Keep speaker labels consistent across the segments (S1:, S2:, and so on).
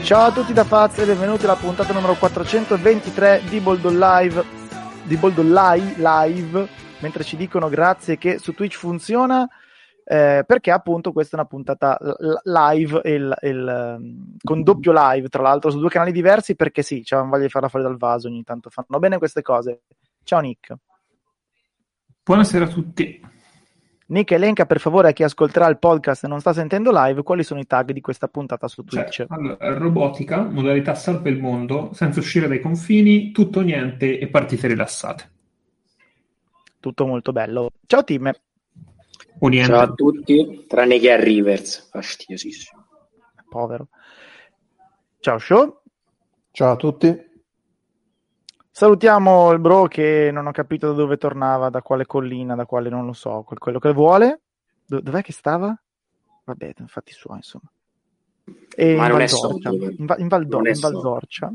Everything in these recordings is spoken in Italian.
S1: Ciao a tutti da Faz e benvenuti alla puntata numero 423 di Boldon Live, mentre ci dicono grazie che su Twitch funziona, perché appunto questa è una puntata live con doppio live, tra l'altro su due canali diversi, perché sì, c'è voglia di farla fuori dal vaso, ogni tanto fanno bene queste cose. Ciao Nick.
S2: Buonasera a tutti.
S1: Nick, elenca per favore a chi ascolterà il podcast e non sta sentendo live quali sono i tag di questa puntata su Twitch.
S2: Allora, robotica, modalità salva il mondo, senza uscire dai confini, tutto o niente e partite rilassate.
S1: Tutto molto bello. Ciao Tim.
S3: Ciao a tutti, tranne che a Rivers, fastidiosissimo.
S1: Povero. Ciao Show.
S4: Ciao a tutti.
S1: Salutiamo il bro che non ho capito da dove tornava, da quale collina, da quale non lo so, quello che vuole. Dov'è che stava? Vabbè, fatti suoi, insomma. E
S3: ma
S1: in
S3: non
S1: Valdorcia,
S3: è
S1: in Valdorcia.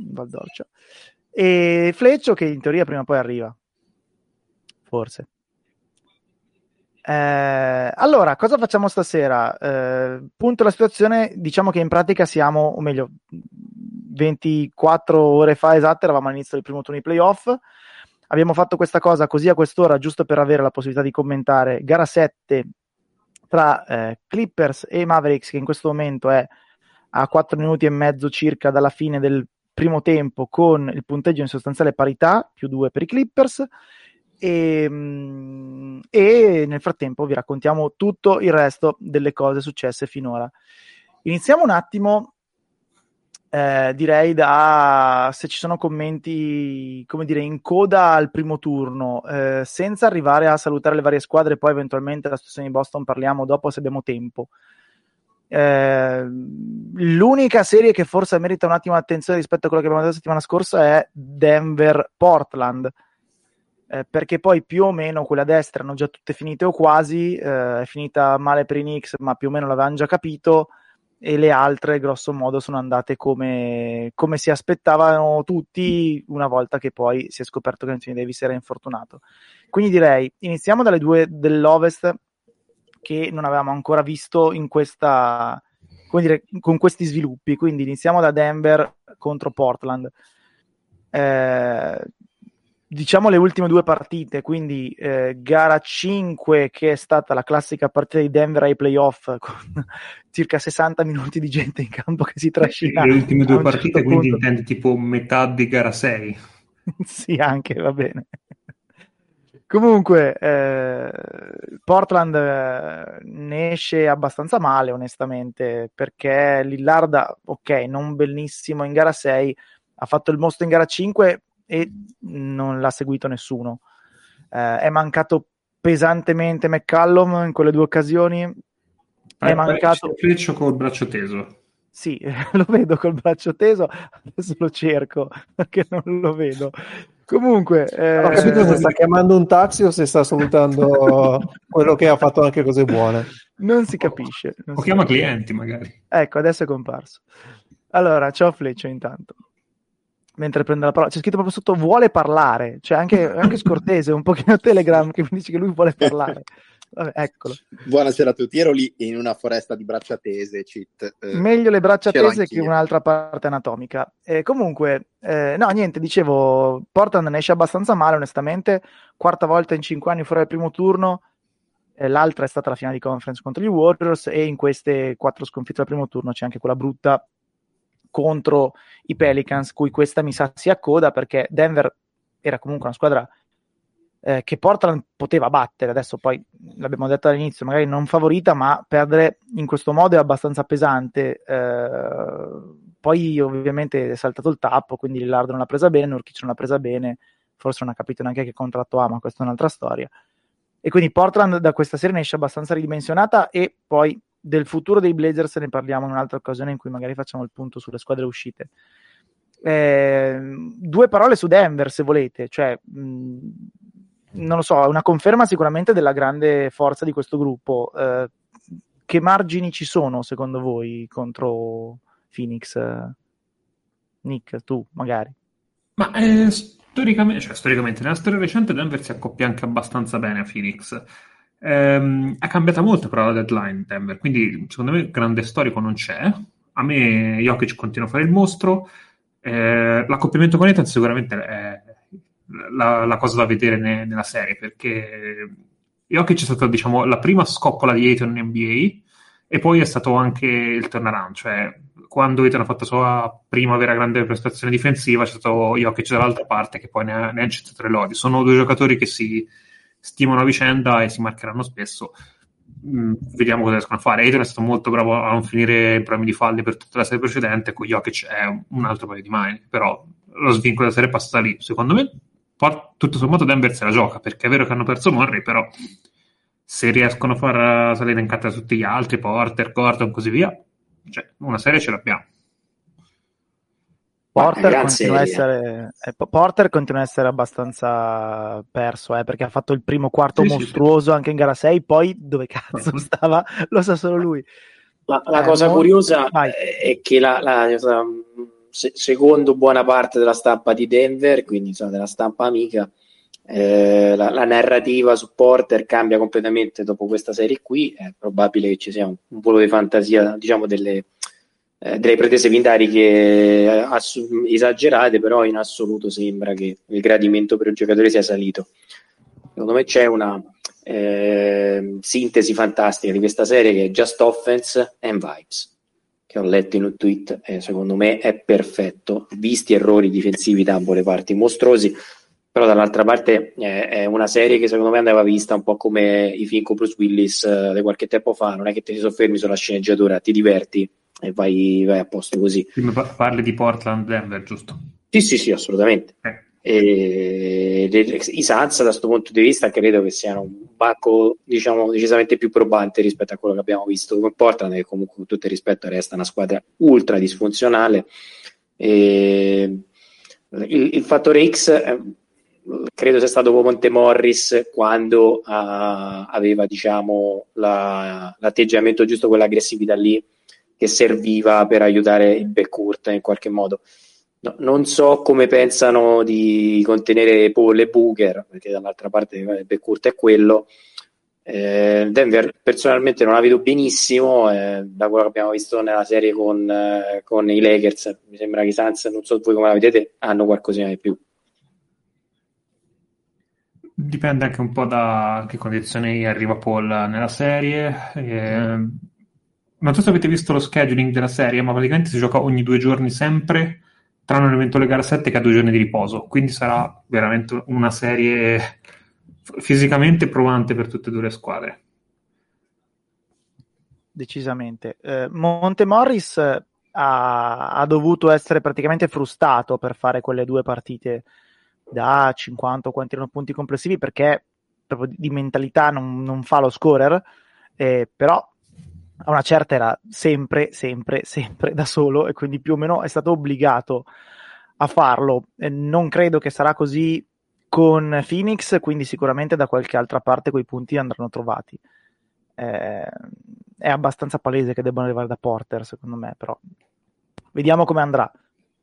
S1: E Fleccio che in teoria prima o poi arriva. Forse. Allora, cosa facciamo stasera? Punto la situazione, diciamo che in pratica siamo, o meglio, 24 ore fa esatte, eravamo all'inizio del primo turno di playoff, abbiamo fatto questa cosa così a quest'ora, giusto per avere la possibilità di commentare gara 7 tra Clippers e Mavericks, che in questo momento è a 4 minuti e mezzo circa dalla fine del primo tempo, con il punteggio in sostanziale parità, +2 per i Clippers, e nel frattempo vi raccontiamo tutto il resto delle cose successe finora. Iniziamo un attimo, direi da se ci sono commenti, come dire, in coda al primo turno, senza arrivare a salutare le varie squadre, poi eventualmente la situazione di Boston parliamo dopo se abbiamo tempo. L'unica serie che forse merita un attimo di attenzione rispetto a quello che abbiamo detto la settimana scorsa è Denver-Portland, perché poi più o meno quelle a destra erano già tutte finite o quasi, è finita male per i Knicks, ma più o meno l'avevano già capito, e le altre grosso modo sono andate come si aspettavano tutti, una volta che poi si è scoperto che Anthony Davis era infortunato. Quindi direi, iniziamo dalle due dell'Ovest che non avevamo ancora visto in questa, come dire, con questi sviluppi. Quindi iniziamo da Denver contro Portland. Diciamo le ultime due partite, quindi gara 5 che è stata la classica partita di Denver ai playoff con circa 60 minuti di gente in campo che si trascina.
S2: Le ultime due partite,
S1: certo
S2: quindi intendi tipo metà di gara 6?
S1: Sì, anche, va bene. Comunque Portland ne esce abbastanza male onestamente, perché Lillard, ok, non bellissimo in gara 6, ha fatto il mostro in gara 5 e non l'ha seguito nessuno. È mancato pesantemente McCallum in quelle due occasioni. È mancato
S2: Fleccio col braccio teso.
S1: Sì, lo vedo col braccio teso, adesso lo cerco perché non lo vedo. Comunque
S4: ho capito se sta chiamando un taxi o se sta salutando quello che ha fatto anche cose buone.
S1: Non si capisce.
S2: O chiama clienti magari.
S1: Ecco, adesso è comparso. Allora, ciao Fleccio intanto. Mentre prende la parola, c'è scritto proprio sotto vuole parlare, cioè anche scortese, un pochino Telegram che mi dice che lui vuole parlare. Vabbè, eccolo.
S5: Buonasera a tutti, ero lì in una foresta di braccia tese, cheat.
S1: Meglio le braccia
S5: c'ero
S1: tese
S5: anch'io.
S1: che un'altra parte anatomica. Comunque, no, niente, dicevo, Portland ne esce abbastanza male, onestamente. Quarta volta in 5 anni fuori dal primo turno, l'altra è stata la finale di conference contro gli Warriors, e in queste 4 sconfitte al primo turno c'è anche quella brutta contro i Pelicans, cui questa mi sa si accoda, perché Denver era comunque una squadra che Portland poteva battere. Adesso poi l'abbiamo detto all'inizio, magari non favorita, ma perdere in questo modo è abbastanza pesante. Poi ovviamente è saltato il tappo, quindi Lillard non l'ha presa bene, Nurkic non l'ha presa bene, forse non ha capito neanche che contratto ha, ma questa è un'altra storia. E quindi Portland da questa serie ne esce abbastanza ridimensionata, e poi del futuro dei Blazers ne parliamo in un'altra occasione in cui magari facciamo il punto sulle squadre uscite. Due parole su Denver se volete, cioè non lo so, una conferma sicuramente della grande forza di questo gruppo. Che margini ci sono secondo voi contro Phoenix? Nick, tu magari.
S2: Ma storicamente, nella storia recente Denver si accoppia anche abbastanza bene a Phoenix. Ha cambiato molto però la deadline Denver, quindi secondo me grande storico non c'è. A me Jokic continua a fare il mostro. L'accoppiamento con Ethan sicuramente è la cosa da vedere nella serie, perché Jokic è stata, diciamo, la prima scoppola di Ayton in NBA e poi è stato anche il turnaround, cioè quando Ayton ha fatto la sua prima vera grande prestazione difensiva c'è stato Jokic dall'altra parte che poi ne ha accettato le lodi. Sono due giocatori che si stimano a vicenda e si marcheranno spesso. Vediamo cosa riescono a fare. Ayton è stato molto bravo a non finire in problemi di falli per tutta la serie precedente, con Jokic è un altro paio di mani, però lo svincolo della serie passa lì. Secondo me tutto sommato Denver se la gioca, perché è vero che hanno perso Murray, però se riescono a far salire in carta tutti gli altri, Porter, Gordon, così via, cioè una serie ce l'abbiamo.
S1: Porter continua a essere abbastanza perso, perché ha fatto il primo quarto mostruoso anche in gara 6, poi dove cazzo stava lo sa solo lui.
S3: La cosa curiosa è che secondo buona parte della stampa di Denver, quindi della stampa amica, la narrativa su Porter cambia completamente dopo questa serie qui. È probabile che ci sia un volo di fantasia, diciamo, delle pretese pindariche esagerate, però in assoluto sembra che il gradimento per il giocatore sia salito. Secondo me c'è una sintesi fantastica di questa serie che è Just Offense and Vibes, che ho letto in un tweet, secondo me è perfetto, visti errori difensivi da ambo le parti mostruosi, però dall'altra parte è una serie che secondo me andava vista un po' come i film con Bruce Willis di qualche tempo fa. Non è che ti soffermi sulla sceneggiatura, ti diverti e vai a posto così.
S2: Parli di Portland, Denver, giusto?
S3: Sì, assolutamente. I Suns da questo punto di vista credo che siano un pacco, diciamo, decisamente più probante rispetto a quello che abbiamo visto come Portland, che comunque con tutto il rispetto resta una squadra ultra disfunzionale. Il fattore X credo sia stato Monte Morris quando aveva, diciamo, l'atteggiamento giusto, quell'aggressività lì che serviva per aiutare il backcourt in qualche modo. No, non so come pensano di contenere Paul e Booker, perché dall'altra parte il backcourt è quello. Denver personalmente non la vedo benissimo, da quello che abbiamo visto nella serie con i Lakers. Mi sembra che i Suns, non so voi come la vedete, hanno qualcosina di più.
S2: Dipende anche un po' da che condizioni arriva Paul nella serie. Non so se avete visto lo scheduling della serie, ma praticamente si gioca ogni 2 giorni sempre, tranne l'eventuale gara 7 che ha 2 giorni di riposo, quindi sarà veramente una serie fisicamente provante per tutte e 2 le squadre.
S1: Decisamente. Monte Morris ha dovuto essere praticamente frustato per fare quelle 2 partite da 50 o quanti erano punti complessivi, perché proprio di mentalità non fa lo scorer, però a una certa era sempre da solo, e quindi più o meno è stato obbligato a farlo. Non credo che sarà così con Phoenix, quindi sicuramente da qualche altra parte quei punti andranno trovati. È abbastanza palese che debbano arrivare da Porter, secondo me, però vediamo come andrà.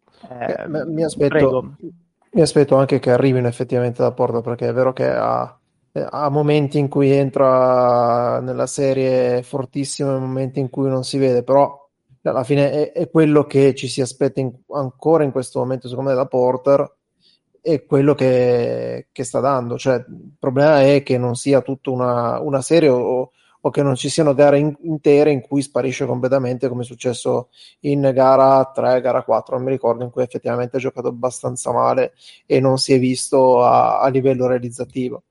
S4: Mi aspetto anche che arrivino effettivamente da Porter, perché è vero che ha momenti in cui entra nella serie fortissimo e momenti in cui non si vede, però alla fine è quello che ci si aspetta ancora in questo momento, secondo me, da Porter, è quello che sta dando. Cioè, il problema è che non sia tutta una serie o che non ci siano gare intere in cui sparisce completamente, come è successo in gara 3, gara 4, non mi ricordo, in cui effettivamente ha giocato abbastanza male e non si è visto a livello realizzativo.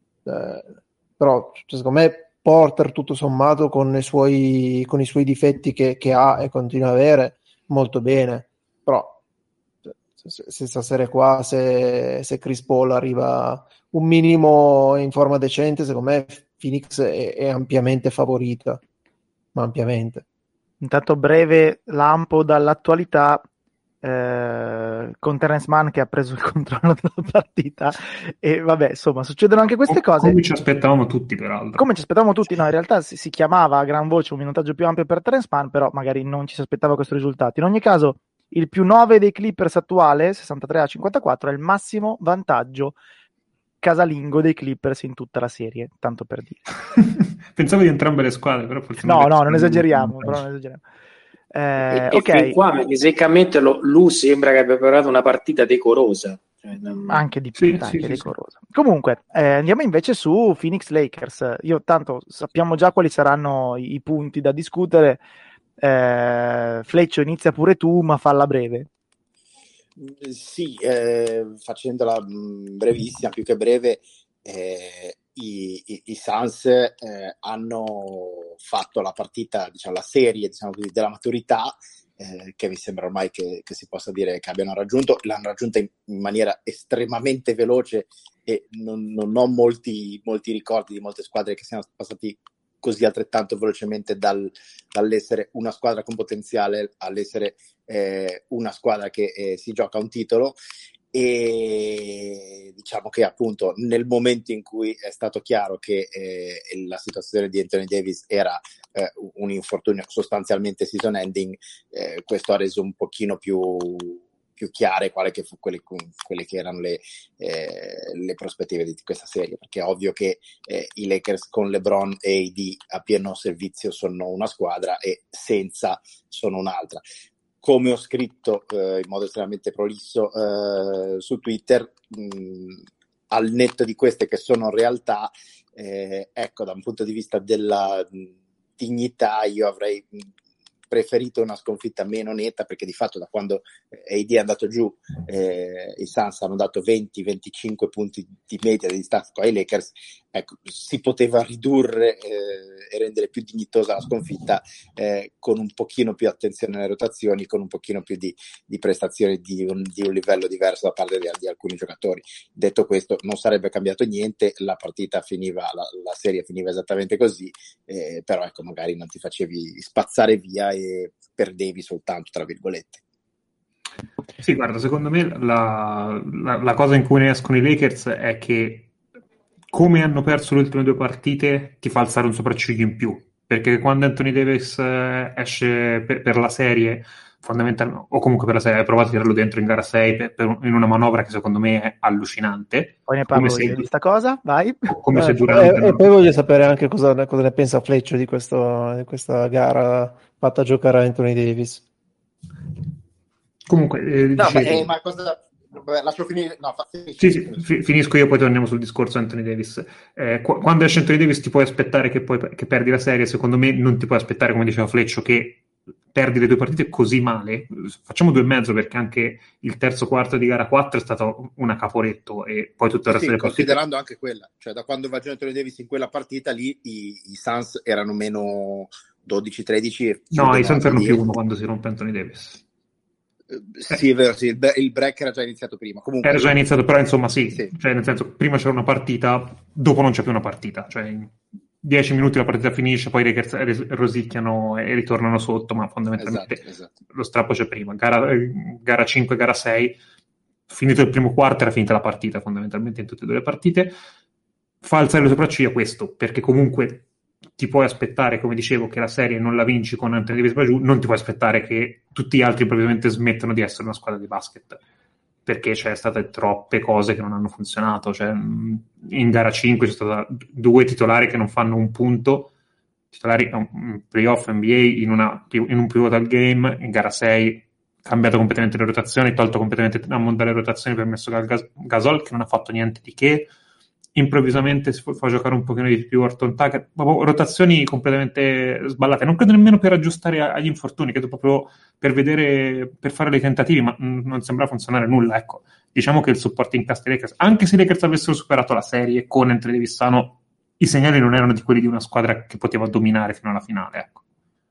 S4: Però secondo me Porter, tutto sommato, con i suoi difetti che ha e continua ad avere, molto bene. Però se stasera qua, se Chris Paul arriva un minimo in forma decente, secondo me Phoenix è ampiamente favorita, ma ampiamente.
S1: Intanto breve lampo dall'attualità, con Terence Mann che ha preso il controllo della partita, e vabbè, insomma, succedono anche queste cose.
S2: Come ci aspettavamo tutti, peraltro.
S1: Come ci aspettavamo tutti, no, in realtà si chiamava a gran voce un minutaggio più ampio per Terence Mann, però magari non ci si aspettava questo risultato. In ogni caso, il più 9 dei Clippers attuale, 63-54, è il massimo vantaggio casalingo dei Clippers in tutta la serie, tanto per dire.
S2: Pensavo di entrambe le squadre, però forse
S1: non esageriamo, però non esageriamo. Ok.
S3: Fin qua, seccamente, Lu sembra che abbia preparato una partita decorosa.
S1: Anche di più, anche decorosa. Comunque, andiamo invece su Phoenix Lakers. Io tanto sappiamo già quali saranno i punti da discutere. Fleccio, inizia pure tu, ma falla breve.
S5: Sì, facendola brevissima, più che breve, i Suns hanno fatto la partita, diciamo, la serie, diciamo così, della maturità, che mi sembra ormai che si possa dire che abbiano raggiunto. L'hanno raggiunta in maniera estremamente veloce e non ho molti ricordi di molte squadre che siano passati così altrettanto velocemente dall'essere una squadra con potenziale all'essere una squadra che si gioca un titolo. E diciamo che appunto nel momento in cui è stato chiaro che la situazione di Anthony Davis era un infortunio sostanzialmente season ending, questo ha reso un pochino più chiare quelle che erano le prospettive di questa serie, perché è ovvio che i Lakers con LeBron e AD a pieno servizio sono una squadra e senza sono un'altra. Come ho scritto in modo estremamente prolisso su Twitter, al netto di queste che sono realtà, ecco, da un punto di vista della dignità, io avrei preferito una sconfitta meno netta, perché di fatto da quando AD è andato giù i Suns hanno dato 20-25 punti di media di distacco ai Lakers. Ecco, si poteva ridurre e rendere più dignitosa la sconfitta con un pochino più attenzione alle rotazioni, con un pochino più di prestazioni di un livello diverso da parte di alcuni giocatori. Detto questo, non sarebbe cambiato niente, la partita finiva, la serie finiva esattamente così, però ecco, magari non ti facevi spazzare via e perdevi soltanto, tra virgolette.
S2: Sì, guarda, secondo me la cosa in cui ne escono i Lakers è che, come hanno perso le ultime due partite, ti fa alzare un sopracciglio in più, perché quando Anthony Davis esce per la serie, fondamentalmente, o comunque per la serie, hai provato a tirarlo dentro in gara 6 in una manovra che secondo me è allucinante.
S1: Poi ne parlo io di sta cosa, vai.
S2: Come se durante
S4: e poi voglio sapere anche cosa ne pensa Fleccio di questa gara fatta giocare a Anthony Davis.
S2: Comunque,
S5: ma cosa... lascio finire. No,
S2: finisco io, poi torniamo sul discorso Anthony Davis. Quando esce Anthony Davis ti puoi aspettare che perdi la serie. Secondo me non ti puoi aspettare, come diceva Fleccio, che perdi le due partite così male. Facciamo 2,5, perché anche il terzo quarto di gara 4 è stato una Caporetto, e poi tutto il resto delle partite.
S5: Considerando anche quella, cioè da quando va giù Anthony Davis in quella partita lì, i Suns erano meno 12-13.
S2: No, i Suns erano più 1 quando si rompe Anthony Davis.
S5: Sì, è vero, sì, il break era già iniziato prima. Comunque,
S2: era già iniziato, però insomma sì.
S5: Sì.
S2: Cioè, nel senso, prima c'era una partita, dopo non c'è più una partita, cioè in 10 minuti la partita finisce, poi i Lakers rosicchiano e ritornano sotto, ma fondamentalmente
S5: esatto.
S2: Lo strappo c'è prima. Gara 5, gara 6, finito il primo quarto era finita la partita, fondamentalmente in tutte e due le partite. Fa alzare le sopracciglia questo, perché comunque ti puoi aspettare, come dicevo, che la serie non la vinci con Anthony Davis giù, non ti puoi aspettare che tutti gli altri improvvisamente smettano di essere una squadra di basket, perché c'è state troppe cose che non hanno funzionato. Cioè, in gara 5 c'è stata 2 titolari che non fanno un punto, titolari un playoff NBA in un pivotal game. In gara 6 cambiato completamente le rotazioni, tolto completamente Drummond dalle rotazioni per messo Gasol, che non ha fatto niente di che. Improvvisamente si fa giocare un pochino di più Horton Tucker, rotazioni completamente sballate. Non credo nemmeno per aggiustare agli infortuni, credo proprio per fare dei tentativi, ma non sembra funzionare nulla. Ecco, diciamo che il supporting cast dei Lakers, anche se i Lakers avessero superato la serie con Anthony Davis sano, i segnali non erano di quelli di una squadra che poteva dominare fino alla finale. Ecco.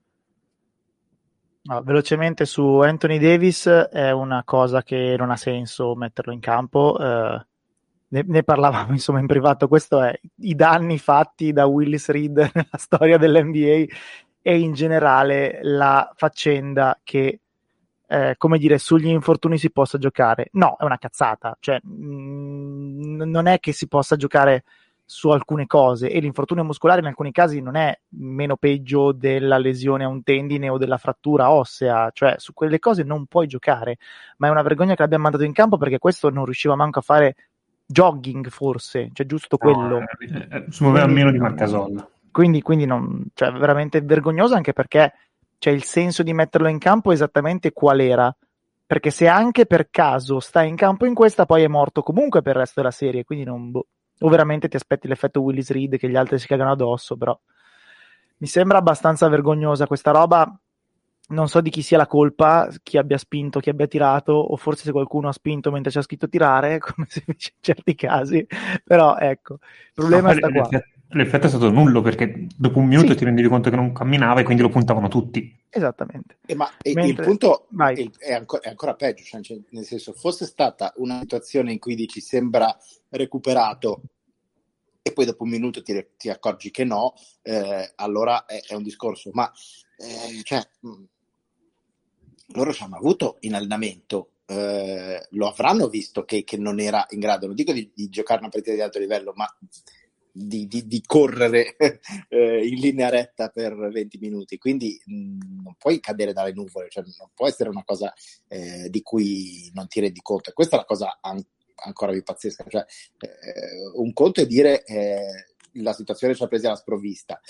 S1: No, velocemente su Anthony Davis, è una cosa che non ha senso metterlo in campo. Ne parlavamo insomma in privato. Questo è i danni fatti da Willis Reed nella storia dell'NBA e in generale la faccenda che come dire, sugli infortuni si possa giocare. No, è una cazzata, cioè non è che si possa giocare su alcune cose, e l'infortunio muscolare in alcuni casi non è meno peggio della lesione a un tendine o della frattura ossea, cioè su quelle cose non puoi giocare. Ma è una vergogna che l'abbiamo mandato in campo, perché questo non riusciva manco a fare jogging, forse, cioè giusto quello.
S2: Si muoveva meno di Marc Gasol.
S1: Quindi non, cioè veramente vergognoso, anche perché cioè il senso di metterlo in campo esattamente qual era, perché se anche per caso sta in campo in questa, poi è morto comunque per il resto della serie, quindi non, o veramente ti aspetti l'effetto Willis Reed che gli altri si cagano addosso, però mi sembra abbastanza vergognosa questa roba. Non so di chi sia la colpa, chi abbia spinto, chi abbia tirato, o forse se qualcuno ha spinto mentre c'è scritto tirare, come si dice in certi casi, però ecco, il problema sta qua.
S2: L'effetto è stato nullo, perché dopo un minuto ti rendevi conto che non camminava e quindi lo puntavano tutti.
S1: Esattamente.
S5: Il punto è ancora peggio, cioè, nel senso, fosse stata una situazione in cui dici sembra recuperato e poi dopo un minuto ti accorgi che no, allora è un discorso, ma cioè, loro ci hanno avuto in allenamento, lo avranno visto che non era in grado, non dico di giocare una partita di alto livello, ma di correre in linea retta per 20 minuti, quindi non puoi cadere dalle nuvole, cioè non può essere una cosa di cui non ti rendi conto. Questa è la cosa ancora più pazzesca, cioè un conto è dire la situazione ci ha presi alla sprovvista,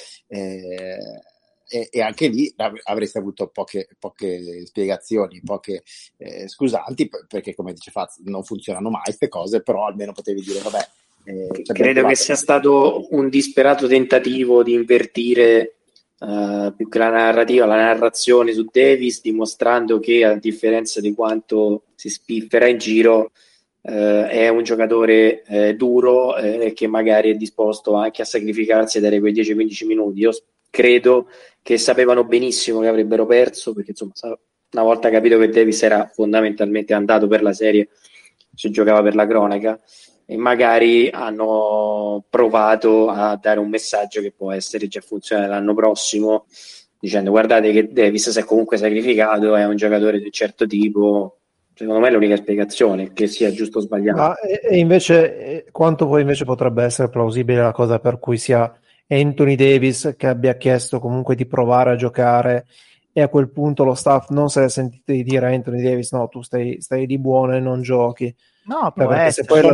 S5: e anche lì avreste avuto poche spiegazioni, poche scusanti, perché come dice Faz non funzionano mai queste cose, però almeno potevi dire vabbè.
S3: Credo che sia stato un disperato tentativo di invertire più che la narrativa, la narrazione su Davis, dimostrando che a differenza di quanto si spiffera in giro è un giocatore duro e che magari è disposto anche a sacrificarsi e dare quei 10-15 minuti. Io credo che sapevano benissimo che avrebbero perso, perché insomma una volta capito che Davis era fondamentalmente andato per la serie, si giocava per la cronaca, e magari hanno provato a dare un messaggio che può essere già funzionale l'anno prossimo, dicendo guardate che Davis si è comunque sacrificato, è un giocatore di un certo tipo. Secondo me è l'unica spiegazione, che sia giusto o sbagliato.
S4: Ma e invece quanto poi invece potrebbe essere plausibile la cosa per cui sia Anthony Davis che abbia chiesto comunque di provare a giocare e a quel punto lo staff non se l'è sentito di dire a Anthony Davis no, tu stai di buono e non giochi.
S1: No, perché se
S4: poi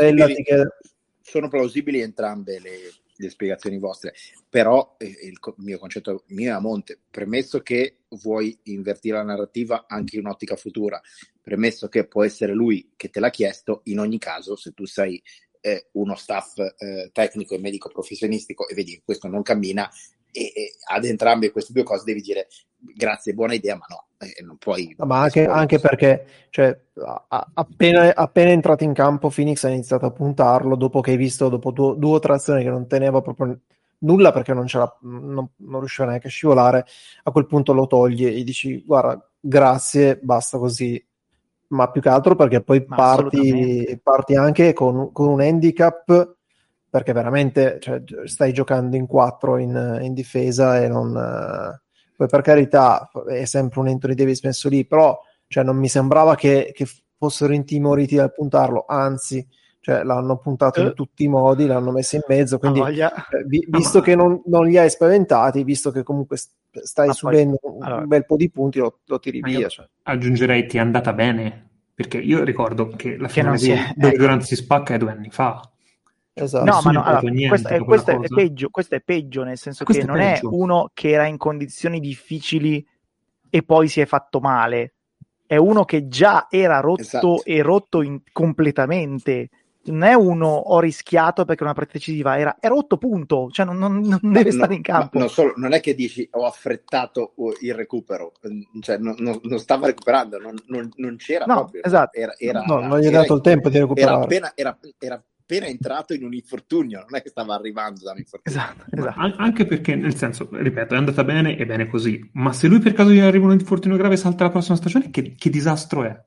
S5: sono plausibili entrambe le spiegazioni vostre, però il mio concetto mio è a monte, premesso che vuoi invertire la narrativa anche in un'ottica futura, premesso che può essere lui che te l'ha chiesto, in ogni caso se tu sei uno staff tecnico e medico professionistico e vedi che questo non cammina, e ad entrambe queste due cose devi dire grazie, buona idea, ma no, non puoi.
S4: Ma anche perché cioè, appena entrato in campo Phoenix ha iniziato a puntarlo dopo che hai visto dopo due o tre azioni che non teneva proprio nulla perché non riusciva neanche a scivolare. A quel punto lo togli e dici guarda grazie, basta così, ma più che altro perché poi parti anche con un handicap, perché veramente cioè, stai giocando in 4 in difesa e non poi per carità è sempre un Anthony Davis messo lì, però cioè, non mi sembrava che fossero intimoriti dal puntarlo, anzi cioè, l'hanno puntato in tutti i modi, l'hanno messo in mezzo, quindi visto che non li hai spaventati, visto che comunque stai subendo un bel po' di punti, lo tiri via. Cioè.
S2: Aggiungerei ti è andata bene, perché io ricordo che la finale dove Durant si spacca è 2 anni fa.
S4: Esatto.
S1: No, ma no, allora, questo è peggio, nel senso che non è uno che era in condizioni difficili e poi si è fatto male, è uno che già era rotto e rotto completamente. Non è uno ho rischiato perché una partita decisiva è rotto, punto, cioè non deve stare in campo.
S5: Non è che dici ho affrettato il recupero, cioè non stava recuperando, non c'era proprio.
S4: Esatto. Non gli hai dato il tempo di recuperare.
S5: Era appena entrato in un infortunio, non è che stava arrivando da un infortunio.
S2: Esatto. Anche perché, nel senso, ripeto, è andata bene e bene così, ma se lui per caso gli arriva un infortunio grave e salta la prossima stagione, che disastro è?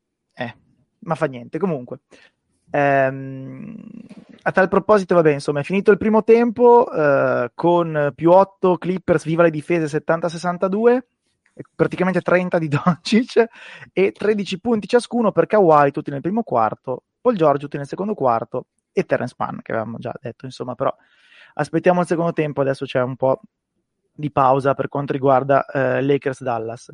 S1: Ma fa niente, comunque. A tal proposito, vabbè, insomma, è finito il primo tempo con più 8 Clippers, viva le difese, 70-62, praticamente 30 di Doncic e 13 punti ciascuno per Kawhi, tutti nel primo quarto, Paul George tutti nel secondo quarto e Terrence Mann, che avevamo già detto, insomma, però aspettiamo il secondo tempo, adesso c'è un po' di pausa per quanto riguarda Lakers-Dallas.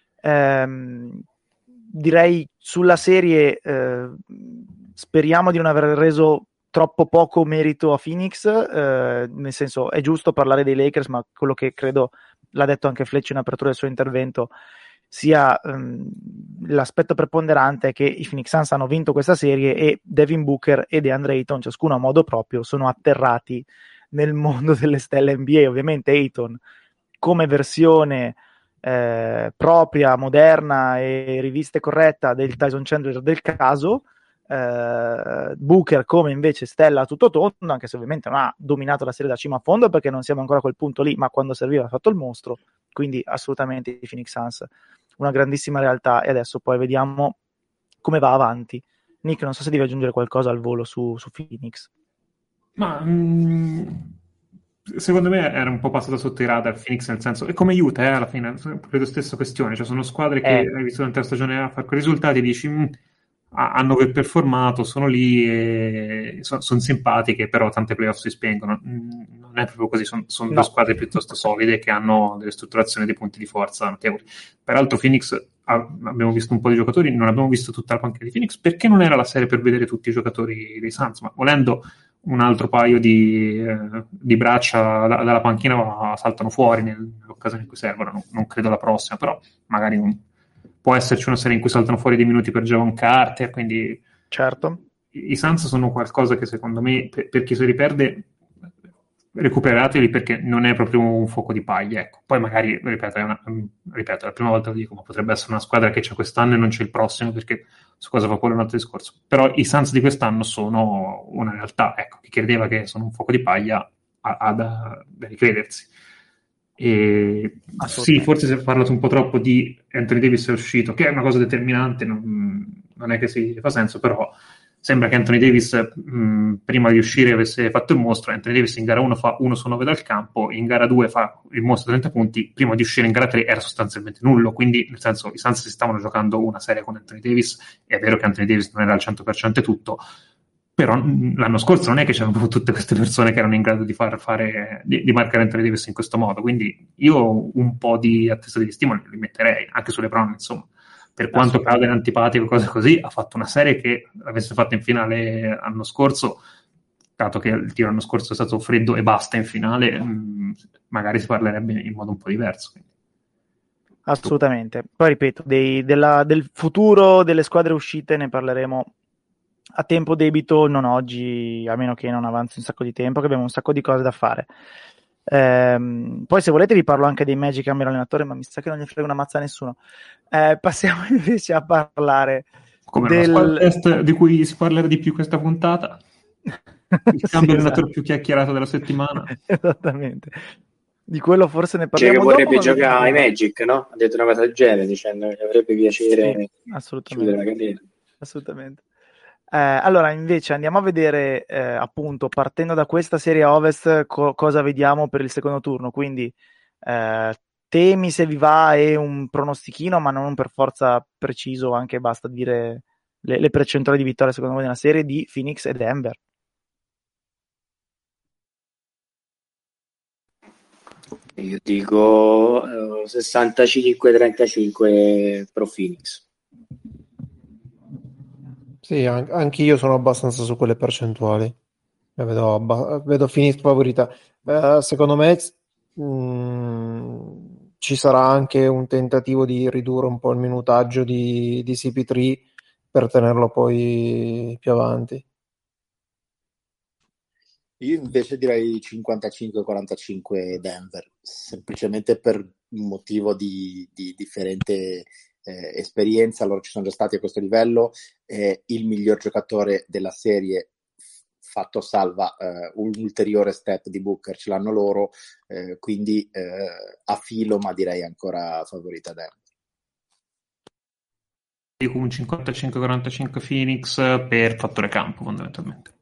S1: Direi sulla serie speriamo di non aver reso troppo poco merito a Phoenix, nel senso è giusto parlare dei Lakers, ma quello che credo l'ha detto anche Fletch in apertura del suo intervento, sia l'aspetto preponderante è che i Phoenix Suns hanno vinto questa serie e Devin Booker e DeAndre Ayton, ciascuno a modo proprio, sono atterrati nel mondo delle stelle NBA. Ovviamente Ayton come versione propria, moderna e rivista e corretta del Tyson Chandler del caso, Booker come invece stella a tutto tondo, anche se ovviamente non ha dominato la serie da cima a fondo perché non siamo ancora a quel punto lì, ma quando serviva ha fatto il mostro. Quindi assolutamente i Phoenix Suns una grandissima realtà, e adesso poi vediamo come va avanti. Nick, non so se devi aggiungere qualcosa al volo su Phoenix.
S2: Ma secondo me era un po' passato sotto i radar Phoenix, nel senso, e come Utah alla fine, proprio la stessa questione, cioè sono squadre che hai visto nell'intera stagione a fare quei risultati e dici hanno performato, sono lì e sono simpatiche, però tante playoff si spengono. Non è proprio così, sono due squadre piuttosto solide che hanno delle strutturazioni dei punti di forza notevoli. Peraltro Phoenix, abbiamo visto un po' di giocatori, non abbiamo visto tutta la panchina di Phoenix perché non era la serie per vedere tutti i giocatori dei Suns, ma volendo un altro paio di braccia dalla panchina saltano fuori nell'occasione in cui servono. Non credo la prossima, però magari può esserci una serie in cui saltano fuori dei minuti per Javon Carter, quindi
S1: certo.
S2: I Suns sono qualcosa che secondo me per chi si riperde recuperateli, perché non è proprio un fuoco di paglia, ecco. Poi magari ripeto, è la prima volta che lo dico, ma potrebbe essere una squadra che c'è quest'anno e non c'è il prossimo, perché su cosa fa pure un altro discorso. Però i Suns di quest'anno sono una realtà, ecco. Chi credeva che sono un fuoco di paglia ha da ricredersi. E sì, forse si è parlato un po' troppo di Anthony Davis è uscito, che è una cosa determinante, non è che si fa senso, però sembra che Anthony Davis prima di uscire avesse fatto il mostro. Anthony Davis in gara 1 fa 1 su 9 dal campo, in gara 2 fa il mostro 30 punti, prima di uscire in gara 3 era sostanzialmente nullo, quindi nel senso i Suns si stavano giocando una serie con Anthony Davis. È vero che Anthony Davis non era al 100% e tutto, però l'anno scorso non è che c'erano tutte queste persone che erano in grado di di marcare Anthony Davis in questo modo, quindi io un po' di attesa di stimoli li metterei anche sulle LeBron, insomma. Per quanto Crowder è antipatico, cose così, ha fatto una serie che avesse fatto in finale l'anno scorso, dato che il tiro l'anno scorso è stato freddo e basta in finale, magari si parlerebbe in modo un po' diverso.
S1: Assolutamente. Poi ripeto, del futuro delle squadre uscite ne parleremo a tempo debito, non oggi, a meno che non avanzi un sacco di tempo, che abbiamo un sacco di cose da fare. Poi se volete vi parlo anche dei Magic a mio allenatore, ma mi sa che non gli frega una mazza a nessuno. Passiamo invece a parlare
S2: del test di cui si parlerà di più questa puntata. Il cambio allenatore più chiacchierato della settimana.
S1: Esattamente. Di quello forse ne parliamo
S3: dopo. Vorrebbe giocare ai Magic, no? Ha detto una cosa del genere, dicendo che avrebbe piacere
S1: assolutamente.
S3: chiudere la carriera.
S1: Assolutamente. Allora invece andiamo a vedere appunto, partendo da questa serie Ovest, cosa vediamo per il secondo turno. Quindi temi se vi va e un pronostichino, ma non per forza preciso, anche basta dire le percentuali di vittoria secondo voi nella serie di Phoenix e Denver.
S3: Io dico 65-35 pro Phoenix.
S4: Sì, anche io sono abbastanza su quelle percentuali. Vedo Phoenix favorita. Secondo me ci sarà anche un tentativo di ridurre un po' il minutaggio di CP3 per tenerlo poi più avanti.
S5: Io invece direi 55-45 Denver, semplicemente per un motivo di differente esperienza. Loro ci sono già stati a questo livello. Il miglior giocatore della serie, fatto salva un ulteriore step di Booker, ce l'hanno loro, quindi a filo, ma direi ancora favorita Denver.
S2: Dico un 55-45 Phoenix per fattore campo, fondamentalmente.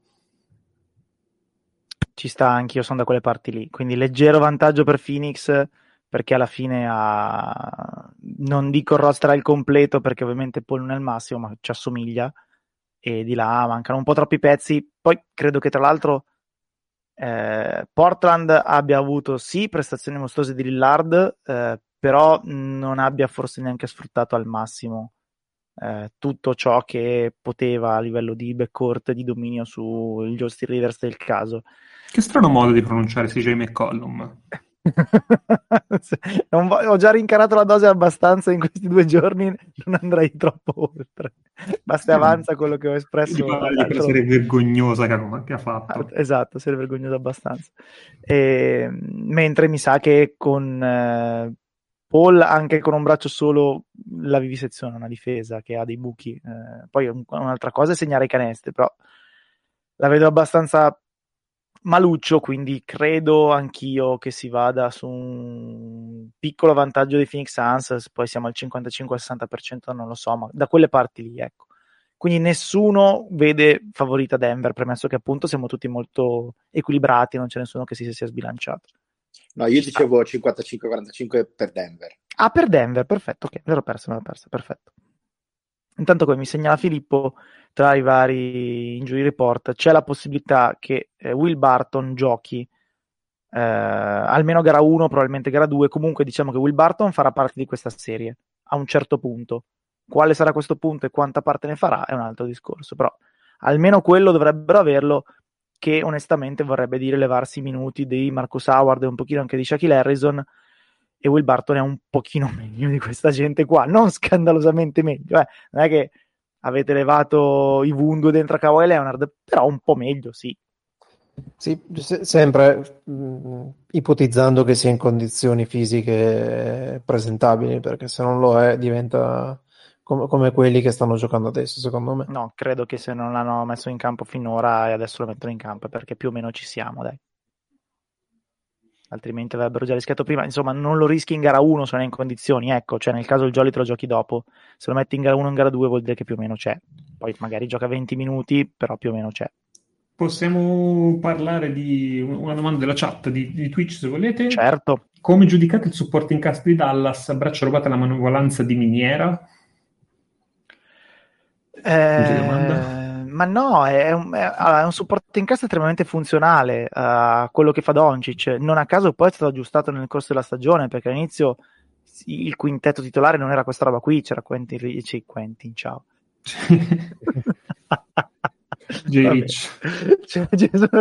S1: Ci sta, anch'io sono da quelle parti lì, quindi leggero vantaggio per Phoenix, perché alla fine non dico il roster al completo perché ovviamente Paul non è il massimo, ma ci assomiglia, e di là mancano un po' troppi pezzi. Poi credo che tra l'altro Portland abbia avuto sì prestazioni mostruose di Lillard, però non abbia forse neanche sfruttato al massimo tutto ciò che poteva a livello di backcourt, di dominio su il Justin Rivers del caso.
S2: Che strano modo di pronunciare CJ McCollum.
S1: Ho già rincarato la dose abbastanza in questi 2 giorni, non andrei troppo oltre. Basta e avanza quello che ho espresso.
S2: Di parlare di quella serie vergognosa che ha fatto.
S1: Esatto, serie vergognosa abbastanza. Mentre mi sa che con Paul, anche con un braccio solo, la vivisezione una difesa che ha dei buchi. Poi un'altra cosa è segnare i canestri, però la vedo abbastanza maluccio, quindi credo anch'io che si vada su un piccolo vantaggio dei Phoenix Suns, poi siamo al 55-60%, non lo so, ma da quelle parti lì, ecco. Quindi nessuno vede favorita Denver, premesso che appunto siamo tutti molto equilibrati, non c'è nessuno che si sia sbilanciato.
S5: No, io dicevo 55-45 per Denver.
S1: Ah, per Denver, perfetto, ok, me l'ho persa, perfetto. Intanto come mi segnala Filippo, tra i vari injury report c'è la possibilità che Will Barton giochi almeno gara 1, probabilmente gara 2, comunque diciamo che Will Barton farà parte di questa serie a un certo punto. Quale sarà questo punto e quanta parte ne farà è un altro discorso, però almeno quello dovrebbero averlo, che onestamente vorrebbe dire levarsi i minuti di Marcus Howard e un pochino anche di Shaquille Harrison, e Will Barton è un pochino meglio di questa gente qua, non scandalosamente meglio, non è che avete levato i Vundu dentro a Kawhi Leonard, però un po' meglio, sì.
S4: Sì, sempre ipotizzando che sia in condizioni fisiche presentabili, perché se non lo è diventa come quelli che stanno giocando adesso, secondo me.
S1: No, credo che se non l'hanno messo in campo finora e adesso lo mettono in campo, perché più o meno ci siamo, dai. Altrimenti avrebbero già rischiato prima. Insomma, non lo rischi in gara 1 se non è in condizioni, ecco, cioè nel caso il Jolly te lo giochi dopo, se lo metti in gara 1 o in gara 2 vuol dire che più o meno c'è. Poi magari gioca 20 minuti, però più o meno c'è.
S2: Possiamo parlare di una domanda della chat di Twitch, se volete.
S1: Certo.
S2: Come giudicate il supporting cast di Dallas? Braccio rubato alla manovalanza di miniera?
S1: Ma no, è un supporting cast estremamente funzionale a quello che fa Doncic. Non a caso poi è stato aggiustato nel corso della stagione, perché all'inizio il quintetto titolare non era questa roba qui, c'era Quentin, ciao.
S2: J-Rich.
S1: C'era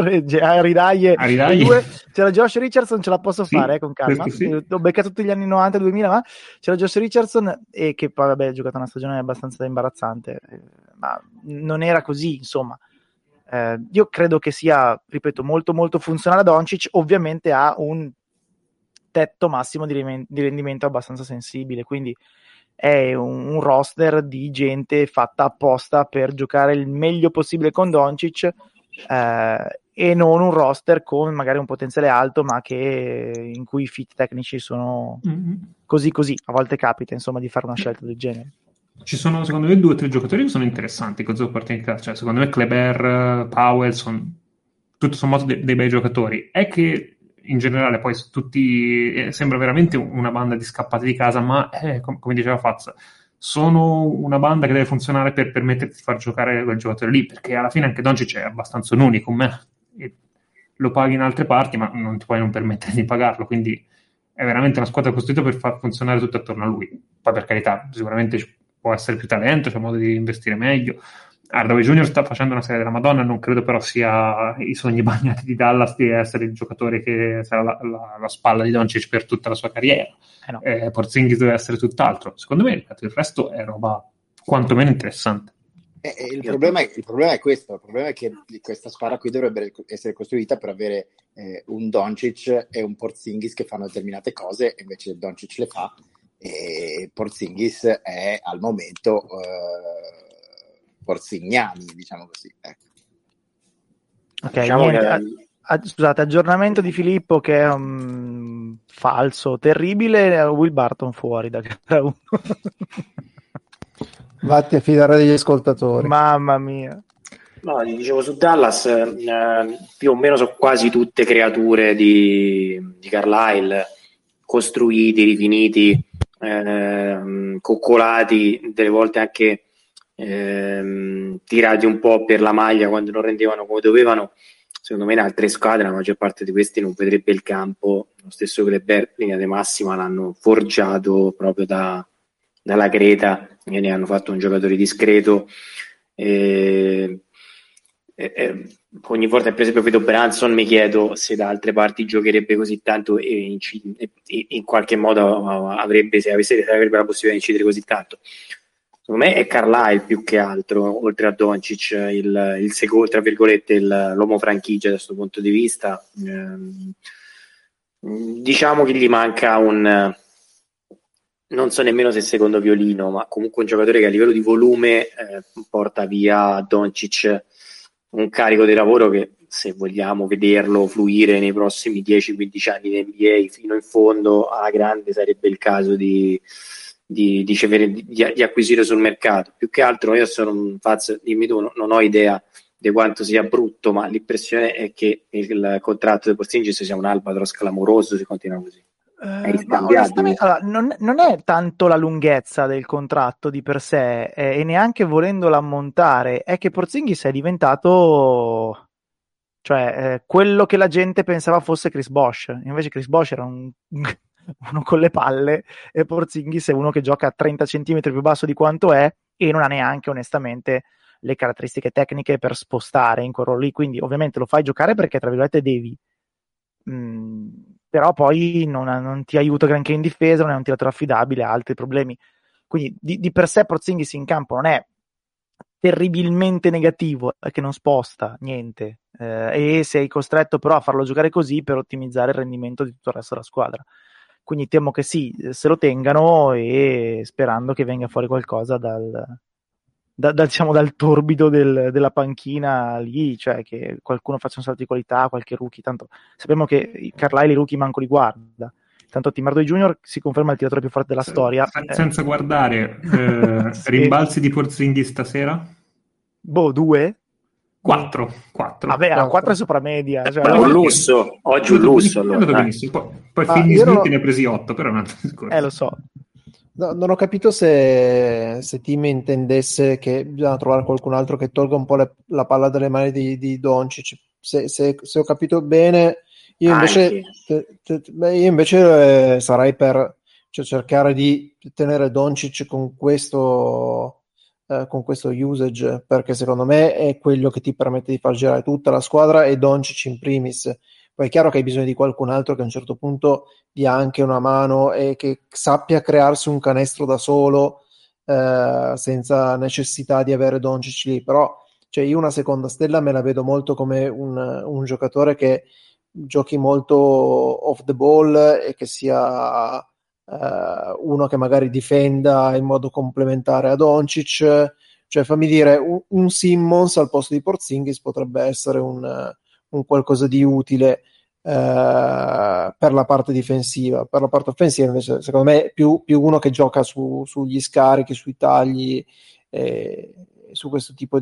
S1: c'era Josh Richardson, ce la posso fare con calma.
S2: Sì.
S1: Ho beccato tutti gli anni 90-2000, ma c'era Josh Richardson e che poi vabbè ha giocato una stagione abbastanza imbarazzante, ma non era così, insomma. Io credo che sia, ripeto, molto molto funzionale a Doncic. Ovviamente ha un tetto massimo di rendimento abbastanza sensibile, quindi è un roster di gente fatta apposta per giocare il meglio possibile con Doncic, e non un roster con magari un potenziale alto ma in cui i fit tecnici sono così. A volte capita insomma di fare una scelta del genere.
S2: Ci sono secondo me 2 o 3 giocatori che sono interessanti con supporting cast, cioè secondo me Kleber, Powell sono tutto sommato dei bei giocatori. È che in generale poi tutti sembra veramente una banda di scappati di casa, ma come diceva Faz, sono una banda che deve funzionare per permetterti di far giocare quel giocatore lì, perché alla fine anche Doncic è abbastanza un unicum, e lo paghi in altre parti ma non ti puoi non permettere di pagarlo, quindi è veramente una squadra costruita per far funzionare tutto attorno a lui. Poi per carità sicuramente può essere più talento, c'è modo di investire meglio. Hardaway Junior sta facendo una serie della Madonna, non credo però sia i sogni bagnati di Dallas di essere il giocatore che sarà la spalla di Doncic per tutta la sua carriera.
S1: No.
S2: Porzingis deve essere tutt'altro. Secondo me il resto è roba quantomeno interessante.
S5: Il problema è questo, il problema è che questa squadra qui dovrebbe essere costruita per avere un Doncic e un Porzingis che fanno determinate cose, e invece Doncic le fa e Porzingis è al momento Porzignani, diciamo così.
S1: Ok, diciamo scusate, aggiornamento di Filippo che è falso, terribile, Will Barton fuori da gara 1.
S4: Vatti a fidare degli ascoltatori.
S1: Mamma mia.
S3: No, dicevo su Dallas, più o meno sono quasi tutte creature di Carlisle, costruiti, rifiniti, coccolati, delle volte anche tirati un po' per la maglia quando non rendevano come dovevano. Secondo me in altre squadre la maggior parte di questi non vedrebbe il campo. Lo stesso Kleber, linea di massima, l'hanno forgiato proprio dalla creta e ne hanno fatto un giocatore discreto. ogni volta, per esempio, vedo Branson, mi chiedo se da altre parti giocherebbe così tanto e in qualche modo avrebbe la possibilità di incidere così tanto. Secondo me è Carlisle più che altro, oltre a Doncic, il secondo, tra virgolette, l'uomo franchigia da questo punto di vista. Diciamo che gli manca non so nemmeno se secondo violino, ma comunque un giocatore che a livello di volume porta via a Doncic un carico di lavoro che, se vogliamo vederlo fluire nei prossimi 10-15 anni in NBA fino in fondo, alla grande sarebbe il caso di acquisire sul mercato. Più che altro io sono dimmi tu, non ho idea di quanto sia brutto, ma l'impressione è che il contratto di Porzingis sia un albatros clamoroso se continua così.
S1: Ma onestamente, allora, non è tanto la lunghezza del contratto di per sé, e neanche volendola ammontare, è che Porzingis è diventato, cioè, quello che la gente pensava fosse Chris Bosh. Invece Chris Bosh era uno con le palle, e Porzingis è uno che gioca a 30 centimetri più basso di quanto è, e non ha neanche onestamente le caratteristiche tecniche per spostare in quel ruolo lì. Quindi ovviamente lo fai giocare perché tra virgolette devi, però poi non ti aiuta granché in difesa, non è un tiratore affidabile, ha altri problemi. Quindi di per sé Porzingis in campo non è terribilmente negativo, è che non sposta niente, e sei costretto però a farlo giocare così per ottimizzare il rendimento di tutto il resto della squadra. Quindi temo che sì, se lo tengano, e sperando che venga fuori qualcosa diciamo, dal torbido della panchina lì, cioè che qualcuno faccia un salto di qualità, qualche rookie. Tanto sappiamo che Carlisle i rookie manco li guarda. Tanto Tim Hardaway Jr. si conferma il tiratore più forte della storia.
S2: Senza guardare,
S1: sì.
S2: rimbalzi di Porzingis stasera?
S1: 2?
S2: 4.
S1: Vabbè, la 4 è sopra media. Cioè,
S3: un lusso, oggi un lusso. Allora,
S2: poi Finney Smith ne ha presi 8, però è un altro discorso.
S1: Lo so.
S4: No, non ho capito se Tim intendesse che bisogna trovare qualcun altro che tolga un po' la palla dalle mani di Doncic. Se ho capito bene, io invece sarei per cercare di tenere Doncic con questo usage, perché secondo me è quello che ti permette di far girare tutta la squadra, e Doncic in primis. Poi è chiaro che hai bisogno di qualcun altro che a un certo punto dia anche una mano e che sappia crearsi un canestro da solo, senza necessità di avere Doncic lì. Però cioè, io una seconda stella me la vedo molto come un giocatore che giochi molto off the ball e che sia uno che magari difenda in modo complementare a Doncic. Cioè, fammi dire, un Simmons al posto di Porzingis potrebbe essere un qualcosa di utile per la parte difensiva. Per la parte offensiva invece secondo me più uno che gioca sugli scarichi, sui tagli, su questo tipo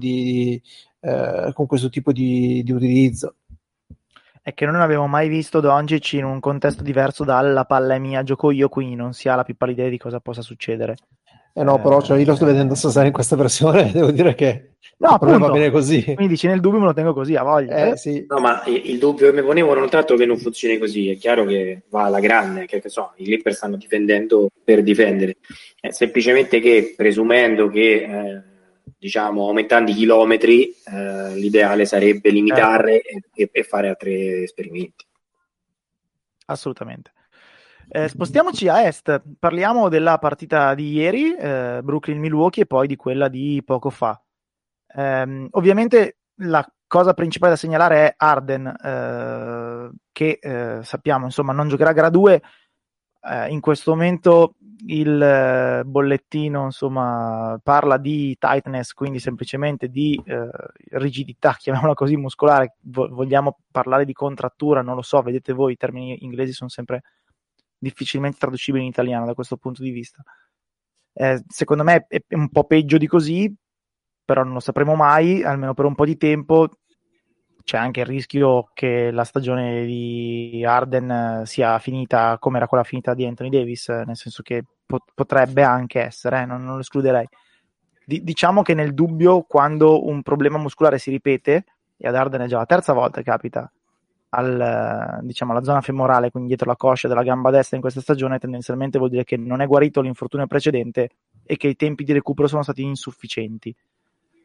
S4: con questo tipo di utilizzo.
S1: È che non abbiamo mai visto Doncic in un contesto diverso dalla palla è mia, gioco io, quindi non si ha la più pallida idea di cosa possa succedere.
S4: No, però cioè, io lo sto vedendo stasera in questa versione, devo dire che
S1: no,
S4: per me va bene così.
S1: Quindi dici nel dubbio me lo tengo così, a voglia.
S4: Sì.
S3: No, ma il dubbio che mi ponevo non tanto che non funzioni così, è chiaro che va alla grande, che so, i Clippers stanno difendendo per difendere, è semplicemente che presumendo che diciamo aumentando i chilometri, l'ideale sarebbe limitare e fare altri esperimenti.
S1: Assolutamente. Spostiamoci a est, parliamo della partita di ieri, Brooklyn-Milwaukee, e poi di quella di poco fa. Ovviamente la cosa principale da segnalare è Harden, che sappiamo insomma non giocherà gara 2. In questo momento il bollettino insomma parla di tightness, quindi semplicemente di rigidità, chiamiamola così, muscolare. Vogliamo parlare di contrattura, non lo so, vedete voi, i termini inglesi sono sempre difficilmente traducibili in italiano da questo punto di vista. Secondo me è un po' peggio di così, però non lo sapremo mai, almeno per un po' di tempo. C'è anche il rischio che la stagione di Harden sia finita come era quella finita di Anthony Davis, nel senso che potrebbe anche essere, non lo escluderei. Diciamo che nel dubbio, quando un problema muscolare si ripete, e ad Harden è già la terza volta che capita diciamo alla zona femorale, quindi dietro la coscia della gamba destra in questa stagione, tendenzialmente vuol dire che non è guarito l'infortunio precedente e che i tempi di recupero sono stati insufficienti.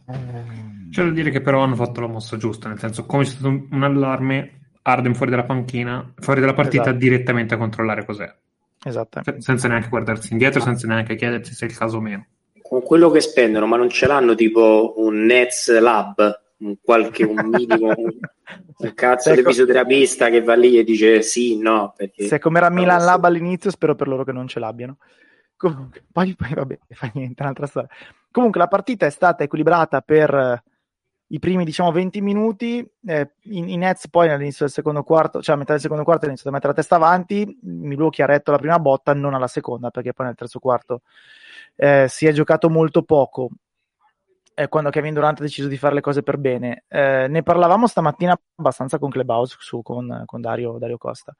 S2: C'è da dire che però hanno fatto la mossa giusta, nel senso, come c'è stato un allarme, Arden fuori dalla panchina, fuori dalla partita,
S1: Esatto.
S2: direttamente a controllare cos'è.
S1: Esattamente.
S2: Senza neanche guardarsi indietro, senza neanche chiedersi se è il caso o meno.
S3: Con quello che spendono, ma non ce l'hanno tipo un Nets Lab, un minimo, un cazzo di fisioterapista che va lì e dice sì, no, perché
S1: se come era Milan Lab all'inizio, spero per loro che non ce l'abbiano. Comunque, poi vabbè, fa niente, un'altra storia. Comunque la partita è stata equilibrata per i primi, diciamo, 20 minuti. I Nets poi all'inizio del secondo quarto, cioè a metà del secondo quarto, hanno iniziato a mettere la testa avanti. Milwaukee ha retto la prima botta, non alla seconda, perché poi nel terzo quarto si è giocato molto poco. Quando Kevin Durant ha deciso di fare le cose per bene. Ne parlavamo stamattina abbastanza con Clubhouse con Dario Costa.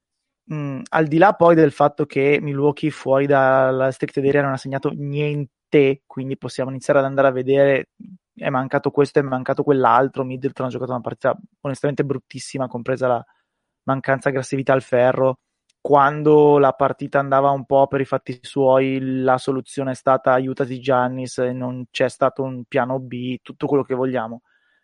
S1: Al di là poi del fatto che Milwaukee fuori dalla restricted area non ha segnato niente, quindi possiamo iniziare ad andare a vedere è mancato questo, è mancato quell'altro. Middleton ha giocato una partita onestamente bruttissima, compresa la mancanza di aggressività al ferro. Quando la partita andava un po' per i fatti suoi, la soluzione è stata aiutati Giannis, non c'è stato un piano B, tutto quello che vogliamo.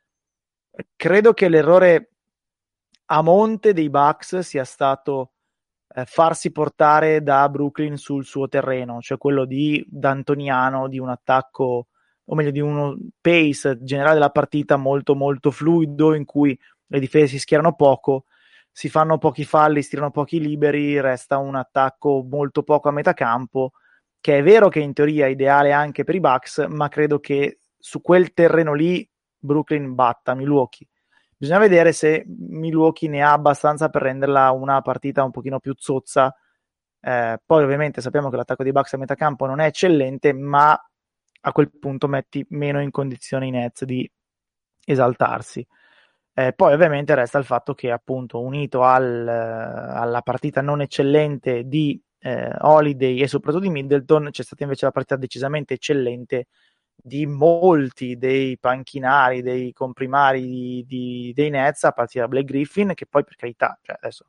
S1: Credo che l'errore a monte dei Bucks sia stato farsi portare da Brooklyn sul suo terreno, cioè quello di D'Antoniano, di un attacco, o meglio di uno pace generale della partita molto molto fluido, in cui le difese si schierano poco, si fanno pochi falli, si tirano pochi liberi, resta un attacco molto poco a metà campo, che è vero che in teoria è ideale anche per i Bucks, ma credo che su quel terreno lì Brooklyn batta Milwaukee. Bisogna vedere se Milwaukee ne ha abbastanza per renderla una partita un pochino più zozza. Poi ovviamente sappiamo che l'attacco dei Bucks a metà campo non è eccellente, ma a quel punto metti meno in condizione i Nets di esaltarsi. Poi ovviamente resta il fatto che appunto unito alla partita non eccellente di Holiday e soprattutto di Middleton c'è stata invece la partita decisamente eccellente di molti dei panchinari, dei comprimari dei Nets, a partire da Blake Griffin, che poi per carità, cioè adesso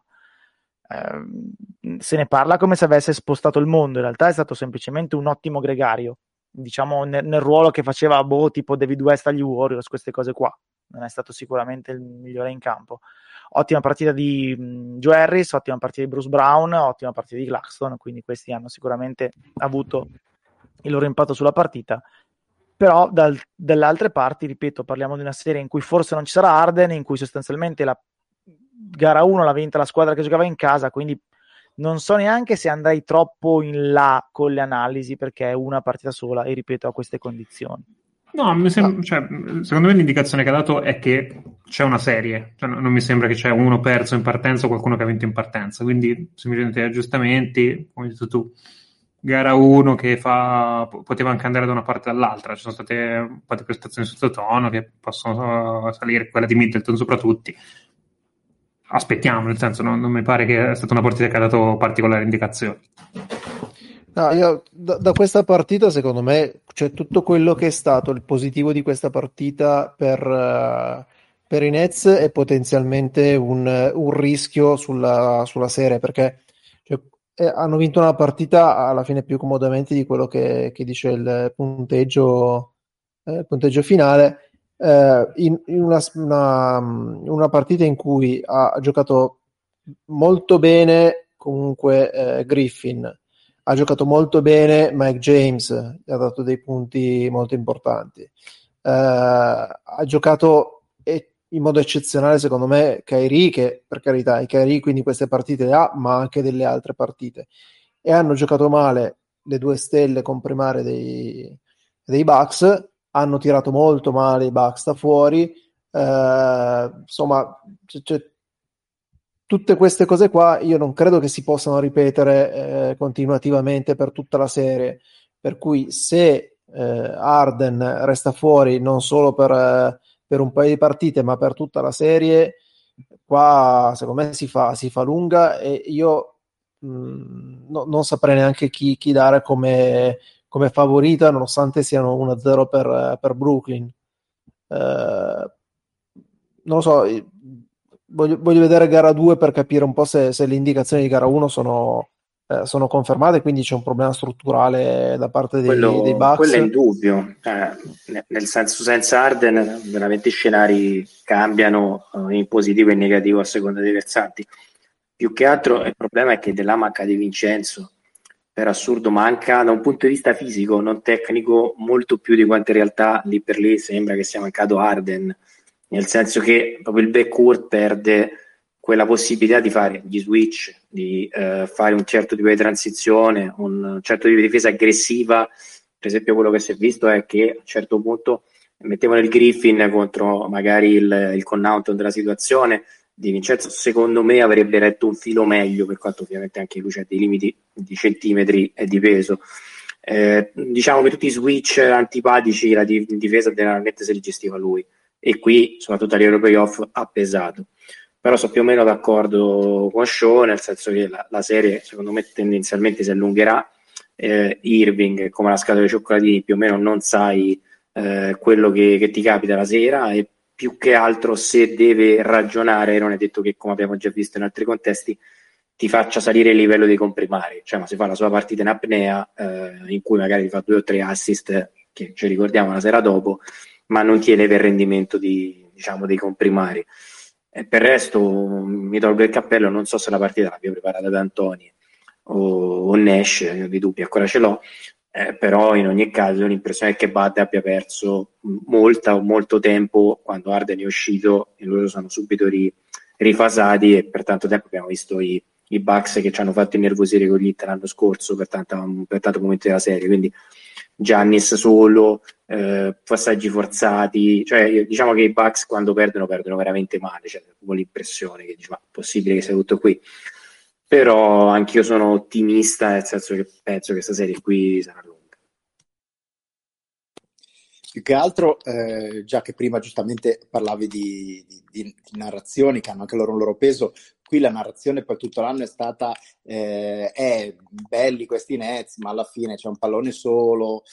S1: se ne parla come se avesse spostato il mondo, in realtà è stato semplicemente un ottimo gregario, diciamo nel ruolo che faceva tipo David West agli Warriors, queste cose qua. Non è stato sicuramente il migliore in campo. Ottima partita di Joe Harris, ottima partita di Bruce Brown, ottima partita di Claxton, quindi questi hanno sicuramente avuto il loro impatto sulla partita. Però dalle altre parti, ripeto, parliamo di una serie in cui forse non ci sarà Harden, in cui sostanzialmente la gara 1 l'ha vinta la squadra che giocava in casa, quindi non so neanche se andrei troppo in là con le analisi, perché è una partita sola e ripeto a queste condizioni.
S2: No, cioè, secondo me l'indicazione che ha dato è che c'è una serie, cioè, non mi sembra che c'è uno perso in partenza o qualcuno che ha vinto in partenza, quindi semplicemente aggiustamenti, come hai detto tu, gara 1 che poteva anche andare da una parte o dall'altra, ci sono state un po' di prestazioni sottotono che possono salire, quella di Middleton soprattutto. Aspettiamo, nel senso, non mi pare che è stata una partita che ha dato particolari indicazioni.
S4: No, io da questa partita, secondo me, c'è tutto quello che è stato il positivo di questa partita per i Nets e potenzialmente un rischio sulla serie, perché cioè, hanno vinto una partita alla fine più comodamente di quello che dice il punteggio finale, in una partita in cui ha giocato molto bene comunque Griffin. Ha giocato molto bene Mike James, ha dato dei punti molto importanti. Ha giocato in modo eccezionale, secondo me, Kyrie, che per carità, i Kyrie quindi queste partite le ha, ma anche delle altre partite. E hanno giocato male le due stelle comprimarie dei Bucks, hanno tirato molto male i Bucks da fuori. Insomma, tutte queste cose qua io non credo che si possano ripetere continuativamente per tutta la serie, per cui se Harden resta fuori non solo per un paio di partite ma per tutta la serie, qua secondo me si fa lunga e io non saprei neanche chi dare come favorita, nonostante siano 1-0 per Brooklyn. Non lo so, voglio vedere gara 2 per capire un po' se le indicazioni di gara 1 sono sono confermate, quindi c'è un problema strutturale da parte dei Bucks.
S3: Quello è indubbio, nel senso, senza Harden veramente i scenari cambiano in positivo e in negativo a seconda dei versanti. Più che altro il problema è che della manca di Vincenzo, per assurdo manca da un punto di vista fisico, non tecnico, molto più di quanto in realtà lì per lì sembra che sia mancato Harden, nel senso che proprio il backcourt perde quella possibilità di fare gli switch, di fare un certo tipo di transizione, un certo tipo di difesa aggressiva. Per esempio quello che si è visto è che a un certo punto mettevano il Griffin contro magari il Connaughton della situazione di Vincenzo, secondo me avrebbe retto un filo meglio, per quanto ovviamente anche lui c'ha dei limiti di centimetri e di peso. Diciamo che tutti i switch antipatici la difesa generalmente se li gestiva lui, e qui soprattutto agli Europei Off ha pesato. Però sono più o meno d'accordo con Shaw, nel senso che la serie secondo me tendenzialmente si allungherà. Irving, come la scatola di cioccolatini, più o meno non sai quello che ti capita la sera, e più che altro se deve ragionare, non è detto che, come abbiamo già visto in altri contesti, ti faccia salire il livello dei comprimari, cioè ma si fa la sua partita in apnea in cui magari ti fa 2 o 3 assist che ci ricordiamo la sera dopo, ma non ti eleva il rendimento dei comprimari. E per il resto mi tolgo il cappello, non so se la partita l'abbia preparata da Antoni o Nash, io di dubbi ancora ce l'ho, però in ogni caso l'impressione è che Bud abbia perso molto tempo quando Harden è uscito, e loro sono subito rifasati, e per tanto tempo abbiamo visto i Bucks che ci hanno fatto innervosire con l'Inter l'anno scorso per tanto momento della serie, quindi Giannis solo, passaggi forzati, cioè diciamo che i Bucks quando perdono veramente male, cioè ho l'impressione che dici, ma è possibile che sia tutto qui? Però anch'io sono ottimista, nel senso che penso che questa serie qui sarà lunga.
S5: Più che altro, già che prima giustamente parlavi di narrazioni che hanno anche loro un loro peso, qui la narrazione per tutto l'anno è stata belli questi Nets, ma alla fine c'è un pallone solo,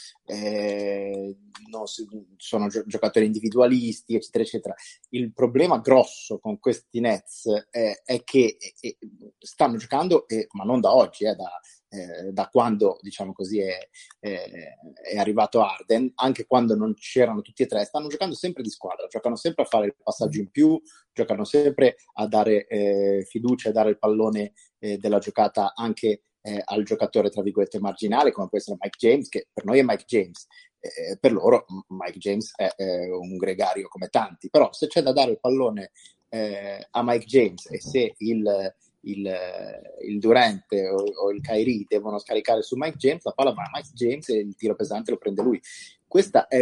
S5: sono giocatori individualisti, eccetera, eccetera. Il problema grosso con questi Nets è che stanno giocando, ma non da oggi, da quando, diciamo così, è arrivato Harden, anche quando non c'erano tutti e tre, stanno giocando sempre di squadra, giocano sempre a fare il passaggio in più, giocano sempre a dare fiducia e dare il pallone della giocata anche al giocatore tra virgolette marginale, come può essere Mike James, che per noi è Mike James, per loro Mike James è un gregario come tanti, però se c'è da dare il pallone a Mike James, e se il Durant o il Kyrie devono scaricare su Mike James, la palla va a Mike James e il tiro pesante lo prende lui. Questa è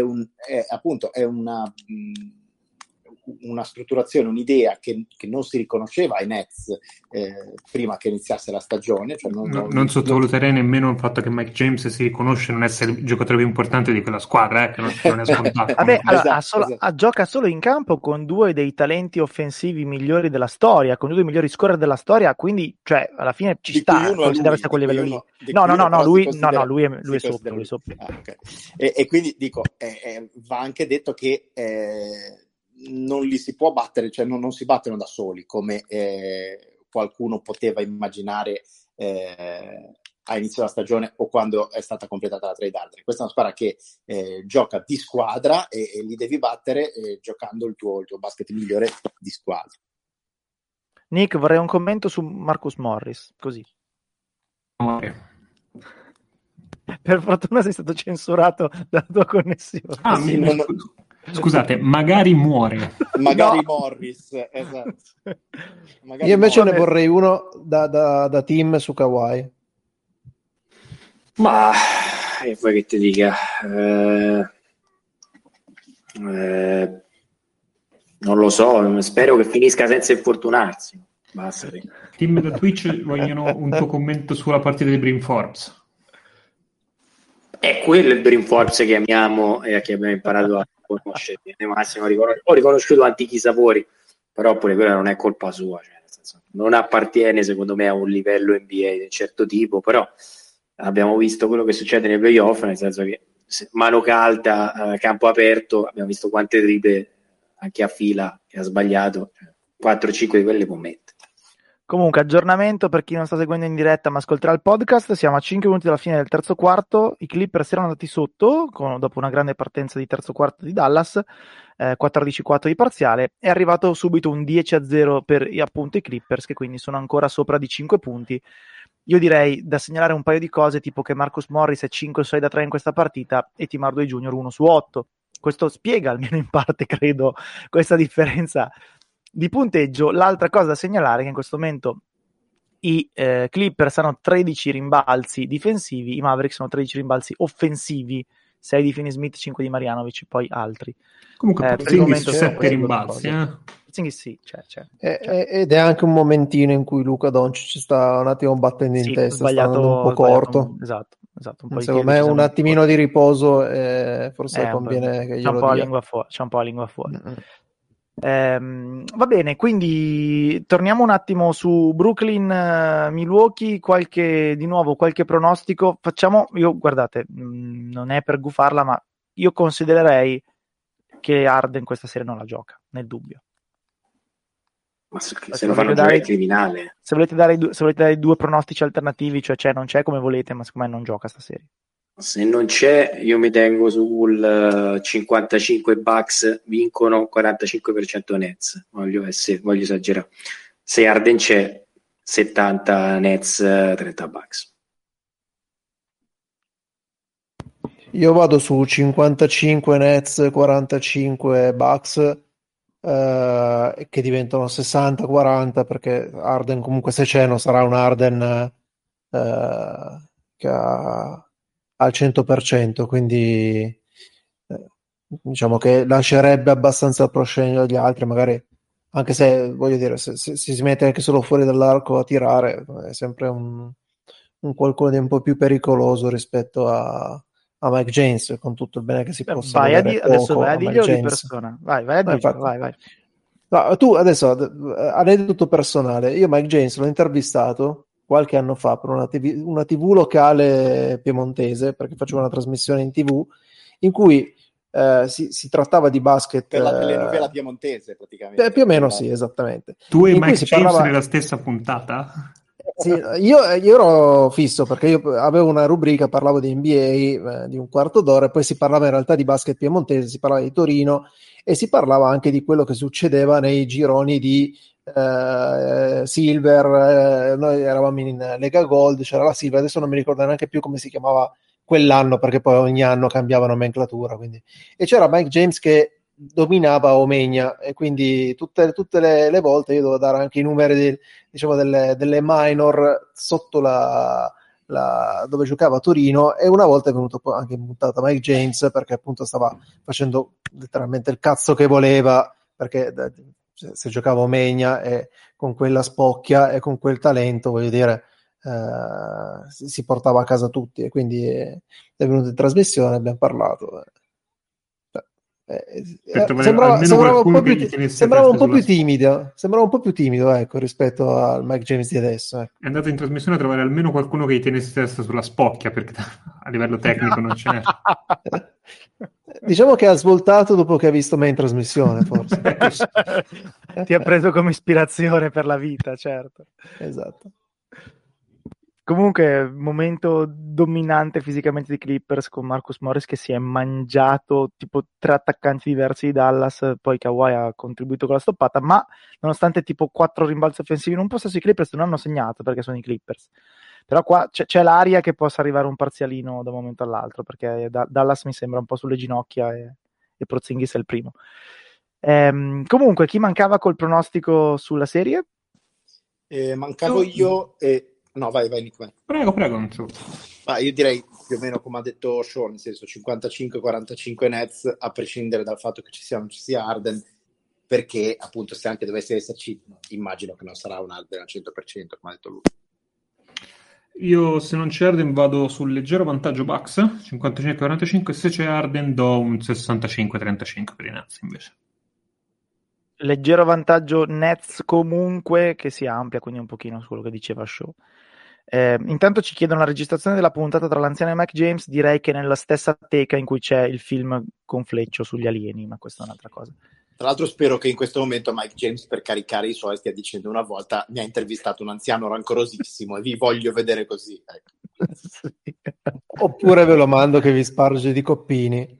S5: una strutturazione, un'idea che non si riconosceva ai Nets prima che iniziasse la stagione. Cioè
S2: non sottovaluterei nemmeno il fatto che Mike James si riconosce non essere il giocatore più importante di quella squadra, che non è scontato.
S1: Vabbè, allora, gioca solo in campo con 2 dei talenti offensivi migliori della storia, con 2 dei migliori scorer della storia, quindi cioè alla fine ci sta considerarsi a quel livello lì. Lui è sopra.
S5: Okay. E quindi dico, va anche detto che non li si può battere, cioè non si battono da soli, come qualcuno poteva immaginare a inizio della stagione o quando è stata completata la trade Harden. Questa è una squadra che gioca di squadra e li devi battere giocando il tuo basket migliore di squadra.
S1: Nick, vorrei un commento su Marcus Morris, così. Per fortuna sei stato censurato dalla tua connessione.
S2: Scusate, magari muore.
S5: Magari Morris, esatto.
S4: Io invece ne vorrei uno da team su Kawhi.
S3: Ma vuoi che ti dica? Non lo so, spero che finisca senza infortunarsi. Basta.
S2: Team da Twitch vogliono un tuo commento sulla partita di Bryn Forbes.
S3: È quello il Bryn Forbes che amiamo e che abbiamo imparato a conoscere. Massimo, ho riconosciuto antichi sapori, però pure quella non è colpa sua, cioè, nel senso, non appartiene secondo me a un livello NBA di un certo tipo, però abbiamo visto quello che succede nei playoff, nel senso che mano calda, campo aperto, abbiamo visto quante triple anche a fila che ha sbagliato, 4-5 di quelle può mettere.
S1: Comunque, aggiornamento per chi non sta seguendo in diretta ma ascolterà il podcast, siamo a 5 minuti dalla fine del terzo quarto, i Clippers erano andati sotto dopo una grande partenza di terzo quarto di Dallas, 14-4 di parziale, è arrivato subito un 10-0 per appunto i Clippers, che quindi sono ancora sopra di 5 punti. Io direi da segnalare un paio di cose, tipo che Marcus Morris è 5-6 da 3 in questa partita e Tim Hardaway Jr. 1 su 8. Questo spiega almeno in parte, credo, questa differenza di punteggio. L'altra cosa da segnalare è che in questo momento i Clippers hanno 13 rimbalzi difensivi, i Mavericks hanno 13 rimbalzi offensivi, 6 di Finney-Smith, 5 di Marjanovic e poi altri.
S2: Comunque Porzingis 7 rimbalzi,
S1: sì, c'è.
S4: Ed è anche un momentino in cui Luka Doncic sta un attimo battendo in testa, sta andando un po' corto.
S1: Esatto. Un
S4: secondo me un attimino di riposo forse conviene che glielo dia.
S1: C'è un po' la lingua fuori. Va bene, quindi torniamo un attimo su Brooklyn, Milwaukee, qualche pronostico facciamo. Io, guardate, non è per gufarla, ma io considererei che Harden questa serie non la gioca, nel dubbio.
S3: Ma se lo fanno giocare è criminale.
S1: Se volete dare due pronostici alternativi, cioè non c'è come volete, ma secondo me non gioca stasera.
S3: Se non c'è, io mi tengo sul 55 Bucks vincono, 45% Nets. Voglio esagerare. Se Harden c'è, 70 Nets, 30 Bucks.
S4: Io vado su 55 Nets, 45 Bucks, che diventano 60-40, perché Harden comunque, se c'è, non sarà un Harden che ha al 100%, quindi diciamo che lascerebbe abbastanza proscenio agli altri, magari, anche se, voglio dire, se si mette anche solo fuori dall'arco a tirare, è sempre un qualcosa di un po' più pericoloso rispetto a Mike James, con tutto il bene che si possa vedere
S1: adesso vai a dirglielo di persona, vai a dirglielo, vai.
S4: No, tu adesso, aneddoto personale, io Mike James l'ho intervistato qualche anno fa per una TV locale piemontese, perché facevo una trasmissione in TV in cui si trattava di basket
S5: per la telenovela piemontese, praticamente.
S4: Più o meno sì, esattamente.
S2: Tu e Mike James nella stessa puntata?
S4: Sì, io ero fisso, perché io avevo una rubrica, parlavo di NBA di un quarto d'ora, e poi si parlava in realtà di basket piemontese, si parlava di Torino e si parlava anche di quello che succedeva nei gironi di Silver. Noi eravamo in Lega Gold, c'era la Silver, adesso non mi ricordo neanche più come si chiamava quell'anno, perché poi ogni anno cambiava nomenclatura, quindi. E c'era Mike James che dominava Omegna, e quindi tutte le volte io dovevo dare anche i numeri delle minor sotto la dove giocava a Torino, e una volta è venuto anche in puntata Mike James, perché appunto stava facendo letteralmente il cazzo che voleva, perché se giocava Omegna e con quella spocchia e con quel talento, voglio dire, si portava a casa tutti, e quindi è venuto in trasmissione, abbiamo parlato. Sembrava un po' più timido, ecco, rispetto al Mike James di adesso. Ecco.
S2: È andato in trasmissione a trovare almeno qualcuno che gli tenesse testa sulla spocchia, perché a livello tecnico non ce n'è.
S4: Diciamo che ha svoltato dopo che ha visto me in trasmissione, forse.
S1: Ti ha preso come ispirazione per la vita, certo.
S4: Esatto.
S1: Comunque, momento dominante fisicamente di Clippers, con Marcus Morris che si è mangiato tipo 3 attaccanti diversi di Dallas, poi Kawhi ha contribuito con la stoppata, ma nonostante tipo 4 rimbalzi offensivi in un possesso, i Clippers non hanno segnato, perché sono i Clippers. Però qua c'è l'aria che possa arrivare un parzialino da un momento all'altro, perché Dallas mi sembra un po' sulle ginocchia e Porzingis è il primo. Comunque, chi mancava col pronostico sulla serie?
S5: Mancavo io e... No, vai Nico.
S2: Prego.
S5: Io direi più o meno come ha detto Sean, nel senso 55-45 Nets, a prescindere dal fatto che ci sia o non ci sia Harden, perché appunto se anche dovesse esserci, immagino che non sarà un Harden al 100%, come ha detto lui.
S2: Io, se non c'è Harden, vado sul leggero vantaggio Bucks, 55-45, se c'è Harden do un 65-35 per i Nets invece.
S1: Leggero vantaggio Nets comunque, che si amplia, quindi un pochino su quello che diceva Show. Intanto ci chiedono la registrazione della puntata tra l'anziano e Mike James. Direi che nella stessa teca in cui c'è il film con Fleccio sugli alieni, ma questa è un'altra cosa.
S5: Tra l'altro spero che in questo momento Mike James, per caricare i suoi, stia dicendo: una volta mi ha intervistato un anziano rancorosissimo e vi voglio vedere così. Ecco.
S4: Sì. Oppure ve lo mando che vi sparge di coppini.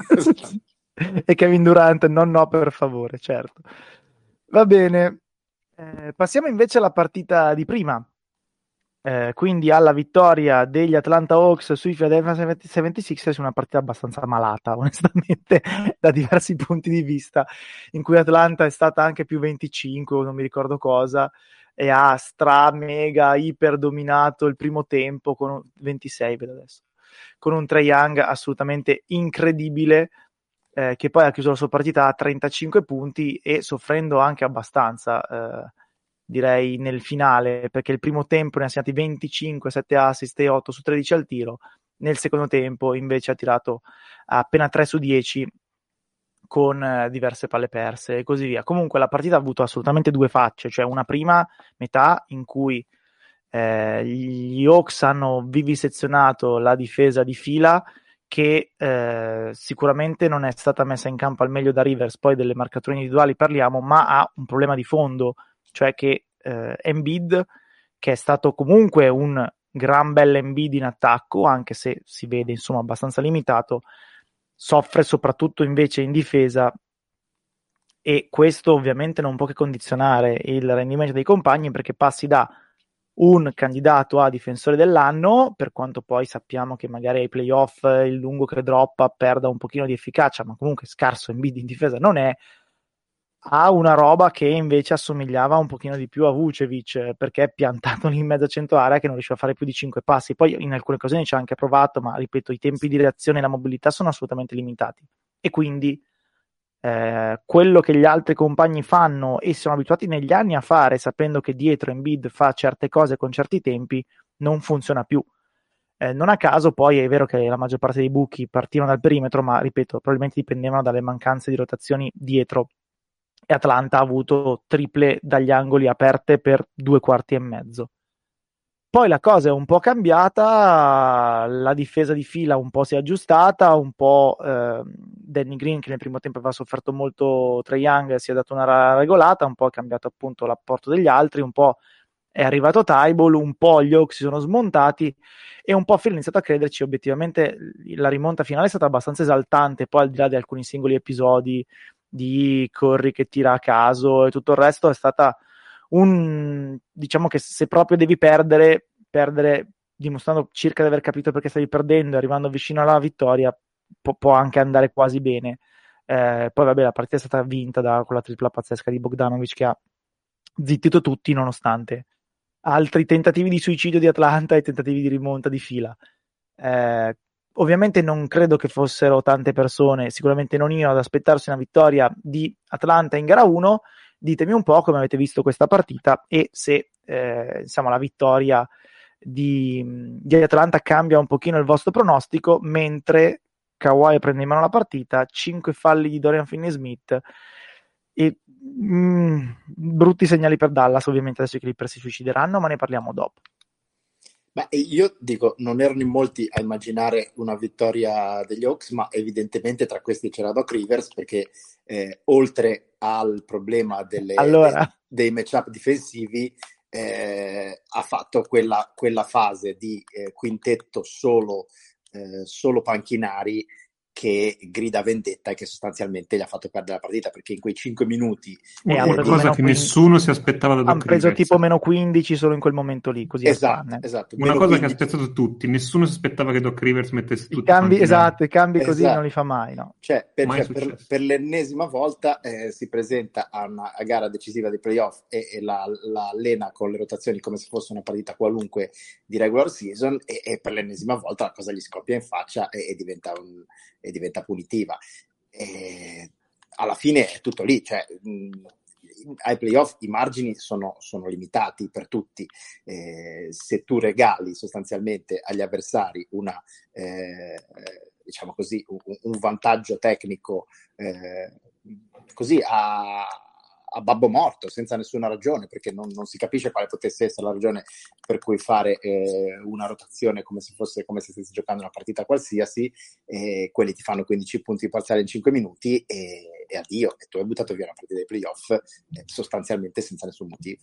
S1: E Kevin Durant, no, per favore, certo. Va bene. Passiamo invece alla partita di prima. Quindi alla vittoria degli Atlanta Hawks sui Philadelphia 76ers, una partita abbastanza malata, onestamente, da diversi punti di vista, in cui Atlanta è stata anche più 25, non mi ricordo cosa, e ha mega iper dominato il primo tempo con 26, vedo adesso, con un Trae Young assolutamente incredibile, che poi ha chiuso la sua partita a 35 punti e soffrendo anche abbastanza, direi nel finale, perché il primo tempo ne ha segnati 25, 7 assist e 8 su 13 al tiro, nel secondo tempo invece ha tirato appena 3 su 10 con diverse palle perse e così via. Comunque la partita ha avuto assolutamente due facce, cioè una prima metà in cui gli Hawks hanno vivisezionato la difesa di fila, che sicuramente non è stata messa in campo al meglio da Rivers, poi delle marcature individuali parliamo, ma ha un problema di fondo, cioè che Embiid, che è stato comunque un gran bel Embiid in attacco, anche se si vede insomma abbastanza limitato, soffre soprattutto invece in difesa, e questo ovviamente non può che condizionare il rendimento dei compagni, perché passi da un candidato a difensore dell'anno, per quanto poi sappiamo che magari ai playoff il lungo che droppa perda un pochino di efficacia, ma comunque scarso Embiid in difesa non è, a una roba che invece assomigliava un pochino di più a Vucevic, perché è piantato lì in mezzo a centro area che non riusciva a fare più di 5 passi. Poi in alcune occasioni ci ha anche provato, ma ripeto, i tempi di reazione e la mobilità sono assolutamente limitati, e quindi quello che gli altri compagni fanno e sono abituati negli anni a fare, sapendo che dietro Embiid fa certe cose con certi tempi, non funziona più. Non a caso poi è vero che la maggior parte dei buchi partivano dal perimetro, ma ripeto, probabilmente dipendevano dalle mancanze di rotazioni dietro, e Atlanta ha avuto triple dagli angoli aperte per 2 quarti e mezzo. Poi la cosa è un po' cambiata, la difesa di fila un po' si è aggiustata, un po' Danny Green, che nel primo tempo aveva sofferto molto Trae Young, si è dato una regolata, un po' è cambiato appunto l'apporto degli altri, un po' è arrivato Thybulle, un po' gli Hawks si sono smontati, e un po' Phil ha iniziato a crederci. Obiettivamente la rimonta finale è stata abbastanza esaltante, poi al di là di alcuni singoli episodi di Curry che tira a caso e tutto il resto, è stata diciamo che se proprio devi perdere dimostrando circa di aver capito perché stavi perdendo, arrivando vicino alla vittoria, può anche andare quasi bene. Poi vabbè, la partita è stata vinta da quella tripla pazzesca di Bogdanovic, che ha zittito tutti nonostante altri tentativi di suicidio di Atlanta e tentativi di rimonta di fila. Ovviamente non credo che fossero tante persone, sicuramente non io, ad aspettarsi una vittoria di Atlanta in gara 1. Ditemi un po' come avete visto questa partita e se insomma, la vittoria di Atlanta cambia un pochino il vostro pronostico, mentre Kawhi prende in mano la partita, 5 falli di Dorian Finney-Smith e brutti segnali per Dallas, ovviamente adesso i Clippers si suicideranno, ma ne parliamo dopo.
S5: Beh, io dico, non erano in molti a immaginare una vittoria degli Hawks, ma evidentemente tra questi c'era Doc Rivers, perché oltre al problema dei matchup difensivi, ha fatto quella fase di quintetto solo panchinari che grida vendetta e che sostanzialmente gli ha fatto perdere la partita, perché in quei 5 minuti
S2: una cosa che nessuno si aspettava da Doc Rivers.
S1: Hanno preso tipo meno 15 solo in quel momento lì, così
S5: esatto.
S2: Una cosa 15. Che ha aspettato tutti, nessuno si aspettava che Doc Rivers mettesse tutti
S1: i cambi, esatto, i cambi così non li fa mai, no?
S5: Cioè, per l'ennesima volta si presenta a una gara decisiva dei playoff e la allena con le rotazioni come se fosse una partita qualunque di regular season, e per l'ennesima volta la cosa gli scoppia in faccia e diventa punitiva. Alla fine è tutto lì, cioè ai playoff i margini sono limitati per tutti. Se tu regali sostanzialmente agli avversari diciamo così, un vantaggio tecnico così a a babbo morto, senza nessuna ragione, perché non si capisce quale potesse essere la ragione per cui fare una rotazione come se stessi giocando una partita qualsiasi, quelli ti fanno 15 punti parziali in 5 minuti e addio, e tu hai buttato via una partita dei playoff sostanzialmente senza nessun motivo.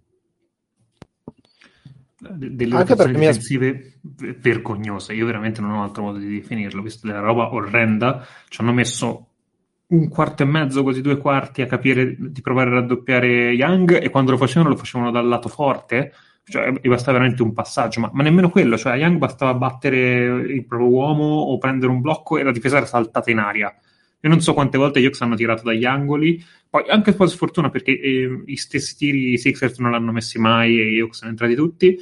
S2: Delle rotazioni difensive vergognose, io veramente non ho altro modo di definirlo, visto della roba orrenda. Ci hanno messo un quarto e mezzo, quasi 2 quarti, a capire di provare a raddoppiare Young, e quando lo facevano dal lato forte, cioè gli bastava veramente un passaggio, ma nemmeno quello, cioè a Young bastava battere il proprio uomo o prendere un blocco e la difesa era saltata in aria. Io non so quante volte gli Hawks hanno tirato dagli angoli, poi anche un po' sfortuna perché i stessi tiri i Sixers non l'hanno messi mai e gli Hawks sono entrati tutti.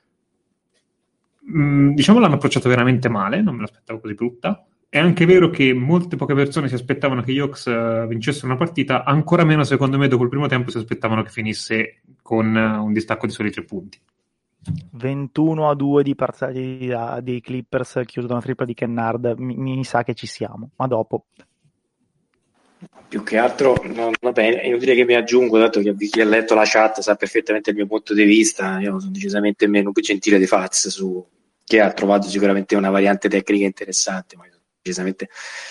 S2: Diciamo l'hanno approcciato veramente male, non me l'aspettavo così brutta. È anche vero che molte poche persone si aspettavano che gli Hawks vincessero una partita, ancora meno secondo me dopo il primo tempo si aspettavano che finisse con un distacco di soli 3 punti.
S1: 21-2 di parziali dei Clippers, chiuso da una tripla di Kennard, mi sa che ci siamo, ma dopo.
S3: Più che altro, va bene, è inutile che mi aggiungo, dato che chi ha letto la chat sa perfettamente il mio punto di vista. Io sono decisamente meno gentile di Faz, che ha trovato sicuramente una variante tecnica interessante, ma decisamente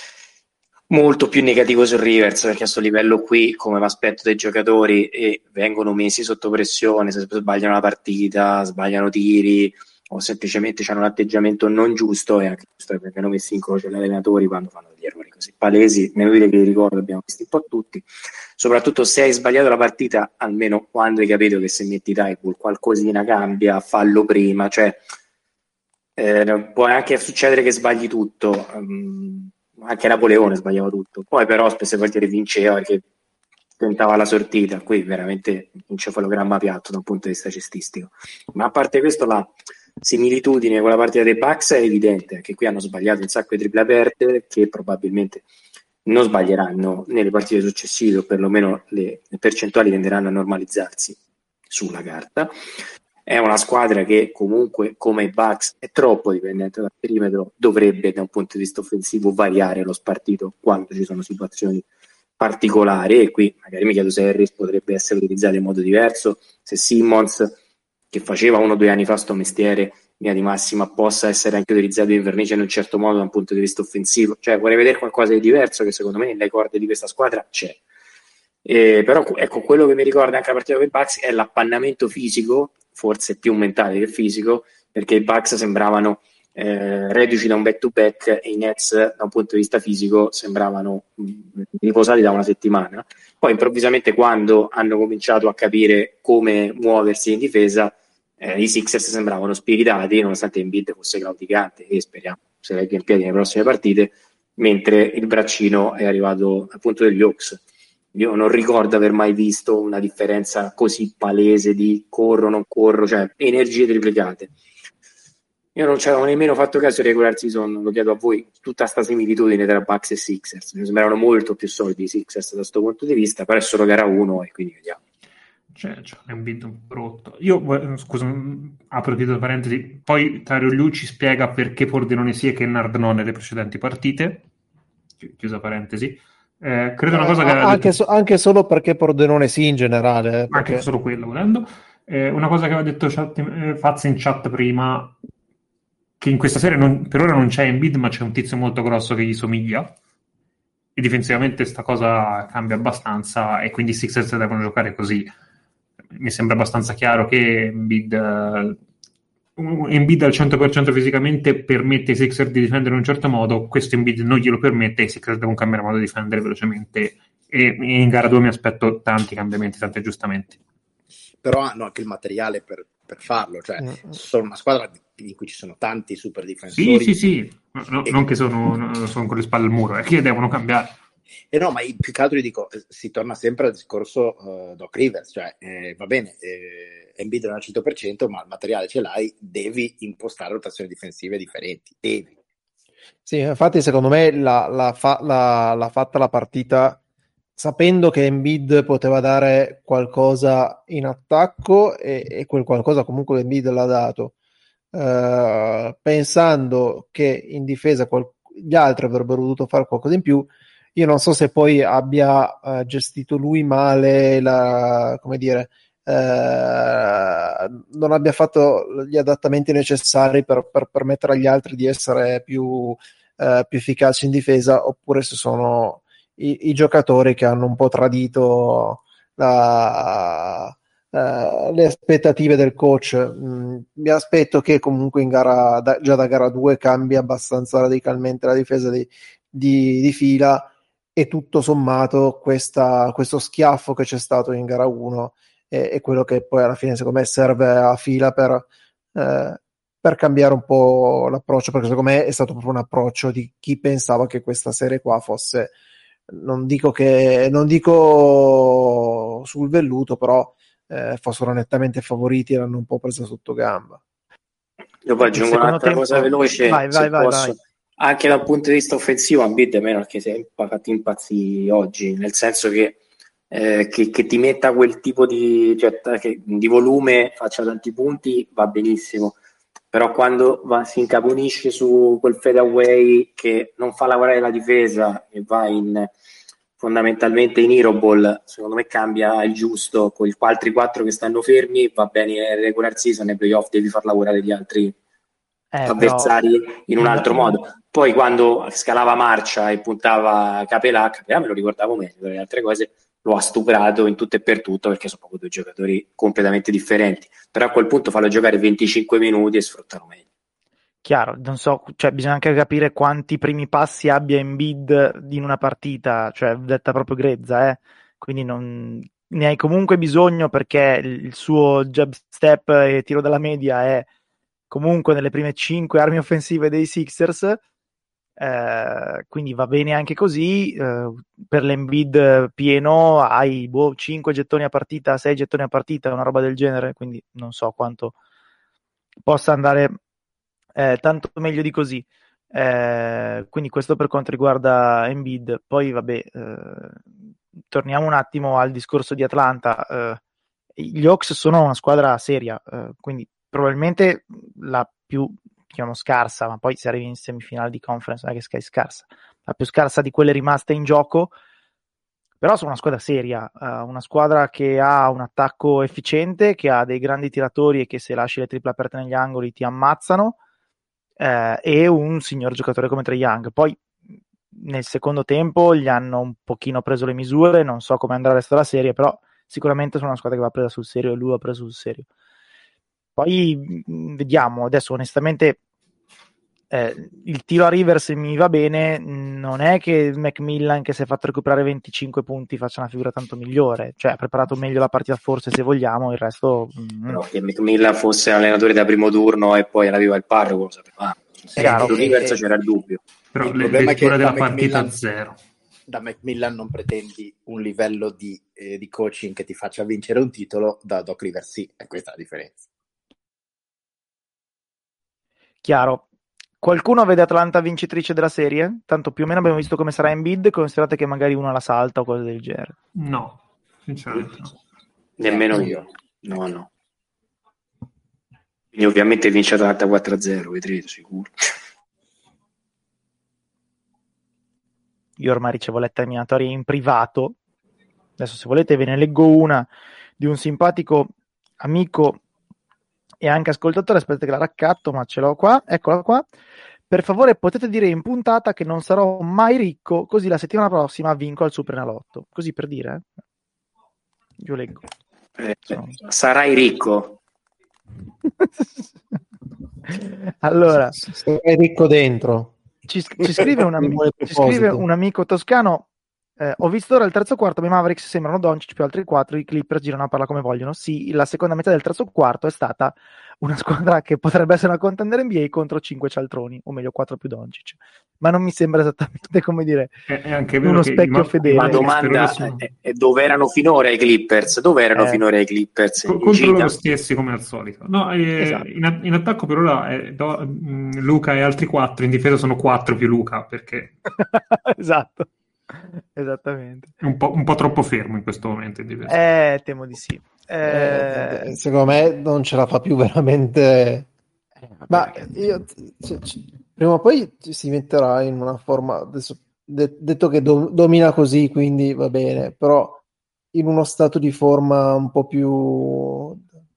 S3: molto più negativo sul Rivers, perché a questo livello qui, come mi aspetto dai giocatori, e vengono messi sotto pressione, se sbagliano la partita, sbagliano tiri, o semplicemente hanno un atteggiamento non giusto, e anche giusto perché hanno messi in croce gli allenatori quando fanno degli errori così palesi. Ne dire che li ricordo, abbiamo visti un po' tutti, soprattutto se hai sbagliato la partita, almeno quando hai capito che se metti Tybull qualcosina cambia, fallo prima, cioè può anche succedere che sbagli tutto, anche Napoleone sbagliava tutto, poi però spesso e volentieri vinceva perché tentava la sortita. Qui veramente un encefalogramma piatto da un punto di vista cestistico. Ma a parte questo, la similitudine con la partita dei Bucks è evidente, che qui hanno sbagliato un sacco di triple aperte che probabilmente non sbaglieranno nelle partite successive, o perlomeno le percentuali tenderanno a normalizzarsi sulla carta. È una squadra che comunque, come i Bucks, è troppo dipendente dal perimetro, dovrebbe da un punto di vista offensivo variare lo spartito quando ci sono situazioni particolari, e qui magari mi chiedo se Harris potrebbe essere utilizzato in modo diverso, se Simmons, che faceva 1 o 2 anni fa sto mestiere mia di massima, possa essere anche utilizzato in vernice in un certo modo da un punto di vista offensivo. Cioè vorrei vedere qualcosa di diverso, che secondo me nelle corde di questa squadra c'è. Però ecco, quello che mi ricorda anche la partita con i Bucks è l'appannamento fisico, forse più mentale che fisico, perché i Bucks sembravano reduci da un back-to-back e i Nets da un punto di vista fisico sembravano riposati da una settimana. Poi improvvisamente, quando hanno cominciato a capire come muoversi in difesa, i Sixers sembravano spiritati, nonostante Embiid fosse claudicante, e speriamo se regga in piedi nelle prossime partite, mentre il braccino è arrivato al punto degli Hawks. Io non ricordo aver mai visto una differenza così palese di corro, non corro, cioè energie triplicate. Io non ci avevo nemmeno fatto caso di regular season, lo chiedo a voi, tutta sta similitudine tra Bucks e Sixers. Mi sembravano molto più solidi i Sixers da questo punto di vista, però è solo gara 1 e quindi vediamo.
S2: C'è un bid un po' rotto. Io, scusa, apro titolo parentesi, poi Dario Liu ci spiega perché Pordenone sì e Kennard no nelle precedenti partite, chiusa parentesi. Credo una cosa che
S4: anche solo perché Pordenone sì in generale. Perché...
S2: Anche solo quello, volendo. Una cosa che aveva detto Faz in chat prima, che in questa serie per ora non c'è Embiid, ma c'è un tizio molto grosso che gli somiglia, e difensivamente sta cosa cambia abbastanza, e quindi i Sixers devono giocare così. Mi sembra abbastanza chiaro che Embiid al 100% fisicamente permette ai Sixers di difendere in un certo modo, questo Embiid non glielo permette, e i Sixers devono cambiare modo di difendere velocemente, e in gara 2 mi aspetto tanti cambiamenti, tanti aggiustamenti.
S5: Però hanno anche il materiale per farlo, cioè sono una squadra in cui ci sono tanti super difensori.
S2: Sì. Non che sono con le spalle al muro, è che devono cambiare.
S5: No, ma più che altro io dico, si torna sempre al discorso Doc Rivers, cioè va bene, Embiid non al 100%, ma il materiale ce l'hai, devi impostare rotazioni difensive differenti, devi.
S4: Sì, infatti secondo me l'ha fatta la partita sapendo che Embiid poteva dare qualcosa in attacco, e quel qualcosa comunque Embiid l'ha dato, pensando che in difesa gli altri avrebbero dovuto fare qualcosa in più. io non so se poi abbia gestito lui male come dire, non abbia fatto gli adattamenti necessari per permettere agli altri di essere più efficaci in difesa, oppure se sono i giocatori che hanno un po' tradito le aspettative del coach. Mi aspetto che comunque in gara, già da gara 2 cambi abbastanza radicalmente la difesa di fila, e tutto sommato questo schiaffo che c'è stato in gara 1 è quello che poi alla fine secondo me serve a fila per cambiare un po' l'approccio, perché secondo me è stato proprio un approccio di chi pensava che questa serie qua fosse, non dico sul velluto, però fossero nettamente favoriti e l'hanno un po' presa sotto gamba.
S3: Io poi aggiungo un'altra cosa veloce, vai. Anche dal punto di vista offensivo Embiid è meno, perché si è fatti impazzi oggi, nel senso che ti metta quel tipo di volume, faccia tanti punti, va benissimo, però quando si incaponisce su quel fadeaway che non fa lavorare la difesa e va fondamentalmente in hero ball, secondo me cambia il giusto. Con gli altri 4 che stanno fermi va bene nel regular season, nei playoff devi far lavorare gli altri avversari in un altro modo. Poi quando scalava marcia e puntava Capelà me lo ricordavo meglio, le altre cose lo ha stuprato in tutto e per tutto, perché sono proprio 2 giocatori completamente differenti, però a quel punto fallo giocare 25 minuti e sfruttano meglio.
S1: Chiaro, non so, cioè bisogna anche capire quanti primi passi abbia Embiid in una partita, cioè detta proprio grezza, quindi ne hai comunque bisogno, perché il suo jab step e tiro dalla media è comunque nelle prime 5 armi offensive dei Sixers, quindi va bene anche così. Per l'Embiid pieno hai 5 gettoni a partita, 6 gettoni a partita, una roba del genere, quindi non so quanto possa andare tanto meglio di così. Quindi questo per quanto riguarda Embiid. Poi vabbè, torniamo un attimo al discorso di Atlanta. Gli Hawks sono una squadra seria, quindi probabilmente la più, diciamo, scarsa, ma poi se arrivi in semifinale di conference non è che sei scarsa, la più scarsa di quelle rimaste in gioco, però sono una squadra seria, una squadra che ha un attacco efficiente, che ha dei grandi tiratori e che se lasci le triple aperte negli angoli ti ammazzano, e un signor giocatore come Trae Young. Poi nel secondo tempo gli hanno un pochino preso le misure, non so come andrà il resto della serie, però sicuramente sono una squadra che va presa sul serio e lui va preso sul serio. Poi vediamo, adesso onestamente il tiro a Rivers mi va bene, non è che Macmillan, che si è fatto recuperare 25 punti, faccia una figura tanto migliore, cioè ha preparato meglio la partita forse, se vogliamo, il resto
S3: però che Macmillan fosse allenatore da primo turno e poi arriva il parroco, lo sapevamo. Su Rivers c'era il dubbio,
S2: però il problema è che della partita zero
S5: da Macmillan non pretendi un livello di coaching che ti faccia vincere un titolo, da Doc Rivers sì, e questa è la differenza.
S1: Chiaro. Qualcuno vede Atlanta vincitrice della serie? Tanto più o meno abbiamo visto come sarà Embiid, considerate che magari una la salta o cose del genere.
S2: No, sinceramente no.
S3: Nemmeno io. No. Quindi ovviamente vince Atlanta 4-0, vedrete, sicuro.
S1: Io ormai ricevo lettere minatorie in privato. Adesso se volete ve ne leggo una di un simpatico amico e anche ascoltatore. Aspettate che la raccatto, ma ce l'ho qua, eccola qua. Per favore potete dire in puntata che non sarò mai ricco, così la settimana prossima vinco al Superenalotto. Così per dire, io leggo.
S3: Sarai ricco.
S4: Allora, sei ricco dentro.
S1: Ci scrive un amico toscano. Ho visto ora il terzo quarto, i Mavericks sembrano Doncic più altri 4, i Clippers girano a palla come vogliono. Sì, la seconda metà del terzo quarto è stata una squadra che potrebbe essere una contender NBA contro 5 cialtroni, o meglio 4 più Doncic, ma non mi sembra esattamente, come dire,
S2: è anche vero
S1: uno
S2: che
S1: specchio fedele.
S3: La domanda è dove erano finora i Clippers? Finora i Clippers?
S2: Contro loro stessi, come al solito. No,
S1: esatto.
S2: in attacco per ora Luca e altri 4, in difesa sono 4 più Luca, perché
S1: esatto. Esattamente.
S2: È un po' troppo fermo in questo momento in difesa.
S1: Temo di sì.
S4: Secondo me non ce la fa più veramente. Ma io, prima o poi si metterà in una forma. Adesso detto che domina così, quindi va bene, però in uno stato di forma un po' più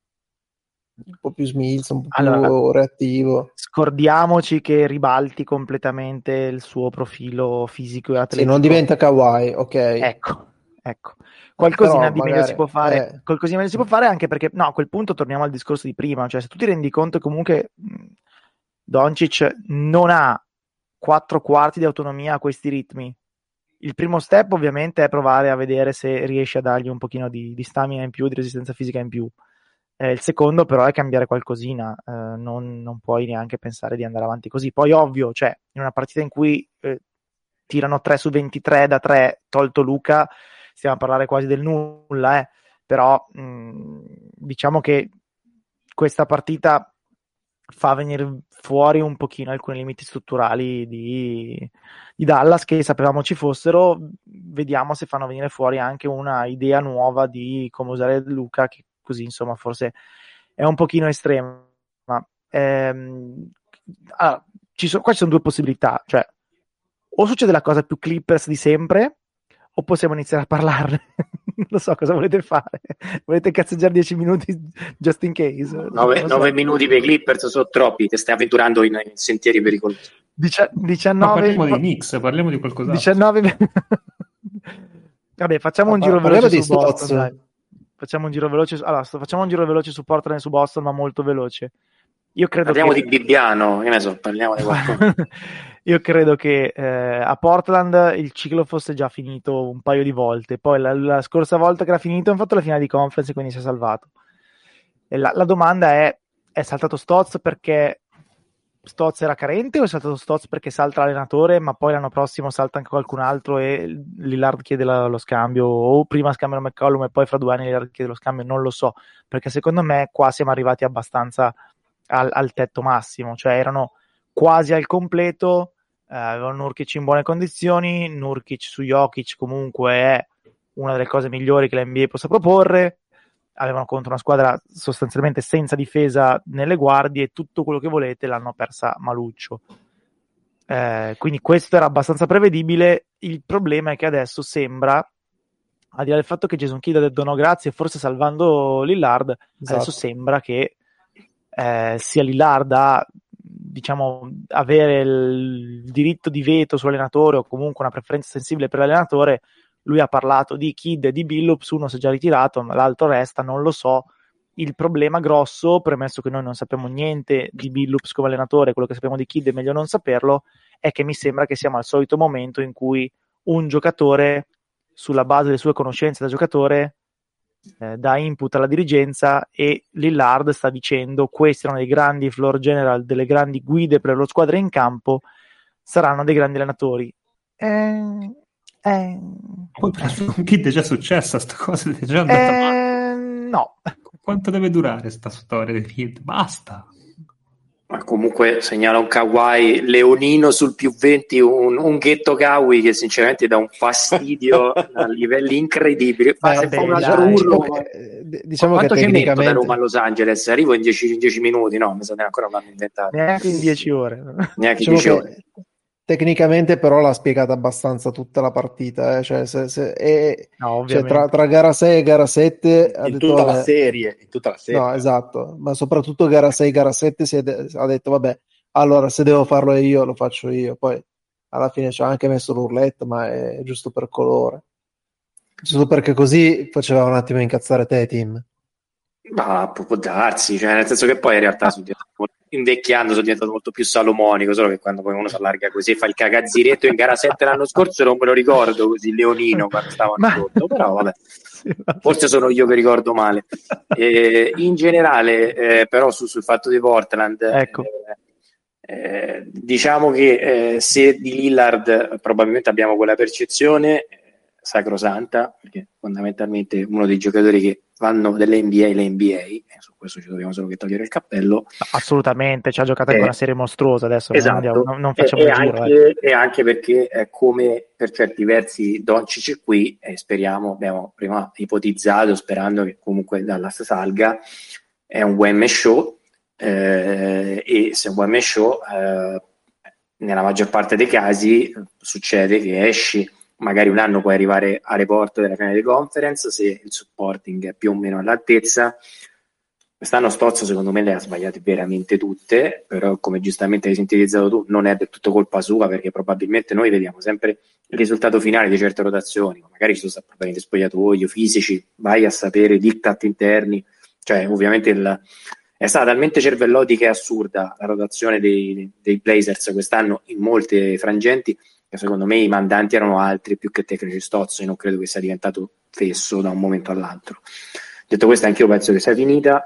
S4: smilzo, un po' più reattivo.
S1: Scordiamoci che ribalti completamente il suo profilo fisico e
S4: Sì,
S1: atletico.
S4: non diventa Kawhi, ok.
S1: Ecco. Qualcosina
S4: Però
S1: di meglio si può fare. Qualcosina meglio si può fare, anche perché, no, a quel punto torniamo al discorso di prima, cioè se tu ti rendi conto che comunque Doncic non ha 4/4 di autonomia a questi ritmi. Il primo step ovviamente è provare a vedere se riesci a dargli un pochino di stamina in più, di resistenza fisica in più. Il secondo però è cambiare qualcosina, non puoi neanche pensare di andare avanti così. Poi ovvio, cioè in una partita in cui tirano 3 su 23 da 3, tolto Luka, stiamo a parlare quasi del nulla, però diciamo che questa partita fa venire fuori un pochino alcuni limiti strutturali di Dallas che sapevamo ci fossero. Vediamo se fanno venire fuori anche una idea nuova di come usare Luka, che così insomma forse è un pochino estrema. Allora, qua ci sono due possibilità, cioè o succede la cosa più Clippers di sempre o possiamo iniziare a parlarne. Non lo so cosa volete fare. Volete cazzeggiare 10 minuti just in case?
S3: 9 minuti per i Clippers sono troppi, ti stai avventurando in sentieri pericolosi.
S1: 19.
S2: No, parliamo di Knicks, parliamo di qualcos'altro.
S1: 19. Vabbè, facciamo un giro veloce su Boston, dai. Facciamo un giro veloce. Allora, facciamo un giro veloce su Portland e su Boston, ma molto veloce. Io credo
S3: parliamo di Bibbiano, che ne so, parliamo di qualcosa.
S1: Io credo che a Portland il ciclo fosse già finito un paio di volte. Poi la scorsa volta che era finito hanno fatto la finale di conference e quindi si è salvato. E la domanda è saltato Stotz perché Stotz era carente o è saltato Stotz perché salta l'allenatore ma poi l'anno prossimo salta anche qualcun altro e Lillard chiede lo scambio, o prima scambiano McCollum e poi fra 2 anni Lillard chiede lo scambio? Non lo so, perché secondo me qua siamo arrivati abbastanza al tetto massimo, cioè erano quasi al completo, avevano Nurkic in buone condizioni, Nurkic su Jokic comunque è una delle cose migliori che l'NBA possa proporre, avevano contro una squadra sostanzialmente senza difesa nelle guardie e tutto quello che volete l'hanno persa maluccio. Quindi questo era abbastanza prevedibile. Il problema è che adesso sembra, al di là del fatto che Jason Kidd ha detto no grazie, forse salvando Lillard, adesso sembra che sia Lillard a diciamo avere il diritto di veto sull'allenatore o comunque una preferenza sensibile per l'allenatore. Lui ha parlato di Kidd e di Billups, uno si è già ritirato, ma l'altro resta, non lo so. Il problema grosso, premesso che noi non sappiamo niente di Billups come allenatore, quello che sappiamo di Kidd è meglio non saperlo, è che mi sembra che siamo al solito momento in cui un giocatore, sulla base delle sue conoscenze da giocatore, dà input alla dirigenza e Lillard sta dicendo questi erano dei grandi floor general, delle grandi guide per le squadre in campo, saranno dei grandi allenatori.
S2: Poi con Kid è già successa sta cosa, è già andata male.
S1: No.
S2: Quanto deve durare sta storia di Kid? Basta.
S3: Ma comunque segnala un Kawhi leonino sul più 20, un ghetto Kawhi che sinceramente dà un fastidio a livelli incredibili. Se fa un altro urlo,
S4: diciamo
S3: quanto
S4: che
S3: ci metto da
S4: tecnicamente
S3: Roma a Los Angeles? Arrivo in 10 minuti, no, mi sa che ancora non l'hanno inventato.
S1: Neanche in 10 ore.
S3: Neanche
S4: diciamo
S3: 10 ore.
S4: Tecnicamente però l'ha spiegata abbastanza tutta la partita, cioè,
S1: no,
S4: cioè tra gara 6 e gara 7 ha
S5: in
S4: detto,
S5: tutta la serie,
S4: no, esatto, ma soprattutto gara 6 gara 7 ha detto vabbè, allora se devo farlo io lo faccio io, poi alla fine ci ha anche messo l'urletto, ma è giusto per colore, giusto perché così faceva un attimo incazzare te, Tim.
S3: Ma può darsi, cioè nel senso che poi in realtà invecchiando sono diventato molto più salomonico, solo che quando poi uno si allarga così fa il cagazziretto in gara 7 l'anno scorso non me lo ricordo così leonino quando stavano sotto, però vabbè, forse sono io che ricordo male. In generale però sul fatto di Portland,
S1: ecco.
S3: Diciamo che se di Lillard probabilmente abbiamo quella percezione sacrosanta, perché fondamentalmente uno dei giocatori che vanno dell'NBA l'NBA, e su questo ci dobbiamo solo che togliere il cappello.
S1: Assolutamente, ci ha giocato anche una serie mostruosa adesso,
S3: esatto.
S1: non facciamo il giro.
S3: E anche perché come per certi versi Doncic è qui e speriamo, abbiamo prima ipotizzato, sperando che comunque Dallas salga, è un one man show, e se è un one man show nella maggior parte dei casi succede che esci, magari un anno puoi arrivare a report della finale di conference se il supporting è più o meno all'altezza. Quest'anno Stozzo secondo me le ha sbagliate veramente tutte, però come giustamente hai sintetizzato tu non è del tutto colpa sua, perché probabilmente noi vediamo sempre il risultato finale di certe rotazioni, magari ci sono problemi di spogliatoio, fisici, vai a sapere, diktat interni, cioè ovviamente è stata talmente cervellotica e assurda la rotazione dei Blazers quest'anno in molte frangenti, che secondo me i mandanti erano altri più che tecnici Stozzo, e non credo che sia diventato fesso da un momento all'altro. Detto questo, anch'io penso che sia finita.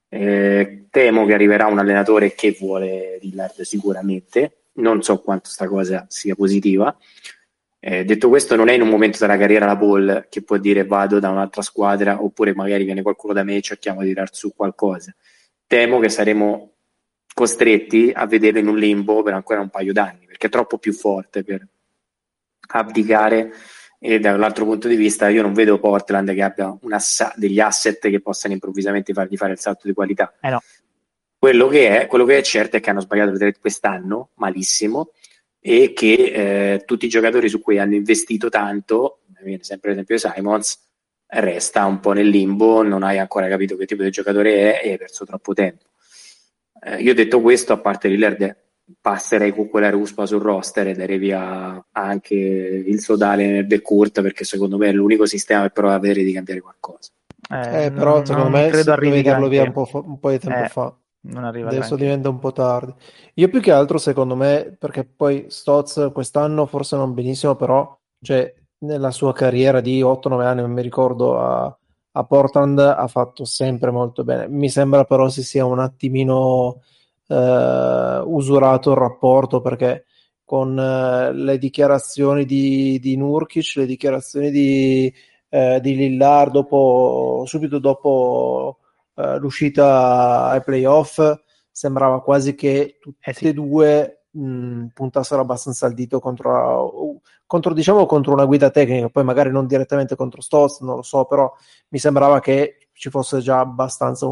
S3: Temo che arriverà un allenatore che vuole Lillard sicuramente, non so quanto sta cosa sia positiva. Detto questo, non è in un momento della carriera la Ball che può dire vado da un'altra squadra, oppure magari viene qualcuno da me e cerchiamo di tirar su qualcosa. Temo che saremo costretti a vederlo in un limbo per ancora un paio d'anni, perché è troppo più forte per abdicare. E dall'altro punto di vista io non vedo Portland che abbia degli asset che possano improvvisamente fargli fare il salto di qualità.
S1: No.
S3: Quello che è certo è che hanno sbagliato le trade quest'anno malissimo, e che tutti i giocatori su cui hanno investito tanto, viene sempre l'esempio di Simons, resta un po' nel limbo, non hai ancora capito che tipo di giocatore è e hai perso troppo tempo. Io detto questo, a parte Lillard, passerei con quella ruspa sul roster e darei via anche il sodale nel backcourt, perché secondo me è l'unico sistema per provare a vedere di cambiare qualcosa.
S4: Però secondo me dovevi darlo via un po' di tempo fa.
S1: Non arriva
S4: Adesso
S1: granché.
S4: diventa un po' tardi. Io più che altro, secondo me, perché poi Stotz quest'anno forse non benissimo, però cioè, nella sua carriera di 8-9 anni, non mi ricordo, a Portland ha fatto sempre molto bene. Mi sembra però si sia un attimino usurato il rapporto, perché con le dichiarazioni di Nurkic, le dichiarazioni di Lillard subito dopo l'uscita ai playoff, sembrava quasi che tutte e due puntassero abbastanza il dito contro una guida tecnica, poi magari non direttamente contro Stotz, non lo so, però mi sembrava che ci fosse già abbastanza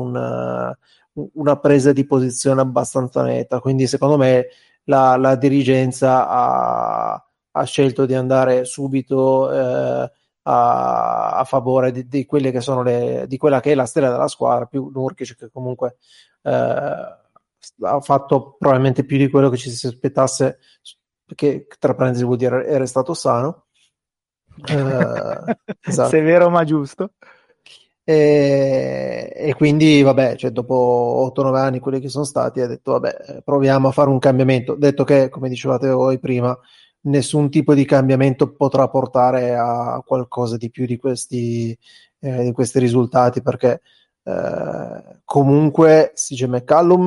S4: una presa di posizione abbastanza netta, quindi secondo me la dirigenza ha scelto di andare subito a favore di quelle che sono di quella che è la stella della squadra, più Nurkic, che comunque ha fatto probabilmente più di quello che ci si aspettasse, che tra parentesi vuol dire era stato sano.
S1: Esatto. Severo ma giusto.
S4: E quindi vabbè, cioè, dopo 8-9 anni quelli che sono stati, ha detto vabbè, proviamo a fare un cambiamento, detto che, come dicevate voi prima, nessun tipo di cambiamento potrà portare a qualcosa di più di questi risultati, perché comunque CJ McCollum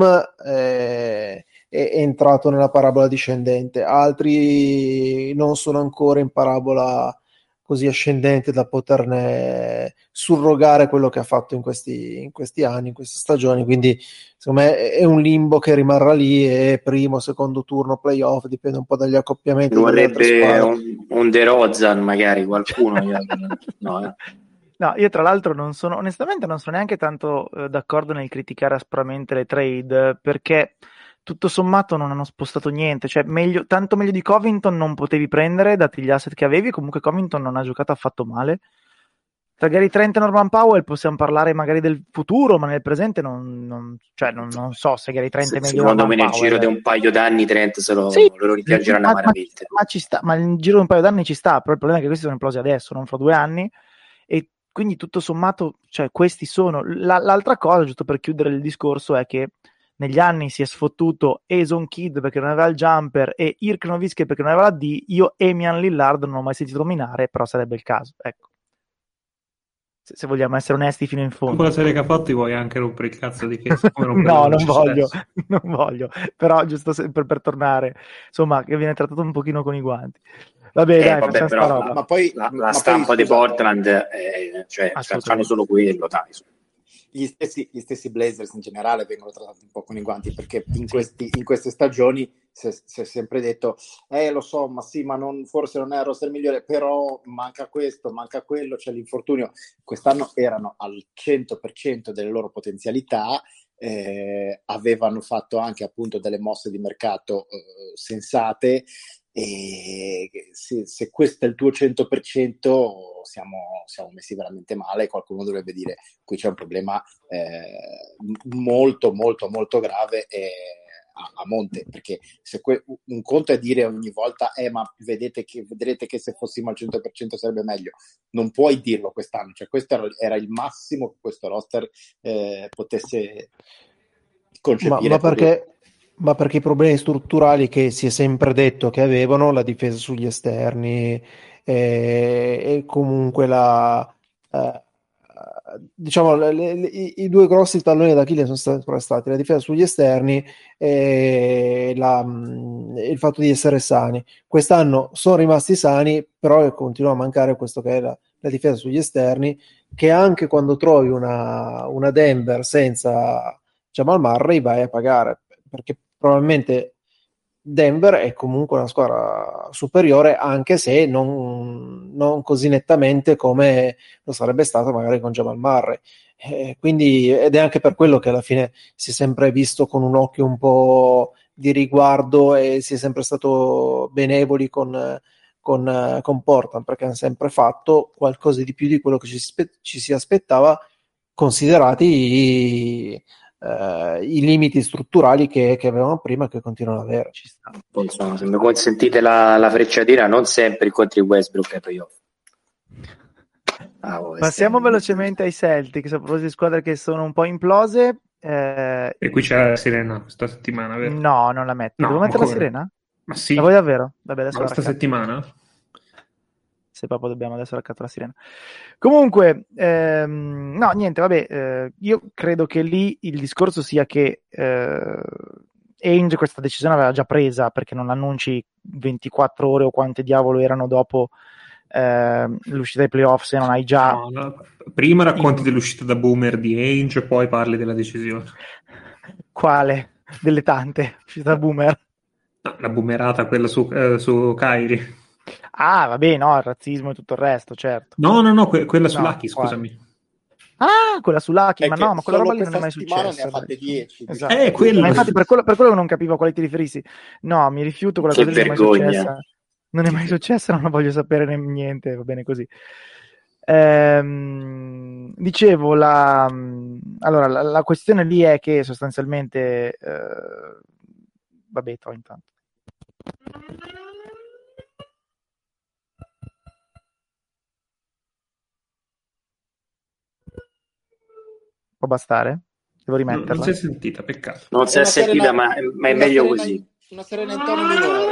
S4: è entrato nella parabola discendente, altri non sono ancora in parabola così ascendente da poterne surrogare quello che ha fatto in questi anni, in queste stagioni, quindi secondo me è un limbo che rimarrà lì, e primo, secondo turno, playoff, dipende un po' dagli accoppiamenti delle altre squadre.
S3: un DeRozan magari, qualcuno no.
S1: No, io tra l'altro onestamente non sono neanche tanto d'accordo nel criticare aspramente le trade, perché tutto sommato non hanno spostato niente, cioè tanto meglio di Covington non potevi prendere, dati gli asset che avevi, comunque Covington non ha giocato affatto male. Tra Gary Trent e Norman Powell possiamo parlare magari del futuro, ma nel presente non so se Gary Trent è meglio di Norman Powell.
S3: Secondo me nel giro di un paio d'anni Trent lo rimpiangeranno amaramente.
S1: Ma ci sta, ma nel giro di un paio d'anni ci sta, però il problema è che questi sono implosi adesso, non fra 2 anni, e quindi tutto sommato, cioè, questi sono. L'altra cosa, giusto per chiudere il discorso, è che negli anni si è sfottuto Jason Kidd perché non aveva il jumper e Dirk Nowitzki perché non aveva la D. Io Emian Lillard non ho mai sentito nominare, però sarebbe il caso, ecco. Se vogliamo essere onesti fino in fondo.
S2: Con la serie che ha fatto vuoi anche rompere il cazzo di che
S1: no, non voglio, però giusto per tornare, insomma, che viene trattato un pochino con i guanti. Vabbè, dai, facciamo sta roba.
S5: Ma poi
S3: la stampa di Portland fanno solo quello, dai.
S5: Gli stessi Blazers in generale vengono trattati un po' con i guanti, perché in queste stagioni si è sempre detto lo so, ma sì, ma forse non è il roster migliore, però manca questo, manca quello, c'è l'infortunio. Quest'anno erano al 100% delle loro potenzialità, avevano fatto anche appunto delle mosse di mercato sensate, e se questo è il tuo 100% siamo messi veramente male. Qualcuno dovrebbe dire qui c'è un problema molto molto molto grave a monte, perché se un conto è dire ogni volta ma vedrete che se fossimo al 100% sarebbe meglio. Non puoi dirlo quest'anno, cioè questo era il massimo che questo roster potesse concepire.
S4: Ma perché i problemi strutturali che si è sempre detto che avevano, la difesa sugli esterni e comunque diciamo i due grossi talloni d'Achille sono stati la difesa sugli esterni e il fatto di essere sani. Quest'anno sono rimasti sani, però continua a mancare questo che è la difesa sugli esterni, che anche quando trovi una Denver senza Jamal Murray vai a pagare, perché probabilmente Denver è comunque una squadra superiore, anche se non così nettamente come lo sarebbe stato magari con Jamal Murray. Ed è anche per quello che alla fine si è sempre visto con un occhio un po' di riguardo e si è sempre stato benevoli con Portland, perché hanno sempre fatto qualcosa di più di quello che ci si aspettava, considerati i limiti strutturali che avevano prima e che continuano ad avere.
S3: Ci sta. Insomma, se mi consentite la frecciatina, non sempre incontri Westbrook ai playoff.
S1: Passiamo velocemente ai Celtics, a proposito di squadre che sono un po' implose.
S2: E qui c'è la sirena questa settimana, vero?
S1: No, non la metti.
S2: No,
S1: Devo mettere
S2: ancora.
S1: la sirena?
S2: Ma sì.
S1: La vuoi davvero? Vabbè, adesso
S2: questa settimana?
S1: Se proprio dobbiamo adesso raccattare la sirena. Comunque, no, niente, vabbè, io credo che lì il discorso sia che Ainge questa decisione aveva già presa, perché non l'annunci 24 ore o quante diavolo erano dopo l'uscita dei playoff, se non hai già...
S2: No. Prima racconti dell'uscita da Boomer di Ainge, poi parli della decisione.
S1: Quale? Delle tante? Uscita da Boomer?
S2: No, la boomerata, quella su Kyrie.
S1: Ah, vabbè, no, il razzismo e tutto il resto, certo.
S2: No, quella su Lucky, scusami.
S1: Ah, quella su Lucky, ma no, ma quella roba lì non è mai
S5: successa.
S1: successa.
S5: Ne ha fatte 10.
S1: Esatto.
S2: Quello.
S1: Ma infatti per quello non capivo a quale ti riferissi. No, mi rifiuto, quella cosa lì non è mai successa. Non è mai successa, non voglio sapere niente, va bene così. Dicevo, allora, la questione lì è che sostanzialmente... vabbè, intanto. Può bastare? Devo rimetterla?
S2: Non si è sentita, peccato.
S3: Non si è sentita, ma è meglio così.
S5: Una sirena in tono minore.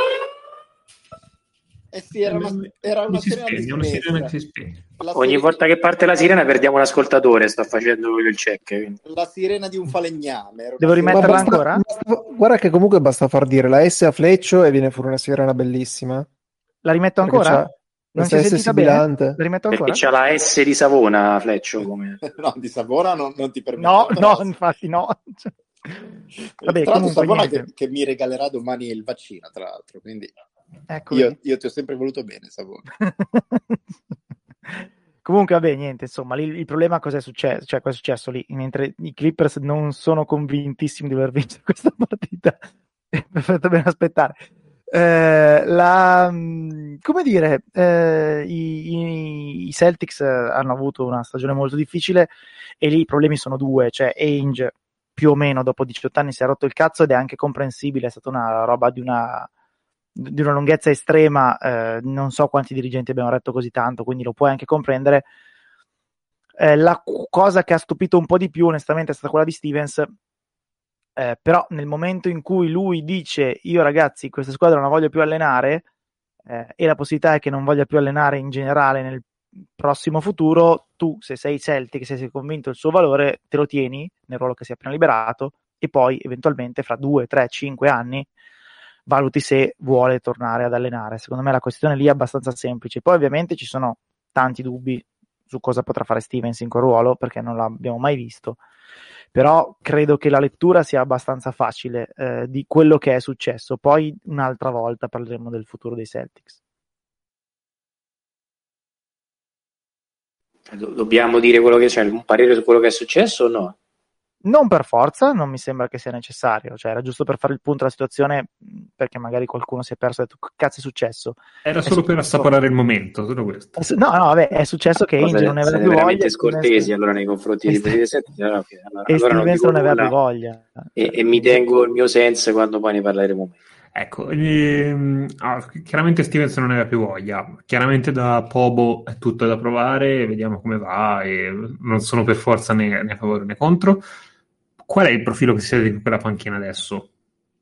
S5: Sì, era una sirena
S2: che si spegne.
S3: Ogni volta che parte la sirena perdiamo un ascoltatore, sta facendo il check. Quindi.
S5: La sirena di un falegname.
S1: Devo rimetterla ancora?
S4: Guarda che comunque basta far dire la S a Fleccio e viene fuori una sirena bellissima.
S1: La rimetto ancora? Non si è sentita bene? La rimetto ancora?
S3: Perché c'ha la S di Savona, Fleccio. Come...
S5: No, di Savona non ti permetto.
S1: No, infatti no. Vabbè,
S5: tra l'altro Savona
S1: che
S5: mi regalerà domani il vaccino, tra l'altro, quindi
S1: ecco,
S5: io ti ho sempre voluto bene, Savona.
S1: Comunque, vabbè, niente, insomma, lì, il problema cosa è successo? Cioè, cosa è successo lì? Mentre i Clippers non sono convintissimi di aver vinto questa partita, è perfetto bene aspettare. Come dire, i Celtics hanno avuto una stagione molto difficile e lì i problemi sono due, cioè Ainge più o meno dopo 18 anni si è rotto il cazzo ed è anche comprensibile, è stata una roba di una lunghezza estrema, non so quanti dirigenti abbiamo retto così tanto, quindi lo puoi anche comprendere. La cosa che ha stupito un po' di più onestamente è stata quella di Stevens, però nel momento in cui lui dice io ragazzi questa squadra non la voglio più allenare, e la possibilità è che non voglia più allenare in generale nel prossimo futuro, tu se sei Celtic, se sei convinto del suo valore, te lo tieni nel ruolo che si è appena liberato e poi eventualmente fra 2, 3, 5 anni valuti se vuole tornare ad allenare. Secondo me la questione lì è abbastanza semplice. Poi ovviamente ci sono tanti dubbi su cosa potrà fare Stevens in quel ruolo, perché non l'abbiamo mai visto, però credo che la lettura sia abbastanza facile di quello che è successo. Poi un'altra volta parleremo del futuro dei Celtics.
S3: Dobbiamo dire quello che c'è, un parere su quello che è successo o no?
S1: Non per forza, non mi sembra che sia necessario, cioè era giusto per fare il punto della situazione, perché magari qualcuno si è perso e ha detto che cazzo è successo?
S2: Era
S1: È
S2: solo per
S1: successo...
S2: assaporare il momento, solo questo.
S1: No, no, vabbè, è successo che Ainge non ne aveva
S3: Siete
S1: più voglia
S3: veramente scortesi allora nei confronti di
S1: St-
S3: Presidente, allora,
S1: e
S3: allora non
S1: Stevens
S3: dico
S1: non ne aveva più
S3: nulla
S1: voglia.
S3: e mi tengo il mio senso quando poi ne parleremo meglio.
S2: Ecco, chiaramente Stevens non aveva più voglia, chiaramente da Pobo è tutto da provare, vediamo come va e non sono per forza né a favore né contro. Qual è il profilo che si vede di quella panchina adesso?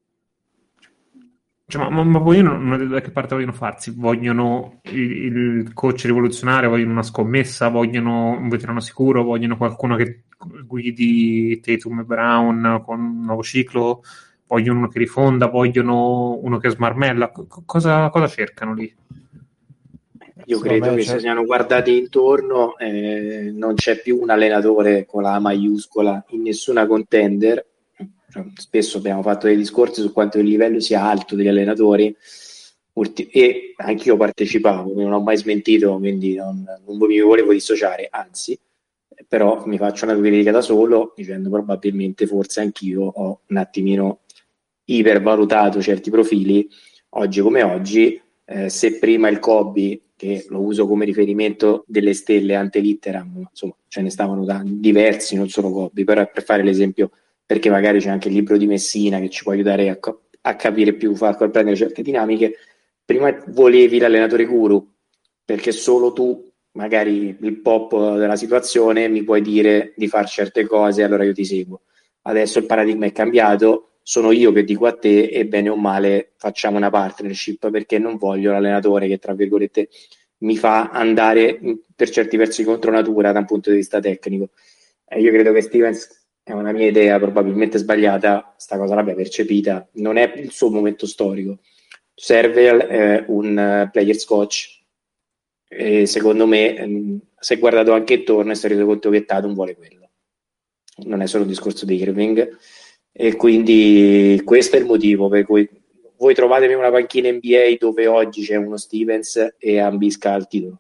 S2: Cioè, ma vogliono, da che parte vogliono farsi? Vogliono il coach rivoluzionario, vogliono una scommessa, vogliono un veterano sicuro, vogliono qualcuno che guidi Tatum e Brown con un nuovo ciclo, vogliono uno che rifonda, vogliono uno che smarmella. Cosa cercano lì?
S3: Io
S4: Secondo
S3: credo
S4: me
S3: che se siano guardati intorno non c'è più un allenatore con la A maiuscola in nessuna contender. Cioè, spesso abbiamo fatto dei discorsi su quanto il livello sia alto degli allenatori e anch'io partecipavo, non ho mai smentito, quindi non mi volevo dissociare, anzi, però mi faccio una critica da solo dicendo probabilmente forse anch'io ho un attimino ipervalutato certi profili oggi come oggi. Se prima il Kobe, che lo uso come riferimento delle stelle ante litteram, insomma ce ne stavano diversi, non solo Kobe, però è per fare l'esempio, perché magari c'è anche il libro di Messina che ci può aiutare a capire più, far comprendere certe dinamiche. Prima volevi l'allenatore guru, perché solo tu, magari il pop della situazione, mi puoi dire di fare certe cose, allora io ti seguo. Adesso il paradigma è cambiato, sono io che dico a te e bene o male facciamo una partnership, perché non voglio l'allenatore che tra virgolette mi fa andare per certi versi contro natura da un punto di vista tecnico. Io credo che Stevens, è una mia idea probabilmente sbagliata, sta cosa l'abbia percepita, non è il suo momento storico, serve un players coach e secondo me si è guardato anche intorno e si è reso conto che Tatum vuole quello, non è solo un discorso di Irving, e quindi questo è il motivo per cui voi trovatemi una panchina NBA dove oggi c'è uno Stevens e ambisca al titolo.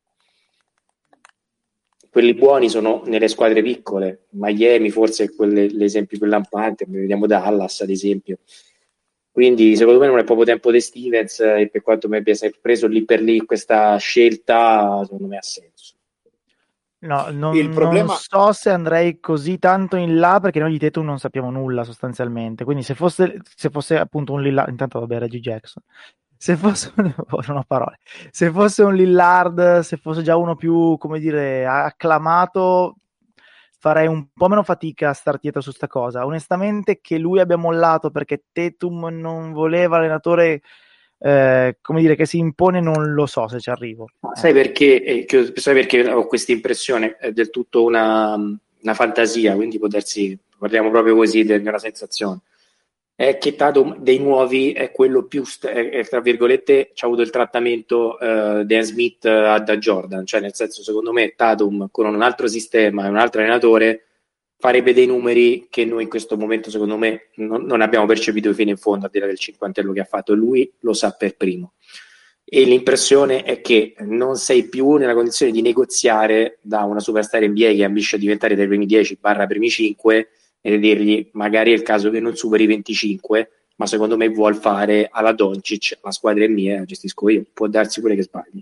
S3: Quelli buoni sono nelle squadre piccole, Miami forse è l'esempio più lampante, vediamo Dallas ad esempio. Quindi secondo me non è proprio tempo di Stevens e per quanto mi abbia preso lì per lì questa scelta, secondo me ha senso.
S1: No,
S5: Il
S1: non
S5: problema,
S1: so se andrei così tanto in là perché noi di Tatum non sappiamo nulla sostanzialmente. Quindi se fosse appunto un Lillard, intanto vabbè, Reggie Jackson. Se fosse non ho parole. Se fosse un Lillard, se fosse già uno più, come dire, acclamato, farei un po' meno fatica a star dietro su sta cosa. Onestamente che lui abbia mollato perché Tatum non voleva allenatore, come dire, che si impone, non lo so se ci arrivo.
S3: Sai perché, sai perché ho questa impressione? È del tutto una fantasia, quindi potersi, parliamo proprio così della sensazione. È che Tatum dei nuovi è quello più, tra virgolette, ci ha avuto il trattamento Dan Smith da Jordan, cioè nel senso secondo me Tatum con un altro sistema e un altro allenatore farebbe dei numeri che noi in questo momento secondo me non abbiamo percepito fino in fondo, al di là del cinquantello che ha fatto, lui lo sa per primo e l'impressione è che non sei più nella condizione di negoziare da una superstar NBA che ambisce a diventare dai primi 10 barra primi 5 e dirgli magari è il caso che non superi i 25, ma secondo me vuol fare alla Doncic, la squadra è mia, la gestisco io, può darsi pure che sbagli.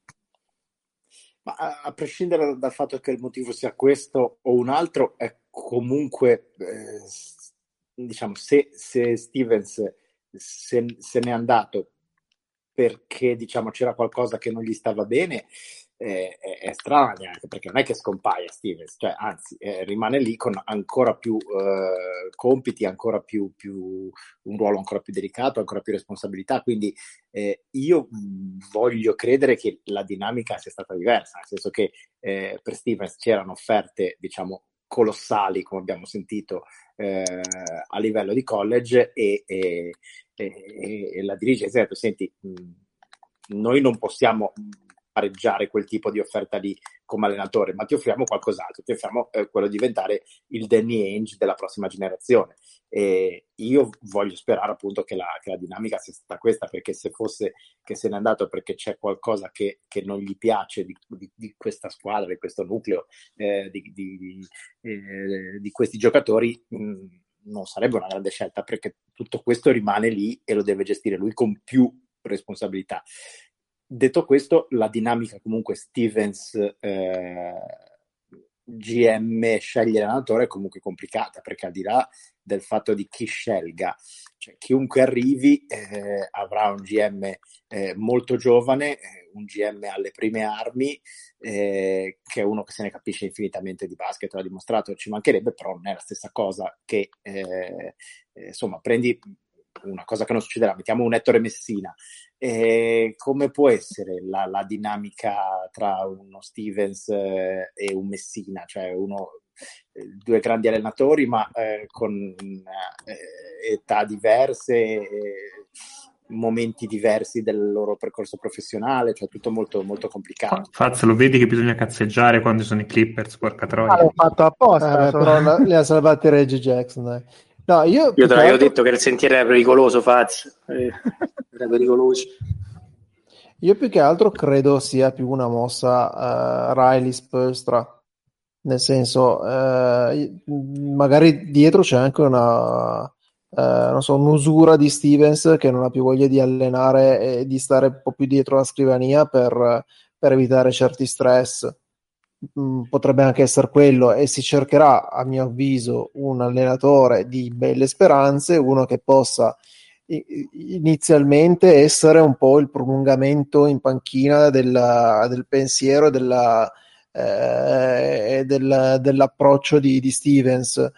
S5: ma a prescindere dal fatto che il motivo sia questo o un altro, è comunque, diciamo, se Stevens se n'è andato perché diciamo c'era qualcosa che non gli stava bene, è strano anche perché non è che scompaia Stevens, cioè anzi rimane lì con ancora più compiti, ancora più un ruolo ancora più delicato, ancora più responsabilità, quindi io voglio credere che la dinamica sia stata diversa, nel senso che per Stevens c'erano offerte diciamo colossali, come abbiamo sentito a livello di college e la dirigenza ha detto senti, noi non possiamo pareggiare quel tipo di offerta lì come allenatore, ma ti offriamo qualcos'altro, ti offriamo quello di diventare il Danny Ainge della prossima generazione. E io voglio sperare appunto che la dinamica sia stata questa, perché se fosse che se n'è andato perché c'è qualcosa che non gli piace di questa squadra, di questo nucleo, di questi giocatori, non sarebbe una grande scelta, perché tutto questo rimane lì e lo deve gestire lui con più responsabilità. Detto questo, la dinamica comunque Stevens GM sceglie l'allenatore è comunque complicata, perché al di là del fatto di chi scelga, cioè chiunque arrivi avrà un GM molto giovane, un GM alle prime armi, che è uno che se ne capisce infinitamente di basket, l'ha dimostrato, ci mancherebbe, però non è la stessa cosa che insomma, prendi una cosa che non succederà, mettiamo un Ettore Messina. Come può essere la dinamica tra uno Stevens e un Messina, cioè due grandi allenatori ma con età diverse, momenti diversi del loro percorso professionale, cioè tutto molto, molto complicato.
S2: Faz, lo vedi che bisogna cazzeggiare quando sono i Clippers, porca troia.
S1: L'ho fatto apposta.
S4: Però le ha salvate Reggie Jackson, dai. No, io
S3: te l'avevo detto che il sentiero era pericoloso, Faz. Era pericoloso.
S4: Io più che altro credo sia più una mossa Riley Spoelstra, nel senso magari dietro c'è anche una non so, un'usura di Stevens che non ha più voglia di allenare e di stare un po' più dietro la scrivania per evitare certi stress. Potrebbe anche essere quello, e si cercherà, a mio avviso, un allenatore di belle speranze, uno che possa inizialmente essere un po' il prolungamento in panchina del pensiero dell'approccio di Stevens,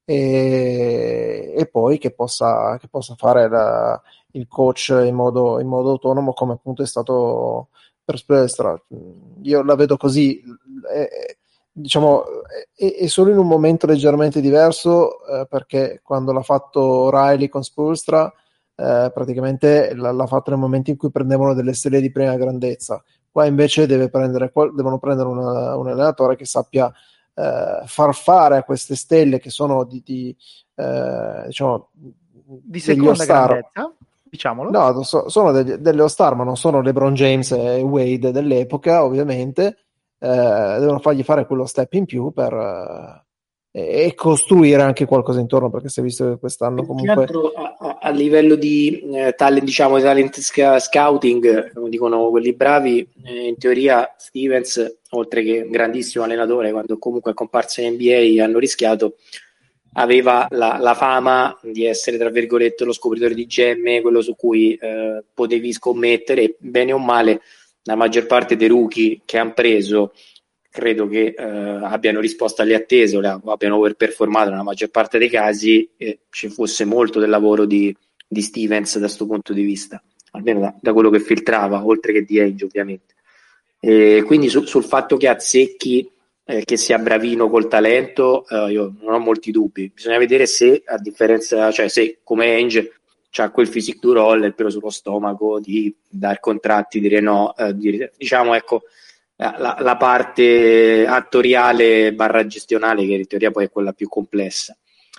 S4: e poi che possa fare il coach in modo autonomo, come appunto è stato per Spoelstra. Io la vedo così, diciamo, è solo in un momento leggermente diverso, perché quando l'ha fatto Riley con Spoelstra, praticamente l'ha fatto nel momento in cui prendevano delle stelle di prima grandezza. Qua invece devono prendere un allenatore che sappia far fare a queste stelle, che sono diciamo
S1: di seconda grandezza, diciamolo.
S4: No, sono delle all-star, ma non sono LeBron James e Wade dell'epoca, ovviamente. Devono fargli fare quello step in più e costruire anche qualcosa intorno, perché si è visto che quest'anno comunque
S3: a livello di talent, diciamo, talent scouting, come dicono quelli bravi, in teoria Stevens, oltre che un grandissimo allenatore, quando comunque è comparso in NBA hanno rischiato, aveva la fama di essere, tra virgolette, lo scopritore di gemme, quello su cui potevi scommettere. Bene o male, la maggior parte dei rookie che hanno preso credo che abbiano risposto alle attese o abbiano overperformato nella maggior parte dei casi, e ci fosse molto del lavoro di Stevens da questo punto di vista, almeno da quello che filtrava, oltre che di Ainge ovviamente. E quindi sul fatto che azzecchi, che sia bravino col talento, io non ho molti dubbi. Bisogna vedere se, a differenza, cioè se come Ainge c'ha quel physique du roll, il pelo sullo stomaco di dar contratti, dire no, diciamo, ecco, la parte attoriale / gestionale, che in teoria poi è quella più complessa.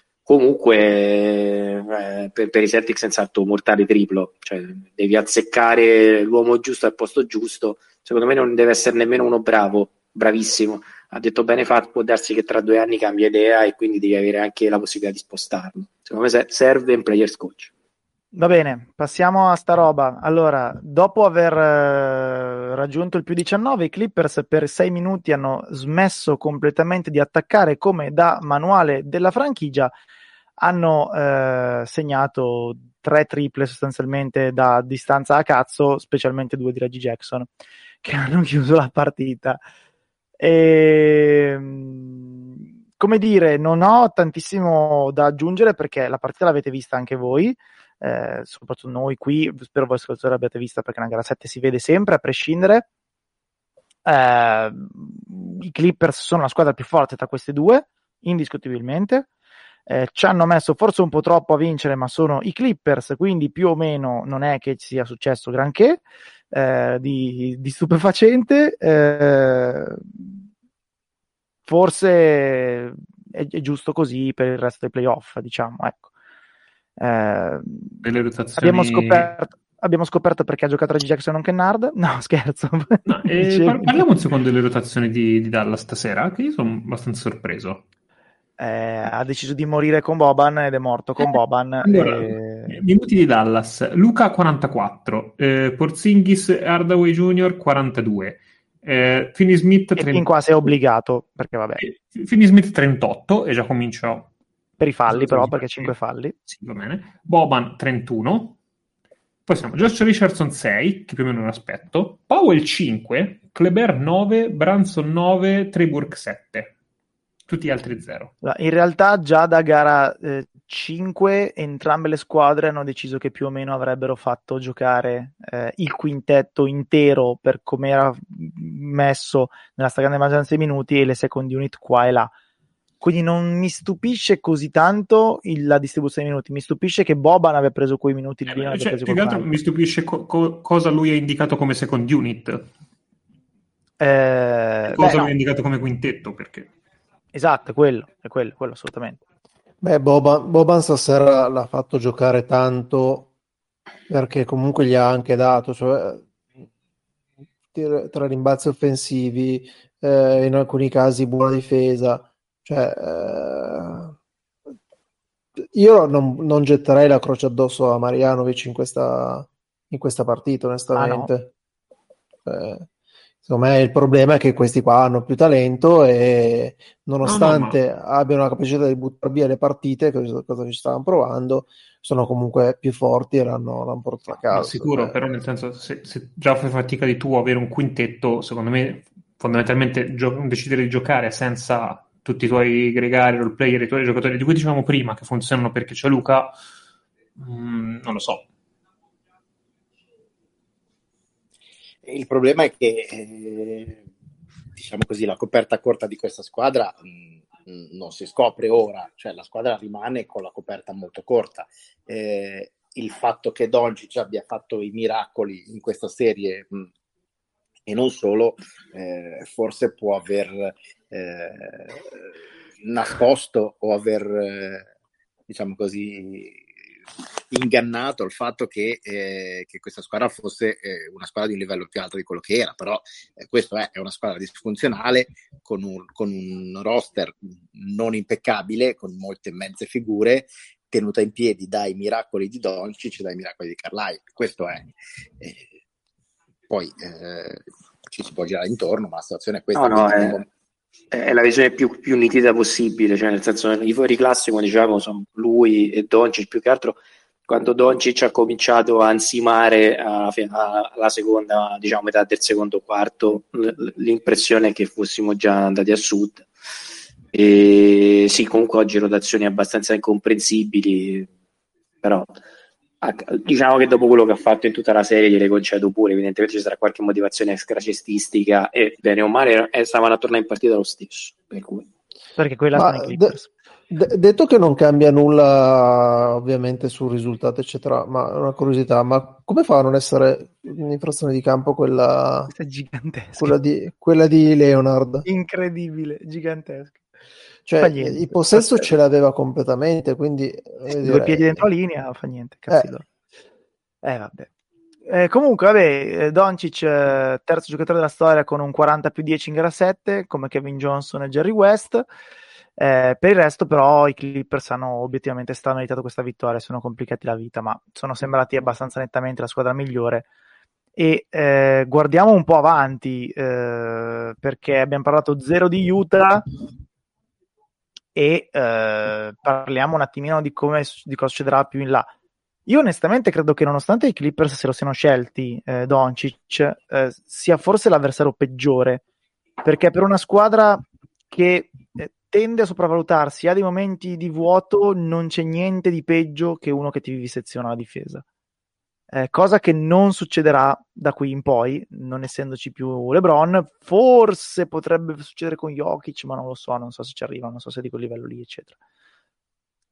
S3: Comunque per i Celtics senz'altro mortale triplo, cioè devi azzeccare l'uomo giusto al posto giusto. Secondo me non deve essere nemmeno uno bravissimo. Ha detto bene Fat, può darsi che tra 2 anni cambia idea e quindi devi avere anche la possibilità di spostarlo. Secondo me serve un players coach.
S1: Va bene, passiamo a sta roba. Allora, dopo aver raggiunto il più 19, i Clippers per 6 minuti hanno smesso completamente di attaccare come da manuale della franchigia. Hanno segnato 3 triple sostanzialmente da distanza a cazzo, specialmente 2 di Reggie Jackson, che hanno chiuso la partita. Come dire, non ho tantissimo da aggiungere, perché la partita l'avete vista anche voi. Soprattutto noi qui, spero voi ascoltatori l'abbiate vista, perché una gara 7 si vede sempre a prescindere. I Clippers sono la squadra più forte tra queste due, indiscutibilmente. ci hanno messo forse un po' troppo a vincere, ma sono i Clippers, quindi più o meno non è che ci sia successo granché di stupefacente. Forse è giusto così per il resto dei playoff, diciamo, ecco.
S2: Delle rotazioni...
S1: Abbiamo scoperto perché ha giocato Reggie Jackson e non Kennard. No, scherzo.
S2: No, parliamo un secondo delle rotazioni di Dallas stasera, che io sono abbastanza sorpreso.
S1: Ha deciso di morire con Boban ed è morto con Boban.
S2: Allora, minuti di Dallas: Luka 44, Porzingis Hardaway Jr. 42, Finney Smith 30...
S1: e fin qua sei obbligato, perché vabbè.
S2: Finney Smith 38 e già cominciò
S1: per i falli, però, perché 5 falli.
S2: Sì, va bene. Boban 31. Poi siamo Josh Richardson 6, che più o meno non aspetto. Powell 5, Kleber 9, Branson 9, Trey Burke 7. Tutti gli altri 0.
S1: In realtà già da gara 5 entrambe le squadre hanno deciso che più o meno avrebbero fatto giocare il quintetto intero per come era messo nella stragrande maggioranza dei minuti e le second unit qua e là. Quindi non mi stupisce così tanto la distribuzione dei minuti, mi stupisce che Boban abbia preso quei minuti lì.
S2: Più che altro mi stupisce cosa lui ha indicato come second unit. Cosa lui ha indicato come quintetto, perché...
S1: Esatto, è quello assolutamente.
S4: Beh, Boban stasera l'ha fatto giocare tanto perché comunque gli ha anche dato, cioè, tra rimbalzi offensivi, in alcuni casi buona difesa. Cioè, io non getterei la croce addosso a Marjanovic in questa partita, onestamente. Secondo me il problema è che questi qua hanno più talento e nonostante abbiano la capacità di buttare via le partite, cosa che ci stavano provando, sono comunque più forti e l'hanno portato a casa.
S2: Sicuro, però nel senso, se già fai fatica di tu avere un quintetto, secondo me fondamentalmente decidere di giocare senza tutti i tuoi gregari, role player, i tuoi giocatori di cui dicevamo prima che funzionano perché c'è Luka, non lo so.
S5: Il problema è che, diciamo così, la coperta corta di questa squadra non si scopre ora, cioè la squadra rimane con la coperta molto corta. Il fatto che Doncic abbia fatto i miracoli in questa serie e non solo, forse può aver nascosto o aver, diciamo così, ingannato il fatto che questa squadra fosse una squadra di un livello più alto di quello che era, però questo è una squadra disfunzionale con un roster non impeccabile, con molte mezze figure, tenuta in piedi dai miracoli di Doncic e dai miracoli di Carlisle. Questo è poi ci si può girare intorno, ma la situazione è questa.
S3: È la visione più nitida possibile, cioè nel senso, i fuori classe, come dicevamo, sono lui e Doncic. Più che altro quando Doncic ha cominciato a ansimare alla seconda, diciamo metà del secondo quarto, l'impressione è che fossimo già andati a sud. E sì, comunque oggi rotazioni abbastanza incomprensibili, però diciamo che dopo quello che ha fatto in tutta la serie gliele concedo pure. Evidentemente ci sarà qualche motivazione extracestistica e bene o male stavano a tornare in partita lo stesso,
S1: perché quella sono i Clippers.
S4: Detto che non cambia nulla ovviamente sul risultato eccetera, ma una curiosità, ma come fa a non essere in frazione di campo quella
S1: gigantesca,
S4: quella di Leonard?
S1: Incredibile, gigantesca.
S4: Cioè il possesso ce l'aveva completamente, quindi
S1: due piedi dentro la linea, fa niente, cazzo. Vabbè. Comunque, vabbè, Doncic, terzo giocatore della storia con un 40+10 in gara 7, come Kevin Johnson e Jerry West. Per il resto, però, i Clippers hanno obiettivamente strameritato questa vittoria, sono complicati la vita, ma sono sembrati abbastanza nettamente la squadra migliore. E guardiamo un po' avanti, perché abbiamo parlato 0 di Utah e parliamo un attimino di cosa succederà più in là. Io onestamente credo che nonostante i Clippers se lo siano scelti Doncic, sia forse l'avversario peggiore, perché per una squadra che tende a sopravvalutarsi, ha dei momenti di vuoto, non c'è niente di peggio che uno che ti viviseziona la difesa. Cosa che non succederà da qui in poi, non essendoci più LeBron. Forse potrebbe succedere con Jokic, ma non lo so, non so se ci arriva, non so se è di quel livello lì, eccetera.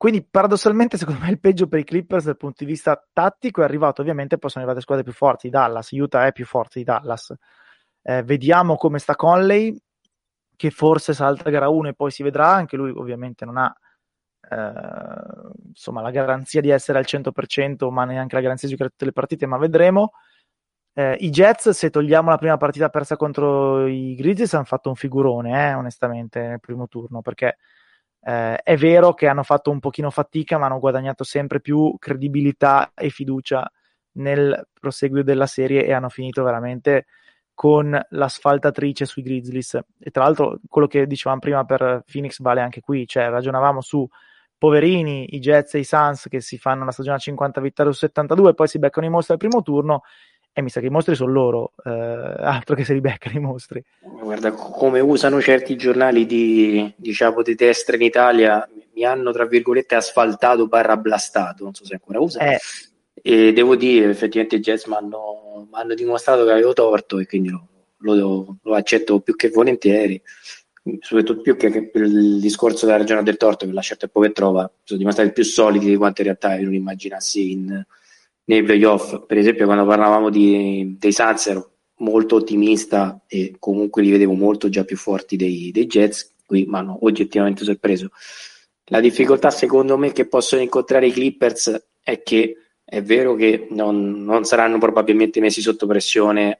S1: Quindi paradossalmente secondo me il peggio per i Clippers dal punto di vista tattico è arrivato, ovviamente poi sono arrivate squadre più forti di Dallas, Utah è più forte di Dallas, vediamo come sta Conley, che forse salta gara 1 e poi si vedrà, anche lui ovviamente non ha insomma la garanzia di essere al 100%, ma neanche la garanzia di giocare tutte le partite, ma vedremo. I Jets, se togliamo la prima partita persa contro i Grizzlies, hanno fatto un figurone, onestamente, nel primo turno, perché è vero che hanno fatto un pochino fatica, ma hanno guadagnato sempre più credibilità e fiducia nel proseguio della serie e hanno finito veramente con l'asfaltatrice sui Grizzlies. E tra l'altro quello che dicevamo prima per Phoenix vale anche qui, cioè ragionavamo su poverini i Jets e i Suns che si fanno una stagione a 50 vittorie su 72 e poi si beccano i mostri al primo turno, e mi sa che i mostri sono loro, altro che se li beccano i mostri.
S3: Guarda, come usano certi giornali di destra in Italia, mi hanno tra virgolette asfaltato barra blastato, non so se ancora usa, e devo dire effettivamente i Jets mi hanno dimostrato che avevo torto e quindi lo accetto più che volentieri, soprattutto più che il discorso della ragione del torto, che lascia il tempo che trova, sono dimostrati più solidi di quanto in realtà io non immaginassi nei playoff. Per esempio quando parlavamo dei Suns ero molto ottimista e comunque li vedevo molto già più forti dei Jets, qui mi hanno oggettivamente sorpreso. La difficoltà secondo me che possono incontrare i Clippers è che è vero che non saranno probabilmente messi sotto pressione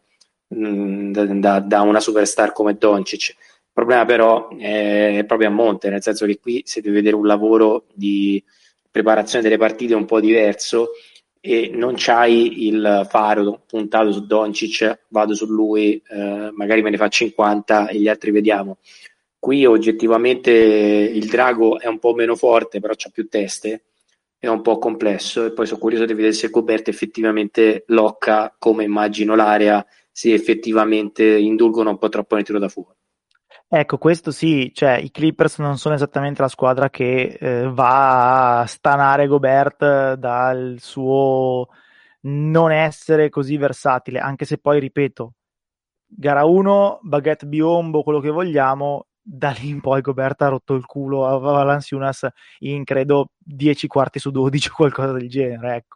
S3: da una superstar come Doncic. Il problema però è proprio a monte, nel senso che qui si deve vedere un lavoro di preparazione delle partite un po' diverso e non c'hai il faro puntato su Doncic, vado su lui, magari me ne fa 50 e gli altri vediamo. Qui oggettivamente il drago è un po' meno forte, però c'ha più teste, è un po' complesso, e poi sono curioso di vedere se Gobert effettivamente locca come immagino l'area, se effettivamente indulgono un po' troppo nel tiro da fuori.
S1: Ecco, questo sì, cioè i Clippers non sono esattamente la squadra che va a stanare Gobert dal suo non essere così versatile, anche se poi, ripeto, gara 1, baguette biombo, quello che vogliamo, da lì in poi Gobert ha rotto il culo a Valanciunas in credo 10 quarti su 12 o qualcosa del genere, ecco.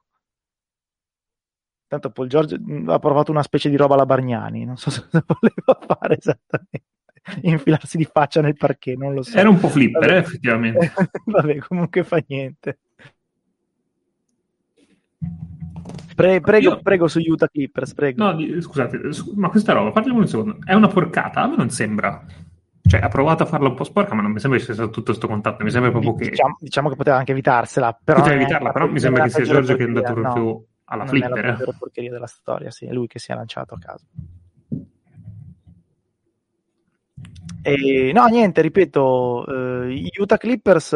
S1: Tanto Paul George ha provato una specie di roba alla Bargnani, non so cosa voleva fare esattamente, infilarsi di faccia nel parquet, non lo so.
S2: Era un po' flipper, effettivamente.
S1: Vabbè, comunque fa niente. Prego su Utah Clippers, prego.
S2: No, scusate, ma questa roba, parliamo un secondo, è una porcata? A me non sembra. Cioè, ha provato a farla un po' sporca, ma non mi sembra che sia stato tutto questo contatto, mi sembra proprio che...
S1: Diciamo che poteva anche evitarsela, però...
S2: Poteva evitarla, però mi sembra che sia Giorgio che è andato proprio alla flipper.
S1: Non è la peggiore porcheria della storia, sì, è lui che si è lanciato a caso. No, niente, ripeto, Utah Clippers,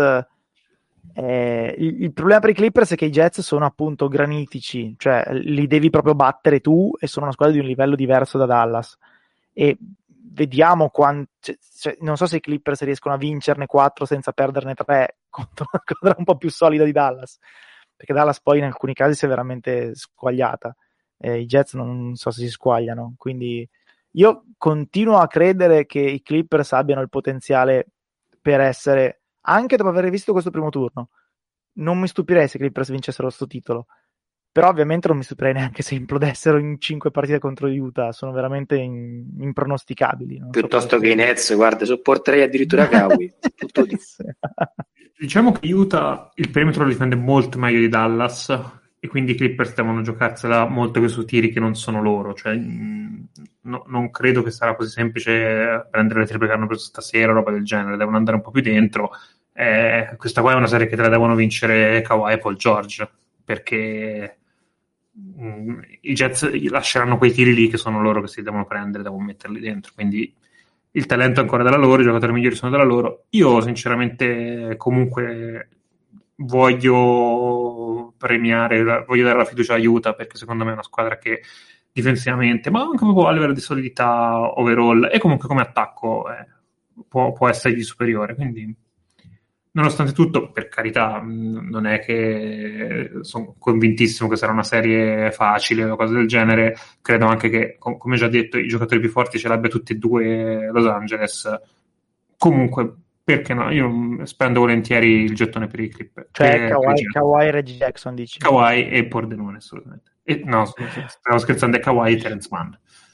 S1: il problema per i Clippers è che i Jets sono appunto granitici, cioè li devi proprio battere tu e sono una squadra di un livello diverso da Dallas, e vediamo non so se i Clippers riescono a vincerne 4 senza perderne 3 contro una squadra un po' più solida di Dallas, perché Dallas poi in alcuni casi si è veramente squagliata, i Jets non so se si squagliano, quindi io continuo a credere che i Clippers abbiano il potenziale per essere, anche dopo aver visto questo primo turno, non mi stupirei se i Clippers vincessero questo titolo, però ovviamente non mi stupirei neanche se implodessero in 5 partite contro Utah, sono veramente impronosticabili.
S3: Piuttosto che i Nets, guarda, sopporterei addirittura Kawhi. Tutto
S2: diciamo che Utah il perimetro lo difende molto meglio di Dallas, e quindi i Clippers devono giocarsela molto su tiri che non sono loro, cioè non credo che sarà così semplice prendere le triple che hanno preso stasera o roba del genere, devono andare un po' più dentro. Questa qua è una serie che te la devono vincere Kawhi e Paul George, perché i Jets lasceranno quei tiri lì che sono loro che si devono prendere, devono metterli dentro, quindi il talento è ancora della loro, i giocatori migliori sono della loro. Io sinceramente comunque voglio dare la fiducia a Utah, perché secondo me è una squadra che difensivamente, ma anche proprio a livello di solidità overall e comunque come attacco può essergli superiore, quindi nonostante tutto, per carità, non è che sono convintissimo che sarà una serie facile o cose del genere. Credo anche che, come già detto, i giocatori più forti ce l'abbia tutti e due Los Angeles. Comunque perché no? Io spendo volentieri il gettone per i Clipper.
S1: Cioè Kawhi e Reggie Jackson, dici?
S2: Kawhi e Pordenone, assolutamente. No, stavo scherzando, è Kawhi e Terence Mann.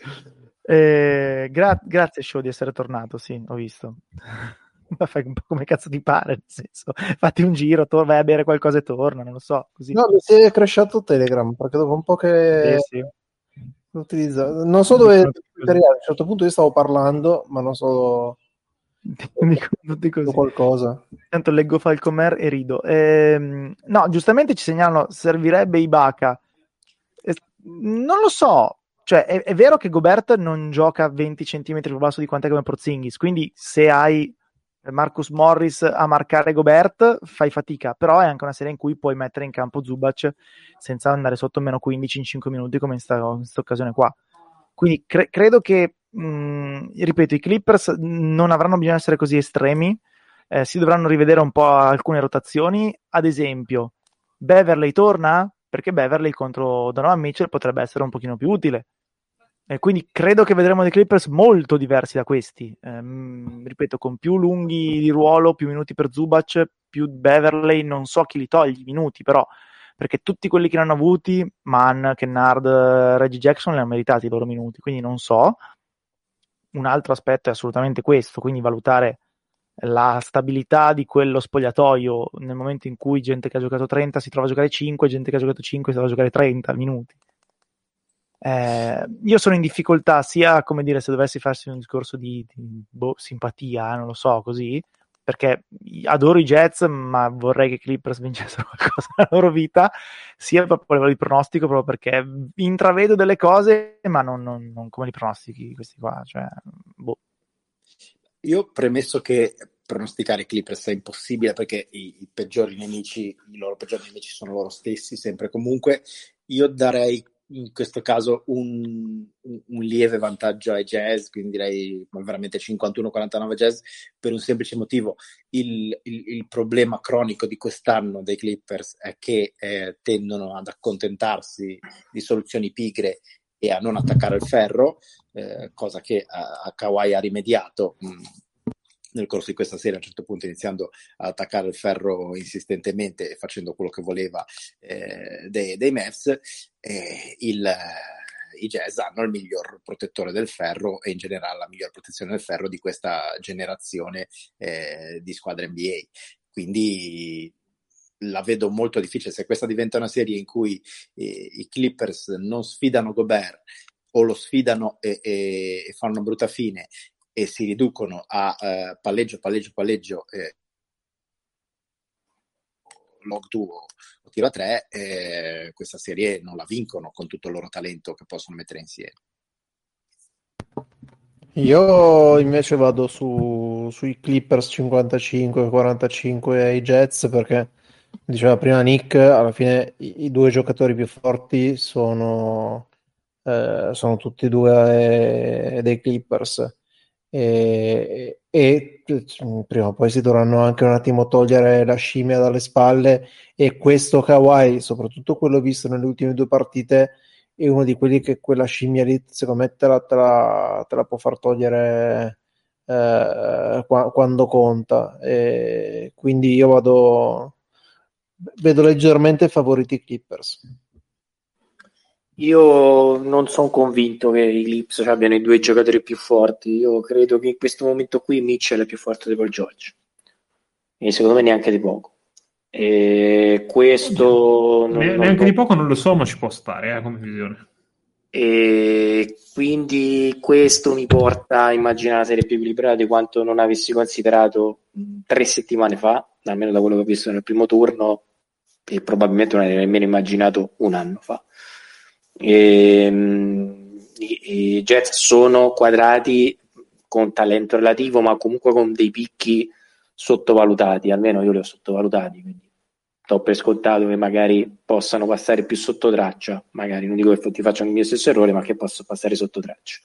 S1: Grazie Show di essere tornato, sì, ho visto. Ma fai un po' come cazzo ti pare, nel senso, fatti un giro, vai a bere qualcosa e torna, non lo so, così.
S4: No, mi si è crashato Telegram, perché dopo un po' che
S1: Sì.
S4: utilizzo, non so dove, a un certo punto io stavo parlando, ma non so
S1: tutti così.
S4: Qualcosa.
S1: Tanto leggo Falcomer e rido. No, giustamente ci segnalano, servirebbe Ibaka. Non lo so, cioè è vero che Gobert non gioca 20 centimetri più basso di quant'è come Porzingis, quindi se hai Marcus Morris a marcare Gobert fai fatica, però è anche una serie in cui puoi mettere in campo Zubac senza andare sotto meno 15 in 5 minuti come in questa occasione qua. Quindi credo che, ripeto, i Clippers non avranno bisogno di essere così estremi, si dovranno rivedere un po' alcune rotazioni, ad esempio Beverley torna? Perché Beverley contro Donovan Mitchell potrebbe essere un pochino più utile. Quindi credo che vedremo dei Clippers molto diversi da questi. Ripeto, con più lunghi di ruolo, più minuti per Zubac, più Beverley, non so chi li toglie i minuti, però, perché tutti quelli che ne hanno avuti, Mann, Kennard, Reggie Jackson, li hanno meritati i loro minuti, quindi non so. Un altro aspetto è assolutamente questo, quindi valutare la stabilità di quello spogliatoio nel momento in cui gente che ha giocato 30 si trova a giocare 5, gente che ha giocato 5 si trova a giocare 30 minuti. Io sono in difficoltà sia, come dire, se dovessi farsi un discorso di simpatia, non lo so, così, perché adoro i Jets, ma vorrei che i Clippers vincessero qualcosa nella loro vita, sia proprio a livello di pronostico, proprio perché intravedo delle cose, ma non come li pronostichi questi qua, cioè, boh.
S5: Io premesso che pronosticare i Clippers è impossibile perché i peggiori nemici, i loro peggiori nemici sono loro stessi, sempre e comunque, io darei in questo caso un lieve vantaggio ai Jazz, quindi direi veramente 51-49 Jazz, per un semplice motivo. Il problema cronico di quest'anno dei Clippers è che tendono ad accontentarsi di soluzioni pigre e a non attaccare il ferro, cosa che a Kawhi ha rimediato nel corso di questa serie, a un certo punto iniziando ad attaccare il ferro insistentemente e facendo quello che voleva dei Mavs. I Jazz hanno il miglior protettore del ferro e in generale la miglior protezione del ferro di questa generazione di squadre NBA. Quindi la vedo molto difficile. Se questa diventa una serie in cui i Clippers non sfidano Gobert o lo sfidano e fanno una brutta fine e si riducono a palleggio, log 2 o tiro a 3, questa serie non la vincono con tutto il loro talento che possono mettere insieme.
S4: Io invece vado sui Clippers 55-45 ai Jets, perché diceva prima Nick, alla fine i due giocatori più forti sono tutti e due dei Clippers e prima o poi si dovranno anche un attimo togliere la scimmia dalle spalle, e questo Kawhi, soprattutto quello visto nelle ultime due partite, è uno di quelli che quella scimmia lì secondo me te la può far togliere quando conta, e quindi io vedo leggermente favoriti i Clippers.
S3: Io non sono convinto che i Clips abbiano i due giocatori più forti. Io credo che in questo momento qui Mitchell è più forte di Paul George, e secondo me neanche di poco. E questo
S2: neanche di poco non lo so, ma ci può stare come visione.
S3: E quindi questo mi porta a immaginare una serie più equilibrata di quanto non avessi considerato 3 settimane fa, almeno da quello che ho visto nel primo turno, e probabilmente non avrei nemmeno immaginato un anno fa. I Jets sono quadrati con talento relativo, ma comunque con dei picchi sottovalutati, almeno io li ho sottovalutati, quindi do per scontato che magari possano passare più sotto traccia, magari non dico che ti facciano il mio stesso errore, ma che posso passare sotto traccia.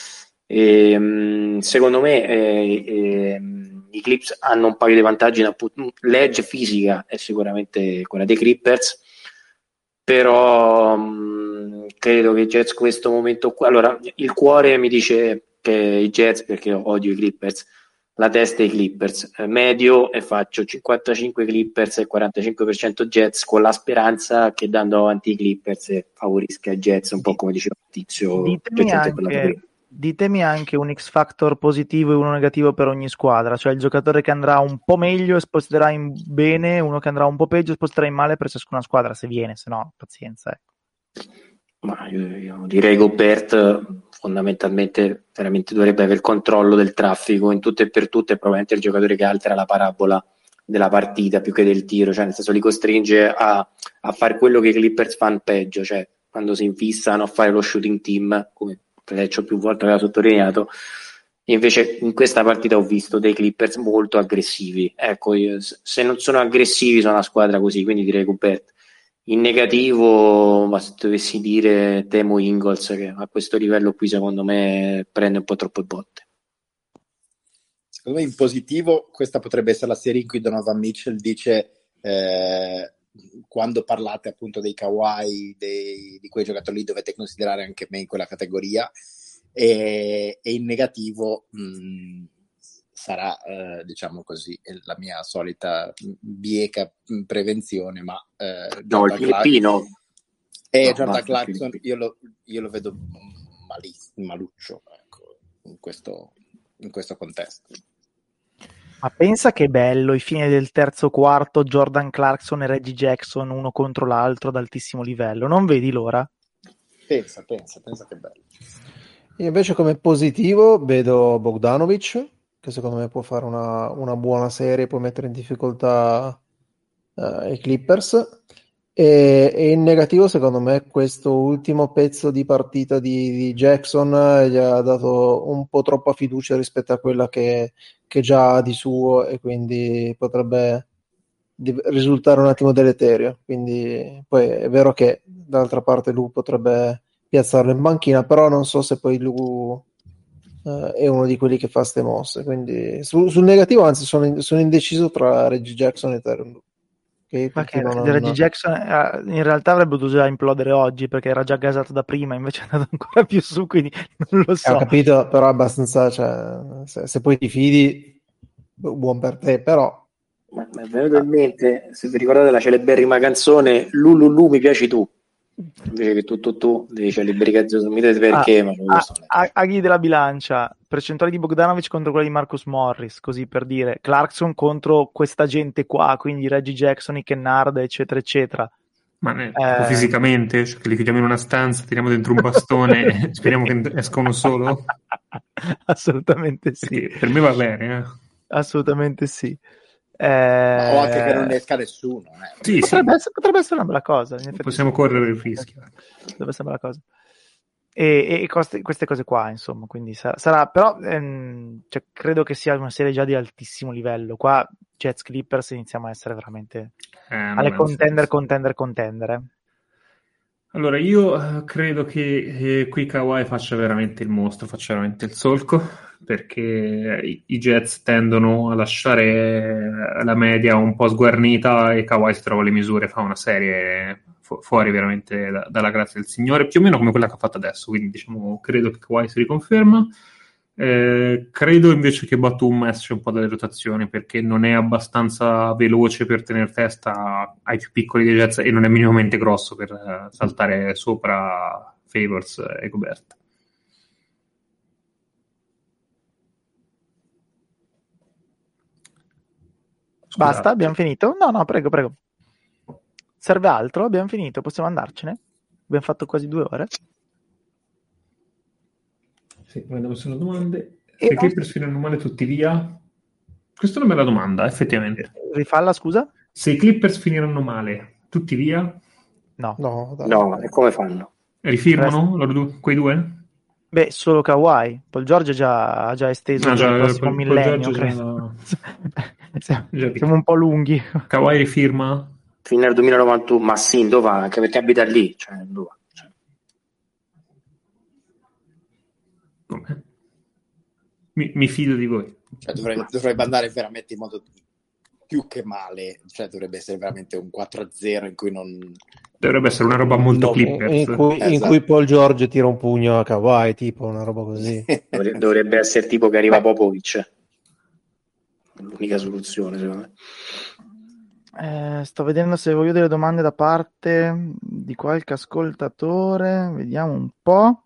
S3: Secondo me i Clips hanno un paio di vantaggi, l'edge fisica è sicuramente quella dei Clippers, però credo che i Jets in questo momento qua, allora il cuore mi dice che i Jets, perché odio i Clippers, la testa ai Clippers, medio, e faccio 55 Clippers e 45% Jets, con la speranza che dando avanti i Clippers favorisca i Jets, un po' come diceva Tizio
S1: ditemi anche un X factor positivo e uno negativo per ogni squadra, cioè il giocatore che andrà un po' meglio e sposterà in bene, uno che andrà un po' peggio e sposterà in male per ciascuna squadra, se viene, se no pazienza, ecco.
S3: Ma io direi Gobert fondamentalmente veramente dovrebbe avere il controllo del traffico in tutto e per tutto, è probabilmente il giocatore che altera la parabola della partita più che del tiro, cioè nel senso li costringe a fare quello che i Clippers fanno peggio, cioè quando si infissano a fare lo shooting team, come Fleccio più volte aveva sottolineato. Invece in questa partita ho visto dei Clippers molto aggressivi, ecco, se non sono aggressivi sono una squadra così, quindi direi Gobert. In negativo, ma se dovessi dire, temo Ingles, che a questo livello qui secondo me prende un po' troppe botte.
S5: Secondo me in positivo questa potrebbe essere la serie in cui Donovan Mitchell dice quando parlate appunto dei Kawhi, di quei giocatori lì dovete considerare anche me in quella categoria, e in negativo sarà diciamo così la mia solita bieca prevenzione, ma
S3: Jordan
S5: Clarkson io lo vedo maluccio, ecco, in questo contesto.
S1: Ma pensa che bello, i fine del terzo quarto, Jordan Clarkson e Reggie Jackson uno contro l'altro ad altissimo livello, non vedi l'ora?
S5: Pensa che bello.
S4: Io invece come positivo vedo Bogdanovic, che secondo me può fare una buona serie, può mettere in difficoltà i Clippers, e in negativo secondo me questo ultimo pezzo di partita di Jackson gli ha dato un po' troppa fiducia rispetto a quella che già ha di suo, e quindi potrebbe risultare un attimo deleterio. Quindi poi è vero che dall'altra parte lui potrebbe piazzarlo in banchina, però non so se poi lui è uno di quelli che fa ste mosse, quindi sul negativo anzi sono indeciso tra Reggie Jackson e Tyronn Lue.
S1: Ma che Reggie Jackson in realtà avrebbe dovuto già implodere oggi, perché era già gasato da prima, invece è andato ancora più su, quindi non lo so.
S4: Ho capito, però abbastanza, cioè, se poi ti fidi, buon per te, però.
S3: Ma è venuto in mente, se vi ricordate la celeberrima canzone Lululu mi piaci tu, invece che tu devi celebrare, non mi dite perché, ma non lo so.
S1: Aghi della bilancia, percentuali di Bogdanovic contro quella di Marcus Morris, così per dire, Clarkson contro questa gente qua, quindi Reggie Jackson, Kennard, eccetera eccetera.
S2: Ma fisicamente, cioè che li chiudiamo in una stanza, tiriamo dentro un bastone e speriamo che esca uno solo?
S1: Assolutamente sì.
S2: Perché per me va bene,
S1: assolutamente sì.
S5: O anche che non ne esca nessuno.
S1: Sì, potrebbe essere una bella cosa. In
S2: possiamo correre il rischio.
S1: Potrebbe essere una bella cosa. E queste cose qua, insomma, quindi sarà però cioè, credo che sia una serie già di altissimo livello. Qua Jets Clippers iniziamo a essere veramente alle contender.
S2: Allora, io credo che qui Kawhi faccia veramente il mostro, faccia veramente il solco, perché i Jets tendono a lasciare la media un po' sguarnita e Kawhi si trova le misure, fa una serie fuori veramente dalla grazia del Signore, più o meno come quella che ha fatto adesso, quindi diciamo credo che Kawhi si riconferma. Credo invece che Batum esce un po' dalle rotazioni, perché non è abbastanza veloce per tenere testa ai più piccoli dei Jets e non è minimamente grosso per saltare sopra Favors e Gobert.
S1: Scusate. Basta, abbiamo finito? No, prego. Serve altro? Abbiamo finito, possiamo andarcene? Abbiamo fatto quasi 2 ore.
S2: Sì, vediamo se sono domande. Se i Clippers finiranno male tutti via? Questa è una bella domanda, effettivamente.
S1: Rifalla, scusa?
S2: Se i Clippers finiranno male tutti via?
S3: No, e come fanno?
S2: Rifirmano quei due?
S1: Beh, solo Kawhi. Paul George ha già esteso per il prossimo millennio, credo. Siamo un po' lunghi.
S2: Kawhi rifirma?
S3: Fino al 2091, ma sì, dove va? Anche perché abita lì. Cioè, dove va?
S2: Mi fido di voi.
S5: Cioè, dovrebbe andare veramente in modo più che male, cioè dovrebbe essere veramente un 4-0 in cui non...
S2: Dovrebbe essere una roba molto Clippers.
S4: In cui Paul George tira un pugno a Kawhi, tipo una roba così.
S3: Dovrebbe essere tipo che arriva Popovic. l'unica soluzione, secondo me.
S1: Sto vedendo se voglio delle domande da parte di qualche ascoltatore, vediamo un po'.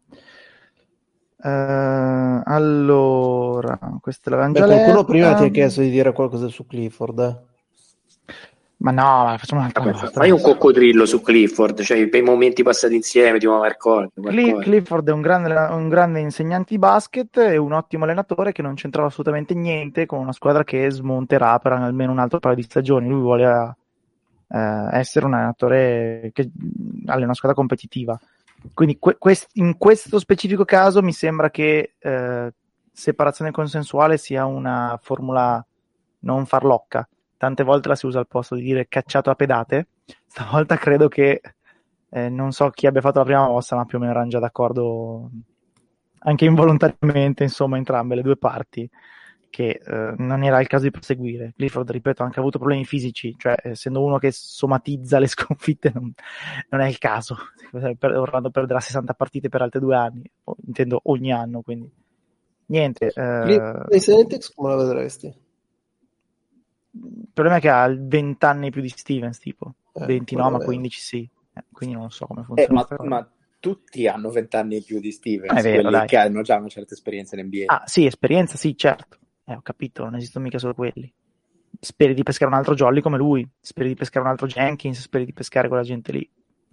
S1: Allora, questa l'avevamo già
S4: qualcuno
S1: letta.
S4: prima ti ha chiesto di dire qualcosa su Clifford.
S1: Ma no, facciamo un'altra volta.
S3: Fai un coccodrillo su Clifford, cioè i bei momenti passati insieme, tipo
S1: Clifford è un grande insegnante di basket e un ottimo allenatore che non c'entrava assolutamente niente con una squadra che smonterà per almeno un altro paio di stagioni. Lui vuole essere un allenatore che allena una squadra competitiva. Quindi in questo specifico caso mi sembra che separazione consensuale sia una formula non farlocca. Tante volte la si usa al posto di dire cacciato a pedate. Stavolta credo che non so chi abbia fatto la prima mossa, ma più o meno erano già d'accordo anche involontariamente, insomma, entrambe le due parti, che non era il caso di proseguire. Clifford, ripeto, ha anche avuto problemi fisici, cioè essendo uno che somatizza le sconfitte non è il caso. Orlando perderà 60 partite per altri 2 anni, intendo ogni anno, quindi niente.
S4: I Celtics come la vedresti?
S1: Il problema è che ha 20 anni più di Stevens, tipo 20 no, ma 15 sì, quindi non so come funziona.
S5: Ma tutti hanno 20 anni più di Stevens,
S1: è vero,
S5: quelli
S1: dai,
S5: che hanno già una certa esperienza in NBA.
S1: Ah sì, esperienza sì, certo, ho capito, non esistono mica solo quelli. Speri di pescare un altro Jolly come lui, speri di pescare un altro Jenkins, speri di pescare quella gente lì.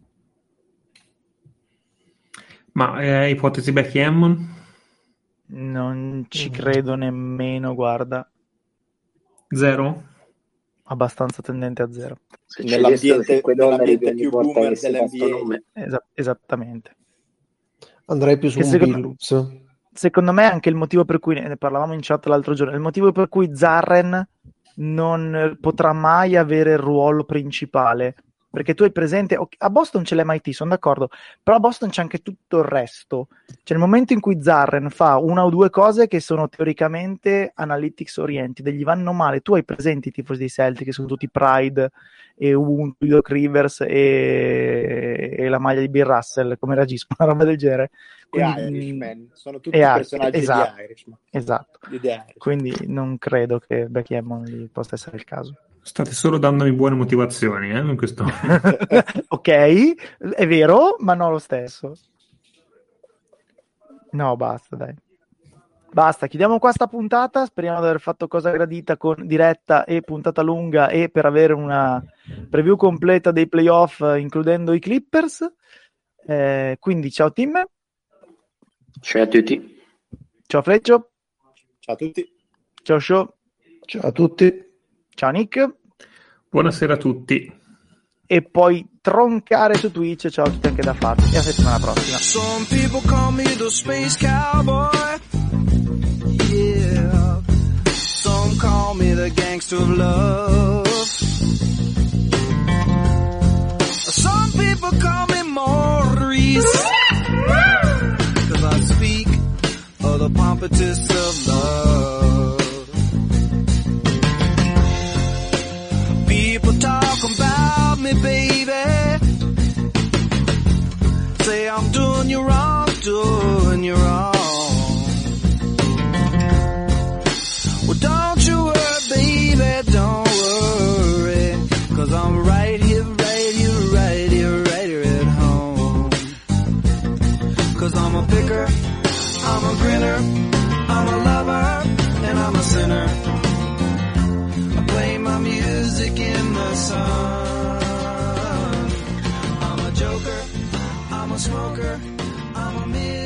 S2: Ma ipotesi Becky Hammon?
S1: Non ci credo nemmeno, guarda.
S2: 0?
S1: Abbastanza tendente a 0.
S5: Nell'ambiente più boomer dell'NBA.
S1: Esattamente.
S4: Andrei più su un Billups.
S1: Secondo me anche il motivo per cui, ne parlavamo in chat l'altro giorno, il motivo per cui Zarren non potrà mai avere il ruolo principale, perché tu hai presente, a Boston c'è l'MIT, sono d'accordo, però a Boston c'è anche tutto il resto. C'è il momento in cui Zarren fa una o due cose che sono teoricamente analytics oriented, gli vanno male, tu hai presenti i tifosi dei Celtics, che sono tutti Pride e Ubuntu, Doc Rivers e la maglia di Bill Russell, come reagiscono, una roba del genere.
S5: Quindi, Irishman, sono tutti personaggi
S1: esatto,
S5: di Irishman.
S1: Esatto. Quindi non credo che Becky Hammon possa essere il caso.
S2: State solo dandomi buone motivazioni, in questo.
S1: Ok, è vero, ma non lo stesso. No, basta, dai. Basta, chiudiamo qua sta puntata. Speriamo di aver fatto cosa gradita con diretta e puntata lunga e per avere una preview completa dei playoff, includendo i Clippers. Quindi ciao Tim.
S3: Ciao a tutti.
S1: Ciao Fleccio.
S5: Ciao a tutti.
S1: Ciao Show.
S4: Ciao a tutti.
S1: Ciao Nick.
S2: Buonasera a tutti.
S1: E poi troncare su Twitch. Ciao a tutti anche da Fabio. E a settimana prossima.
S6: Some people call me the space cowboy. Yeah. Some call me the gangster of love. Some people call me Maurice. 'Cause I speak of the pompatus of love. People talk about me, baby. Say I'm doing you wrong, doing you wrong. Well, don't you worry, baby, don't worry. 'Cause I'm right here, right here, right here, right here at home. 'Cause I'm a picker, I'm a grinner, I'm a lover, and I'm a sinner. I play my music in the sun. I'm a joker, I'm a smoker, I'm a